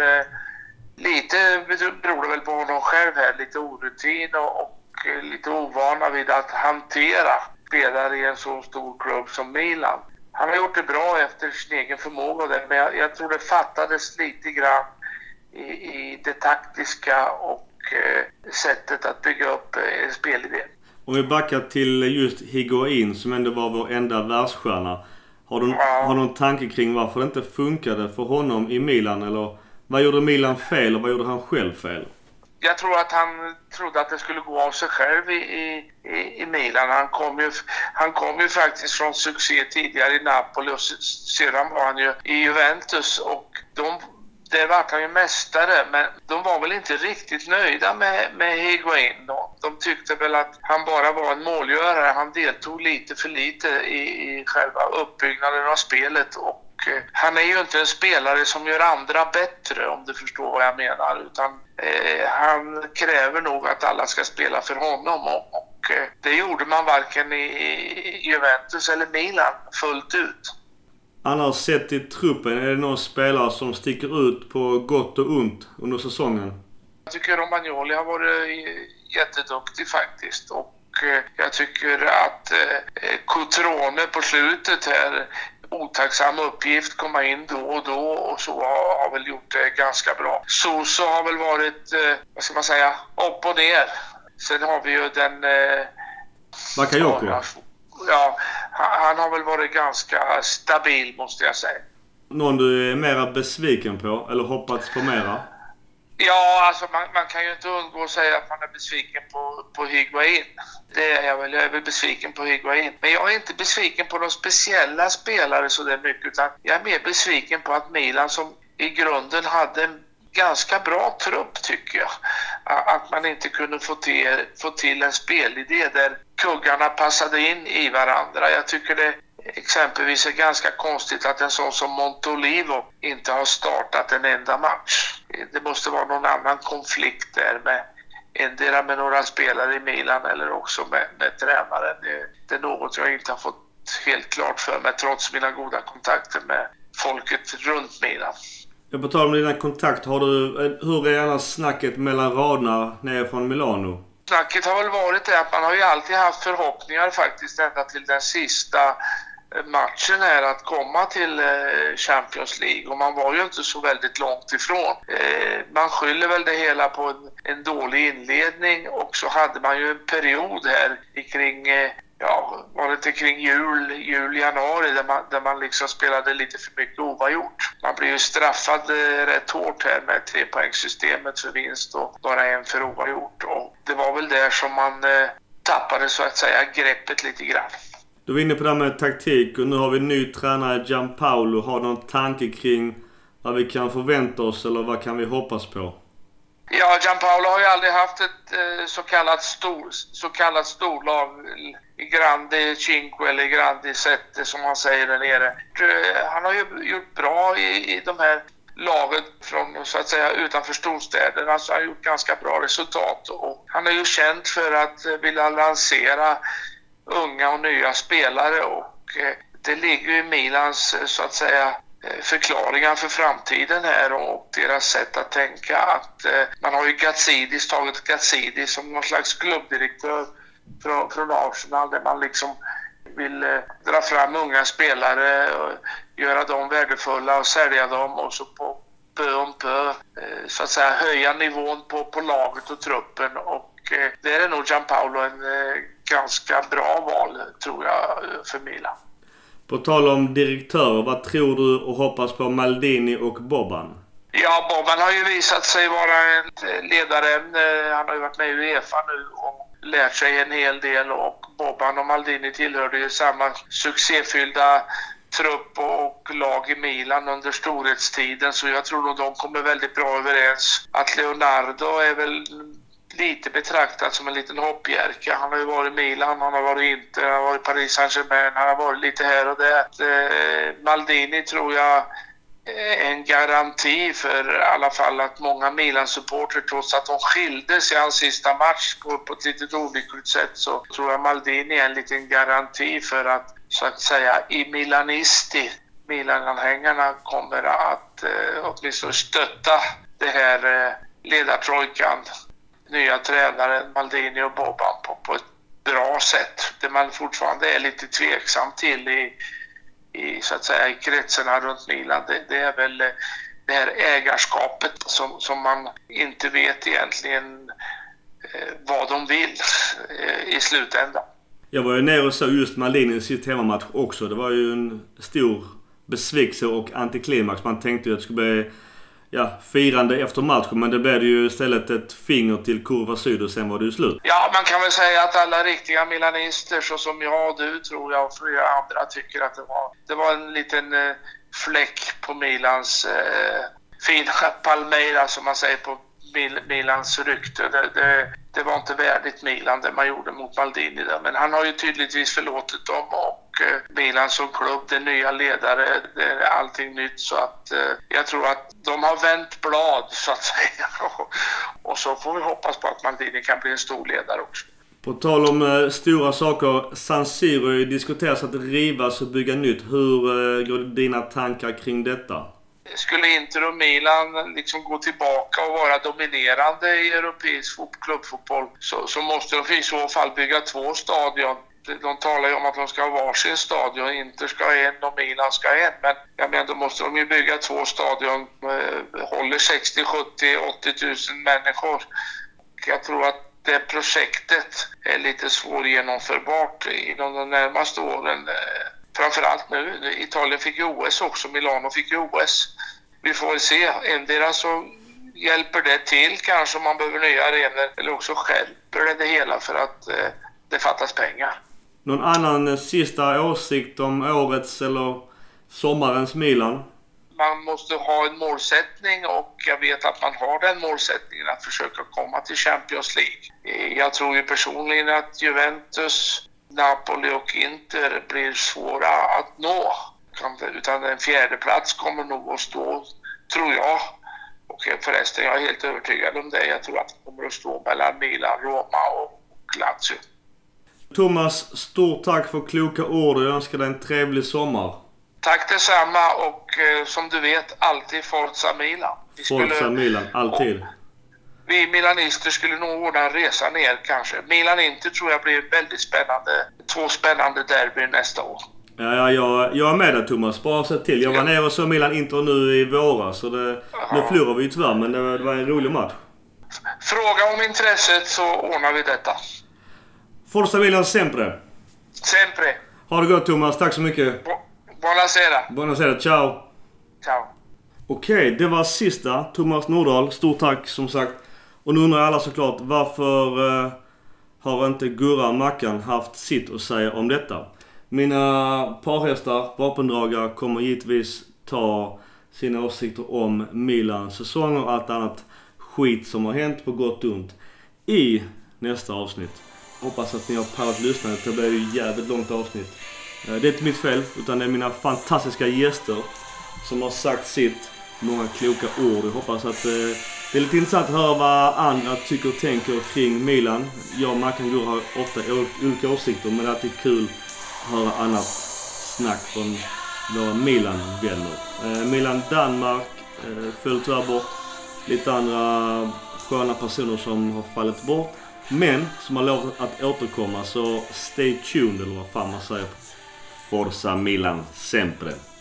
lite beror det väl på honom själv här, lite orutin och lite ovana vid att hantera spelare i en så stor klubb som Milan. Han har gjort det bra efter sin egen förmåga där, men jag tror det fattades lite grann i det taktiska och sättet att bygga upp spelidén. Om vi backar till just Higuain som ändå var vår enda världsstjärna. Har du någon tanke kring varför det inte funkade för honom i Milan? Eller vad gjorde Milan fel och vad gjorde han själv fel? Jag tror att han trodde att det skulle gå av sig själv i Milan. Han kom ju faktiskt från succé tidigare i Napoli och sedan var han ju i Juventus och där var han ju mästare, men de var väl inte riktigt nöjda med Higuain. De tyckte väl att han bara var en målgörare. Han deltog lite för lite i själva uppbyggnaden av spelet och han är ju inte en spelare som gör andra bättre, om du förstår vad jag menar, utan han kräver nog att alla ska spela för honom och det gjorde man varken i Juventus eller Milan fullt ut. Annars sett i truppen, är det någon spelare som sticker ut på gott och ont under säsongen? Jag tycker Romagnoli har varit jätteduktig faktiskt och jag tycker att Cotrone på slutet här, otacksam uppgift, komma in då och så har väl gjort det ganska bra. Soso har väl varit, vad ska man säga, upp och ner. Sen har vi ju den... Bakayoko. Ja, han har väl varit ganska stabil måste jag säga. Någon du är mera besviken på eller hoppats på mera? Ja, alltså man kan ju inte undgå att säga att man är besviken på Higuain. Det är jag väl. Jag är väl besviken på Higuain. Men jag är inte besviken på de speciella spelare så det är mycket, utan jag är mer besviken på att Milan, som i grunden hade en ganska bra trupp tycker jag, att man inte kunde få till en spelidé där kuggarna passade in i varandra. Jag tycker det exempelvis är ganska konstigt att en sån som Montolivo inte har startat en enda match. Det måste vara någon annan konflikt där med några spelare i Milan eller också med tränaren. Det är något jag inte har fått helt klart för mig trots mina goda kontakter med folket runt Milan. På tal om dina kontakter, hur är annars snacket mellan raderna nere från Milano? Snacket har väl varit det att man har ju alltid haft förhoppningar faktiskt ända till den sista matchen här att komma till Champions League, och man var ju inte så väldigt långt ifrån. Man skyller väl det hela på en dålig inledning, och så hade man ju en period här kring var det inte kring jul, januari där man liksom spelade lite för mycket oavgjort. Man blev ju straffad rätt hårt här med 3-poängssystemet för vinst och bara en för oavgjort, och det var väl där som man tappade så att säga greppet lite grann. Du var inne på det här med taktik och nu har vi en ny tränare, Gianpaolo. Har du någon tanke kring vad vi kan förvänta oss eller vad kan vi hoppas på? Ja, Gianpaolo har ju aldrig haft ett så kallat storlag, Grandi Cinque eller Grandi Sette som man säger där nere. Han har ju gjort bra i de här laget från så att säga utanför storstäderna, alltså han har gjort ganska bra resultat, och han är ju känd för att vilja lansera unga och nya spelare, och det ligger i Milans så att säga förklaringar för framtiden här och deras sätt att tänka, att man har ju tagit Gazidis som någon slags klubbdirektör från Arsenal, där man liksom vill dra fram unga spelare och göra dem värdefulla och sälja dem, och så på pö om pö så att säga höja nivån på laget och truppen, och det är nog Gianpaolo en ganska bra val tror jag för Milan. På tal om direktörer, vad tror du och hoppas på Maldini och Boban? Ja, Boban har ju visat sig vara en ledare. Han har ju varit med i UEFA nu och lärt sig en hel del, och Boban och Maldini tillhörde ju samma succéfyllda trupp och lag i Milan under storhetstiden, så jag tror nog de kommer väldigt bra överens. Att Leonardo är väl lite betraktat som en liten hoppjerka. Han har ju varit i Milan, han har varit Inter, han har varit Paris Saint-Germain, han har varit lite här och där. Maldini tror jag en garanti för i alla fall att många Milan-supporter, trots att de skildes i hans sista match på ett litet olyckligt sätt, så tror jag Maldini är en liten garanti för att, så att säga, i Milanisti, Milan-anhängarna kommer att åtminstone stötta det här ledartrojkan, nya tränaren Maldini och Boban på ett bra sätt. Det man fortfarande är lite tveksam till i så att säga i kretsarna runt Milan, det är väl det här ägarskapet som man inte vet egentligen vad de vill i slutändan. Jag var ju nere och så just Maldini i sitt hemmamatch också. Det var ju en stor besvikelse och antiklimax. Man tänkte ju att det skulle bli firande efter matchen, men det blev ju istället ett finger till kurva syd och sen var det ju slut. Ja, man kan väl säga att alla riktiga milanister, så som jag och du tror jag och flera andra, tycker att det var en liten fläck på Milans fina Palmeira, som man säger, på Milans rykte. Det var inte värdigt Milan det man gjorde mot Maldini där. Men han har ju tydligtvis förlåtit dem, och Milan som klubb, det nya ledare, det är allting nytt, så att jag tror att de har vänt blad, så att säga. Och så får vi hoppas på att Maldini kan bli en stor ledare också. På tal om stora saker, San Siro diskuteras att rivas och bygga nytt. Hur går dina tankar kring detta? Skulle Inter och Milan liksom gå tillbaka och vara dominerande i europeisk klubbfotboll, så måste de i så fall bygga 2 stadion. De talar ju om att de ska ha varsin stadion. Inter ska ha en och Milan ska ha en. Men jag menar, då måste de ju bygga 2 stadion. Håller 60, 70, 80 000 människor. Jag tror att det projektet är lite svårgenomförbart inom de närmaste åren. Framförallt nu. Italien fick ju OS också. Milano fick ju OS. Vi får se. Endera så hjälper det till kanske om man behöver nya arenor. Eller också hjälper det hela för att det fattas pengar. Någon annan sista åsikt om årets eller sommarens Milan? Man måste ha en målsättning, och jag vet att man har den målsättningen att försöka komma till Champions League. Jag tror ju personligen att Juventus, Napoli och Inter blir svåra att nå. Utan en 4:e plats kommer nog att stå, tror jag. Och förresten, jag är helt övertygad om det. Jag tror att det kommer att stå mellan Milan, Roma och Lazio. Thomas, stort tack för kloka ord och jag önskar dig en trevlig sommar. Tack detsamma, och som du vet, alltid Forza Milan. Forza Milan, alltid. Vi milanister skulle nog ordna en resa ner kanske. Milan-Inter tror jag blir väldigt spännande. 2 spännande derby nästa år. Ja, jag är med dig Thomas, bara se till. Jag var nere och så Milan-Inter nu i våras, så nu förlorar vi ju tyvärr, men det var en rolig match. Fråga om intresset så ordnar vi detta. Forza Milan sempre. Sempre. Ha det gott Thomas, tack så mycket. Buonasera. Buonasera, ciao. Ciao. Okej, det var sista Thomas Nordahl. Stort tack som sagt. Och nu undrar alla såklart, varför har inte Gurra Mackan haft sitt att säga om detta? Mina parhästar, vapendragare, kommer givetvis ta sina åsikter om Milans säsong och allt annat skit som har hänt på gott och ont i nästa avsnitt. Hoppas att ni har pallat lyssna. Det blir ju jävligt långt avsnitt. Det är inte mitt fel, utan det är mina fantastiska gäster som har sagt sitt. Många kloka ord. Jag hoppas att det är lite intressant att höra vad andra tycker och tänker kring Milan. Jag och Mackan Gurra har ofta olika åsikter, men det är alltid kul att höra annat snack från våra Milan-vänner. Milan Danmark föll tyvärr bort. Lite andra sköna personer som har fallit bort, men som har lovat att återkomma, så stay tuned, eller vad fan man säger. Forza Milan sempre.